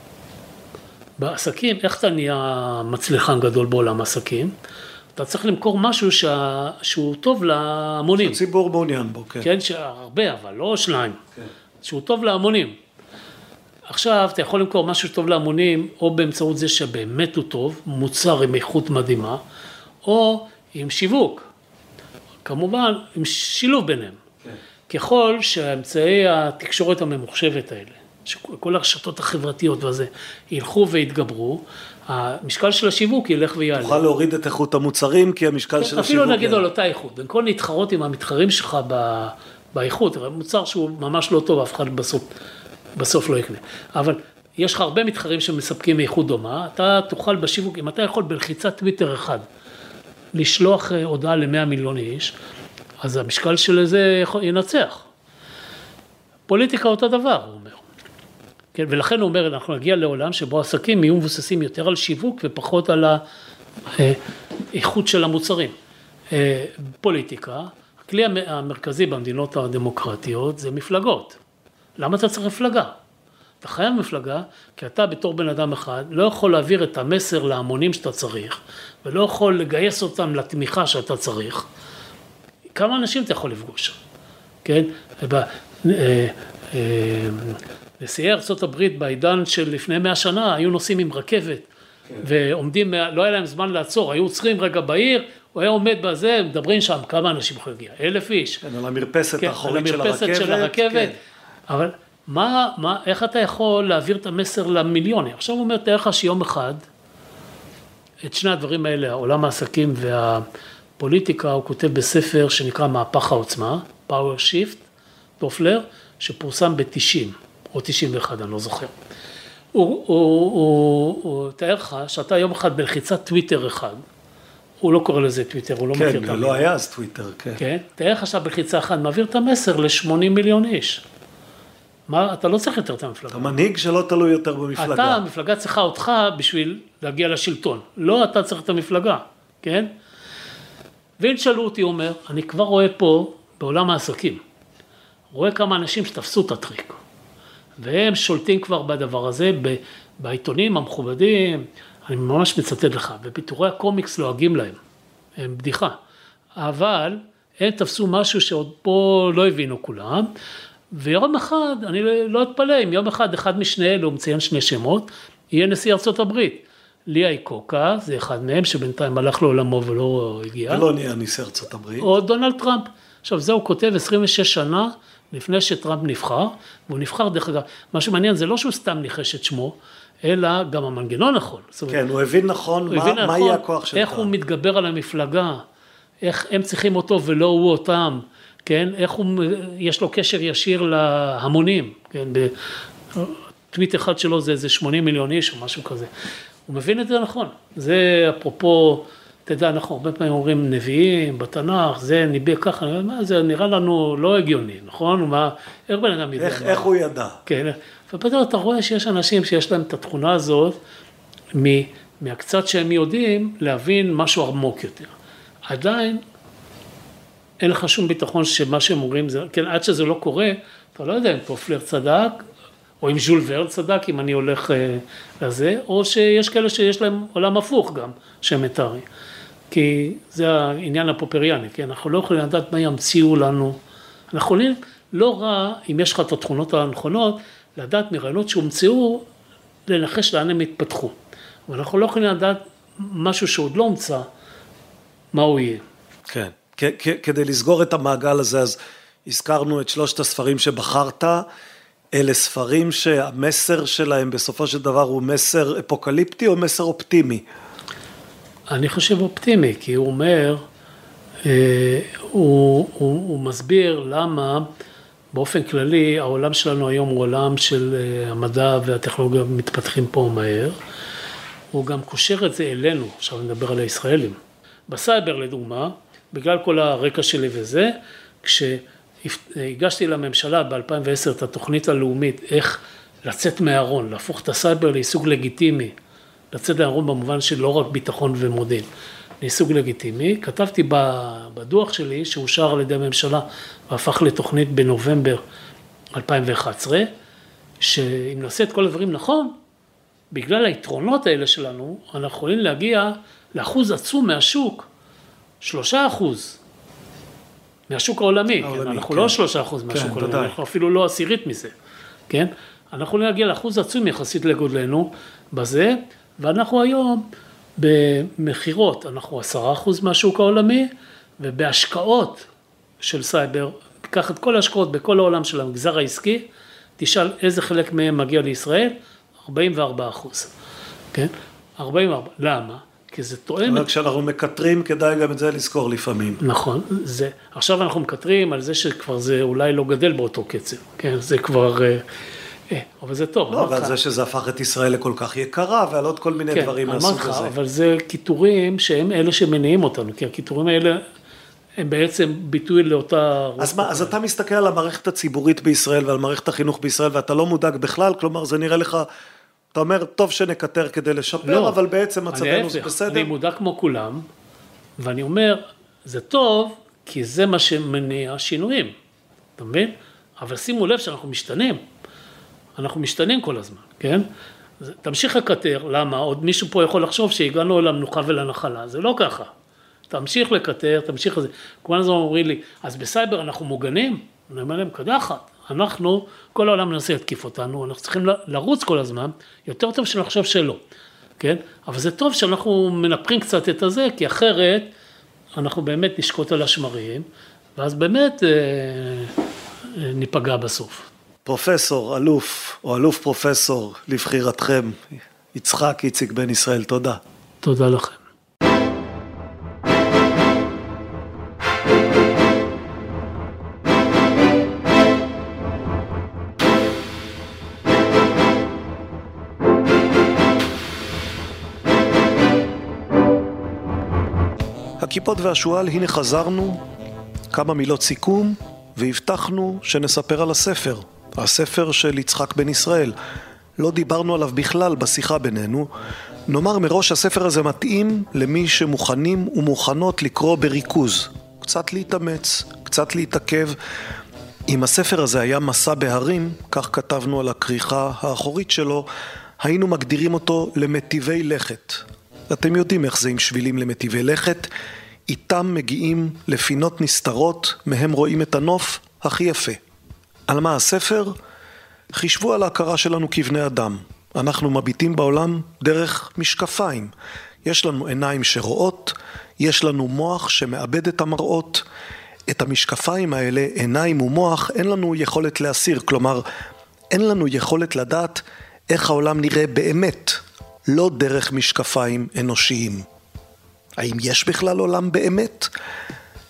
בעסקים, איך אתה נהיה מצליחן גדול בעולם העסקים? אתה צריך למכור משהו שהוא טוב להמונים.
הציבור מעוניין בו, כן.
כן, הרבה, אבל לא שניים. כן. שהוא טוב להמונים. עכשיו, אתה יכול למכור משהו טוב להמונים, או באמצעות זה שבאמת הוא טוב, מוצר עם איכות מדהימה, או עם שיווק. כמובן, עם שילוב ביניהם. כן. ככל שהאמצעי התקשורת הממוחשבת האלה, שכל הרשתות החברתיות וזה, ילכו והתגברו, המשקל של השיווק ילך ויעלה.
תוכל להוריד את איכות המוצרים, כי המשקל של השיווק...
אפילו נגיד על אותה איכות, במקום להתחרות עם המתחרים שלך באיכות, מוצר שהוא ממש לא טוב, אף אחד בסוף לא יקנה. אבל יש לך הרבה מתחרים שמספקים איכות דומה, אתה תוכל בשיווק, אם אתה יכול בלחיצת טוויטר אחד, לשלוח הודעה ל100 מיליון איש, אז המשקל של זה ינצח. פוליטיקה אותו דבר, הוא אומר. כן, ולכן הוא אומר, אנחנו נגיע לעולם שבו עסקים יהיו מבוססים יותר על שיווק ופחות על האיכות של המוצרים. פוליטיקה, הכלי המרכזי במדינות הדמוקרטיות זה מפלגות. למה אתה צריך מפלגה? אתה חייב מפלגה, כי אתה בתור בן אדם אחד לא יכול להעביר את המסר להמונים שאתה צריך, ולא יכול לגייס אותם לתמיכה שאתה צריך. כמה אנשים אתה יכול לפגוש? כן? נשיאי ארצות הברית בעידן של לפני 100 שנה היו נוסעים עם רכבת, ועומדים, לא היה להם זמן לעצור, היו צריכים רגע בעיר, הוא היה עומד בזה, מדברים שם כמה אנשים יכולים להגיע, 1,000 איש.
כן, על המרפסת האחורית של
הרכבת. על המרפסת של הרכבת, אבל איך אתה יכול להעביר את המסר למיליונים? עכשיו הוא אומר, תאר לך שיום אחד, את שני הדברים האלה, העולם העסקים והפוליטיקה, הוא כותב בספר שנקרא מהפך העוצמה, Power Shift, טופלר, שפורסם ב-90 או 91, אני לא זוכר. הוא תאר לך שאתה יום אחד בלחיצת טוויטר אחד, הוא לא קורא לזה טוויטר, הוא לא מכיר את המילה.
כן, לא היה אז טוויטר, כן.
כן, תאר לך שאתה בלחיצה אחת, מעביר את המסר ל-80 מיליון איש. מה, אתה לא צריך יותר את המפלגה.
אתה מנהיג שלא תלוי יותר במפלגה.
המפלגה צריכה אותך בשביל להגיע לשלטון. לא אתה צריך את המפלגה, כן? ואם שאלו אותי, אומר, אני כבר רואה פה בעולם העסקים, רואה כמה אנשים שתפסו את הטריק, והם שולטים כבר בדבר הזה, בעיתונים המכובדים, אני ממש מצטט לך, ופיתורי הקומיקס לועגים להם, הם בדיחה, אבל הם תפסו משהו שעוד פה לא הבינו כולם, ויום אחד, אני לא אתפלא, אם יום אחד משני אלו, הוא מציין שני שמות, יהיה נשיא ארצות הברית, ליה איקוקה, זה אחד מהם שבינתיים הלך לעולמו ולא הגיע.
ולא נהיה נשיא ארצות הברית.
או דונלד טראמפ. עכשיו זה הוא כותב 26 שנה לפני שטראמפ נבחר, והוא נבחר דרך אגב, מה שמעניין זה לא שהוא סתם ניחש את שמו, אלא גם המנגנון נכון.
כן, הוא הבין נכון מה יהיה הכוח של טראמפ.
איך הוא מתגבר על המפלגה, איך הם צריכים אותו ולא הוא אותם, כן, איך יש לו קשר ישיר להמונים, כן, בטוויט אחד שלו זה איזה 80 מיליון איש או משהו כזה. הוא מבין את זה נכון. זה אפרופו, אתה יודע, אנחנו הרבה פעמים אומרים נביאים, בתנ"ך, זה ניבא ככה, זה נראה לנו לא הגיוני, נכון? איך בן אדם ידע?
איך הוא ידע?
כן, ופתאום אתה רואה שיש אנשים שיש להם את התכונה הזאת, מהקצת שהם יודעים להבין משהו עמוק יותר. עדיין, אין לך שום ביטחון שמה שהם אומרים, כן, עד שזה לא קורה, אתה לא יודע אם טופלר צדק, או אם ז'ול ורן צדק, אם אני הולך לזה, או שיש כאלה שיש להם עולם הפוך גם, שהם מתארי. כי זה העניין הפופריאני, כן? אנחנו לא יכולים לדעת מה ימציאו לנו. אנחנו יכולים, לא רע, אם יש לך את התכונות הנכונות, לדעת מרעיונות שהומצאו, לנחש לאן הם התפתחו. אבל אנחנו לא יכולים לדעת משהו שעוד לא הומצא, מה הוא יהיה.
כן. כדי לסגור את המעגל הזה, אז הזכרנו את 3 הספרים שבחרת, אלה ספרים שהמסר שלהם בסופו של דבר הוא מסר אפוקליפטי או מסר אופטימי?
אני חושב אופטימי, כי הוא אומר, הוא מסביר למה באופן כללי העולם שלנו היום הוא עולם של המדע והטכנולוגיה מתפתחים פה מהר, הוא גם קושר את זה אלינו, עכשיו נדבר על הישראלים. בסייבר לדוגמה, בגלל כל הרקע שלי וזה, כשהגשתי לממשלה ב-2010 את התוכנית הלאומית, איך לצאת מהארון, להפוך את הסייבר לעיסוק לגיטימי, לצאת מהארון במובן של לא רק ביטחון ומודיעין, לעיסוק לגיטימי, כתבתי בדוח שלי, שאושר על ידי הממשלה, והפך לתוכנית בנובמבר 2011, שאם נעשה את כל הדברים נכון, בגלל היתרונות האלה שלנו, אנחנו יכולים להגיע לאחוז עצום מהשוק, 3% מהשוק העולמי, כן? אנחנו לא 3% מהשוק העולמי, אנחנו אפילו לא עשירית מזה, כן? אנחנו יכולים להגיע לאחוז עצום יחסית לגודלנו בזה, ואנחנו היום במחירות, אנחנו 10% מהשוק העולמי, ובהשקעות של סייבר, קח את כל ההשקעות בכל העולם של המגזר העסקי, תשאל איזה חלק מהם מגיע לישראל, 44%, כן? 44, למה? כי זה תואם...
אבל כשאנחנו מקטרים, כדאי גם את זה לזכור לפעמים.
נכון, זה, עכשיו אנחנו מקטרים על זה שכבר זה אולי לא גדל באותו קצב, כן? זה כבר... אבל זה טוב.
לא, אבל זה שזה הפך את ישראל לכל כך יקרה, ועל עוד כל מיני דברים מהסוג הזה.
כן, אבל זה קיטורים שהם אלה שמניעים אותנו, כי הקיטורים האלה הם בעצם ביטוי לאותה...
אז אתה מסתכל על המערכת הציבורית בישראל ועל מערכת החינוך בישראל, ואתה לא מודאג בכלל, כלומר זה נראה לך, אתה אומר, טוב שנקטר כדי לשפר, אבל בעצם מצבנו זה בסדר.
אני מודאג כמו כולם, ואני אומר, זה טוב, כי זה מה שמניע שינויים, אתה מבין? אבל שימו לב שאנחנו משתנים. אנחנו משתנים כל הזמן, כן? תמשיך לקטר, למה? עוד מישהו פה יכול לחשוב שהגענו אל המנוחה ולנחלה, זה לא ככה. תמשיך לקטר, תמשיך לזה. כל הזמן אומרים לי, אז בסייבר אנחנו מוגנים? אני אומר להם, קדחת. אנחנו, כל העולם מנסה להתקיף אותנו, אנחנו צריכים לרוץ כל הזמן, יותר טוב שנחשוב שלא, כן? אבל זה טוב שאנחנו מנפחים קצת את הזה, כי אחרת אנחנו באמת נשקוט על השמרים, ואז באמת ניפגע בסוף.
פרופסור, אלוף, או אלוף פרופסור, לבחירתכם, יצחק איציק בן ישראל, תודה.
תודה לכם.
הכיפות והשואל, הנה חזרנו, כמה מילות סיכום, והבטחנו שנספר על הספר. הספר של יצחק בן ישראל. לא דיברנו עליו בכלל בשיחה בינינו. נאמר מראש, הספר הזה מתאים למי שמוכנים ומוכנות לקרוא בריכוז. קצת להתאמץ, קצת להתעכב. אם הספר הזה היה מסע בהרים, כך כתבנו על הכריכה האחורית שלו, היינו מגדירים אותו למטיבי לכת. אתם יודעים איך זה עם שבילים למטיבי לכת. איתם מגיעים לפינות נסתרות, מהם רואים את הנוף הכי יפה. על מה הספר? חישבו על ההכרה שלנו כבני אדם. אנחנו מביטים בעולם דרך משקפיים. יש לנו עיניים שרואות, יש לנו מוח שמאבד את המראות. את המשקפיים האלה, עיניים ומוח, אין לנו יכולת להסיר. כלומר, אין לנו יכולת לדעת איך העולם נראה באמת, לא דרך משקפיים אנושיים. האם יש בכלל עולם באמת?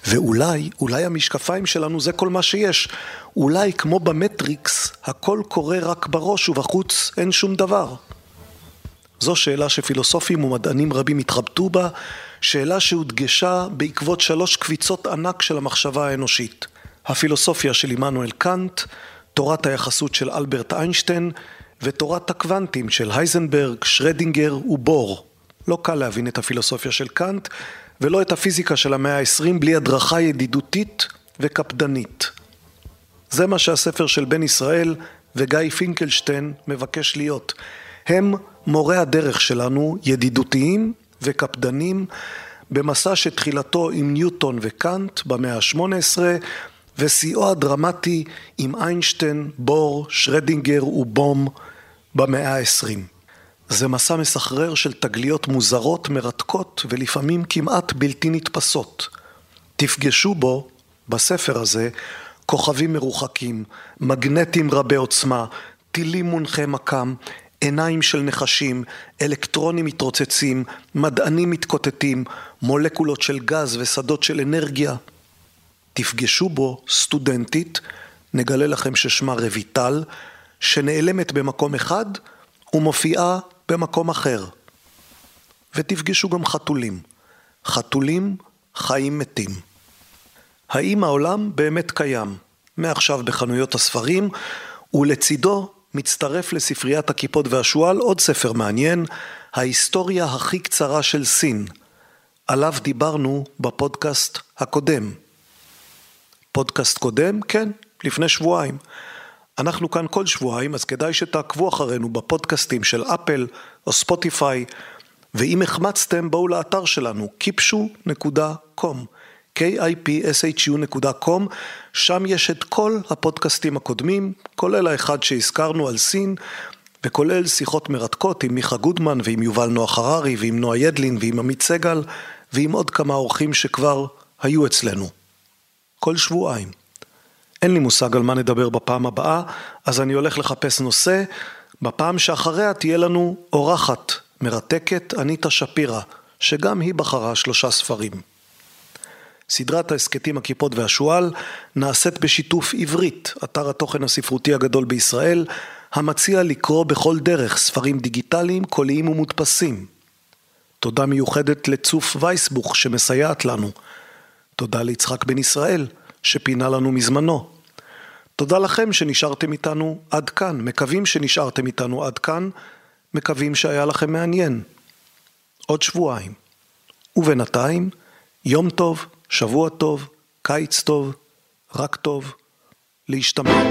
ואולי המשקפיים שלנו זה כל מה שיש. אולי כמו במטריקס, הכל קורה רק בראש ובחוץ אין שום דבר. זו שאלה שפילוסופים ומדענים רבים התחבטו בה, שאלה שהודגשה בעקבות 3 קפיצות ענק של המחשבה האנושית. הפילוסופיה של עמנואל קאנט, תורת היחסות של אלברט איינשטיין, ותורת הקוונטים של הייזנברג, שרדינגר ובור. לא קל להבין את הפילוסופיה של קאנט, ולא את הפיזיקה של המאה ה-20 בלי הדרכה ידידותית וקפדנית. זה מה שהספר של בן ישראל וגיא פינקלשטיין מבקש להיות. הם מורי הדרך שלנו, ידידותיים וקפדנים, במסע שתחילתו עם ניוטון וקאנט במאה ה-18, ושיאו הדרמטי עם איינשטיין, בור, שרדינגר ובום במאה ה-20. זה מסע מסחרר של תגליות מוזרות, מרתקות ולפעמים כמעט בלתי נתפסות. תפגשו בו, בספר הזה, כוכבים מרוחקים, מגנטים רבי עוצמה, טילים מונחי מקם, עיניים של נחשים, אלקטרונים מתרוצצים, מדענים מתקוטטים, מולקולות של גז ושדות של אנרגיה. תפגשו בו סטודנטית, נגלה לכם ששמה רויטל, שנעלמת במקום אחד ומופיעה במקום אחר. ותפגשו גם חתולים. חתולים חיים מתים. האם העולם באמת קיים? מעכשיו בחנויות הספרים, ולצידו מצטרף לספריית הכיפות והשועל עוד ספר מעניין, ההיסטוריה הכי קצרה של סין. עליו דיברנו בפודקאסט הקודם. פודקאסט קודם? כן, לפני שבועיים. אנחנו כאן כל שבועיים, אז כדאי שתעקבו אחרינו בפודקאסטים של אפל או ספוטיפיי, ואם החמצתם בואו לאתר שלנו, kipshu.com, kipshu.com, שם יש את כל הפודקאסטים הקודמים, כולל האחד שהזכרנו על סין, וכולל שיחות מרתקות עם מיכה גודמן ועם יובל נוח הררי ועם נועה ידלין ועם עמית סגל, ועם עוד כמה אורחים שכבר היו אצלנו. כל שבועיים. אין לי מושג על מה נדבר בפעם הבאה, אז אני הולך לחפש נושא. בפעם שאחריה תהיה לנו אורחת מרתקת, אניטה שפירא, שגם היא בחרה 3 ספרים. סדרת ההסכתים הכיפות והשועל נעשית בשיתוף עברית, אתר התוכן הספרותי הגדול בישראל, המציע לקרוא בכל דרך ספרים דיגיטליים, קוליים ומודפסים. תודה מיוחדת לצוף וייסבוך שמסייעת לנו. תודה ליצחק בן ישראל שפינה לנו מזמנו. תודה לכם שנשארתם איתנו עד כאן, מקווים שנשארתם איתנו עד כאן, מקווים שהיה לכם מעניין. עוד שבועיים. ובינתיים, יום טוב, שבוע טוב, קיץ טוב, רק טוב, להשתמע.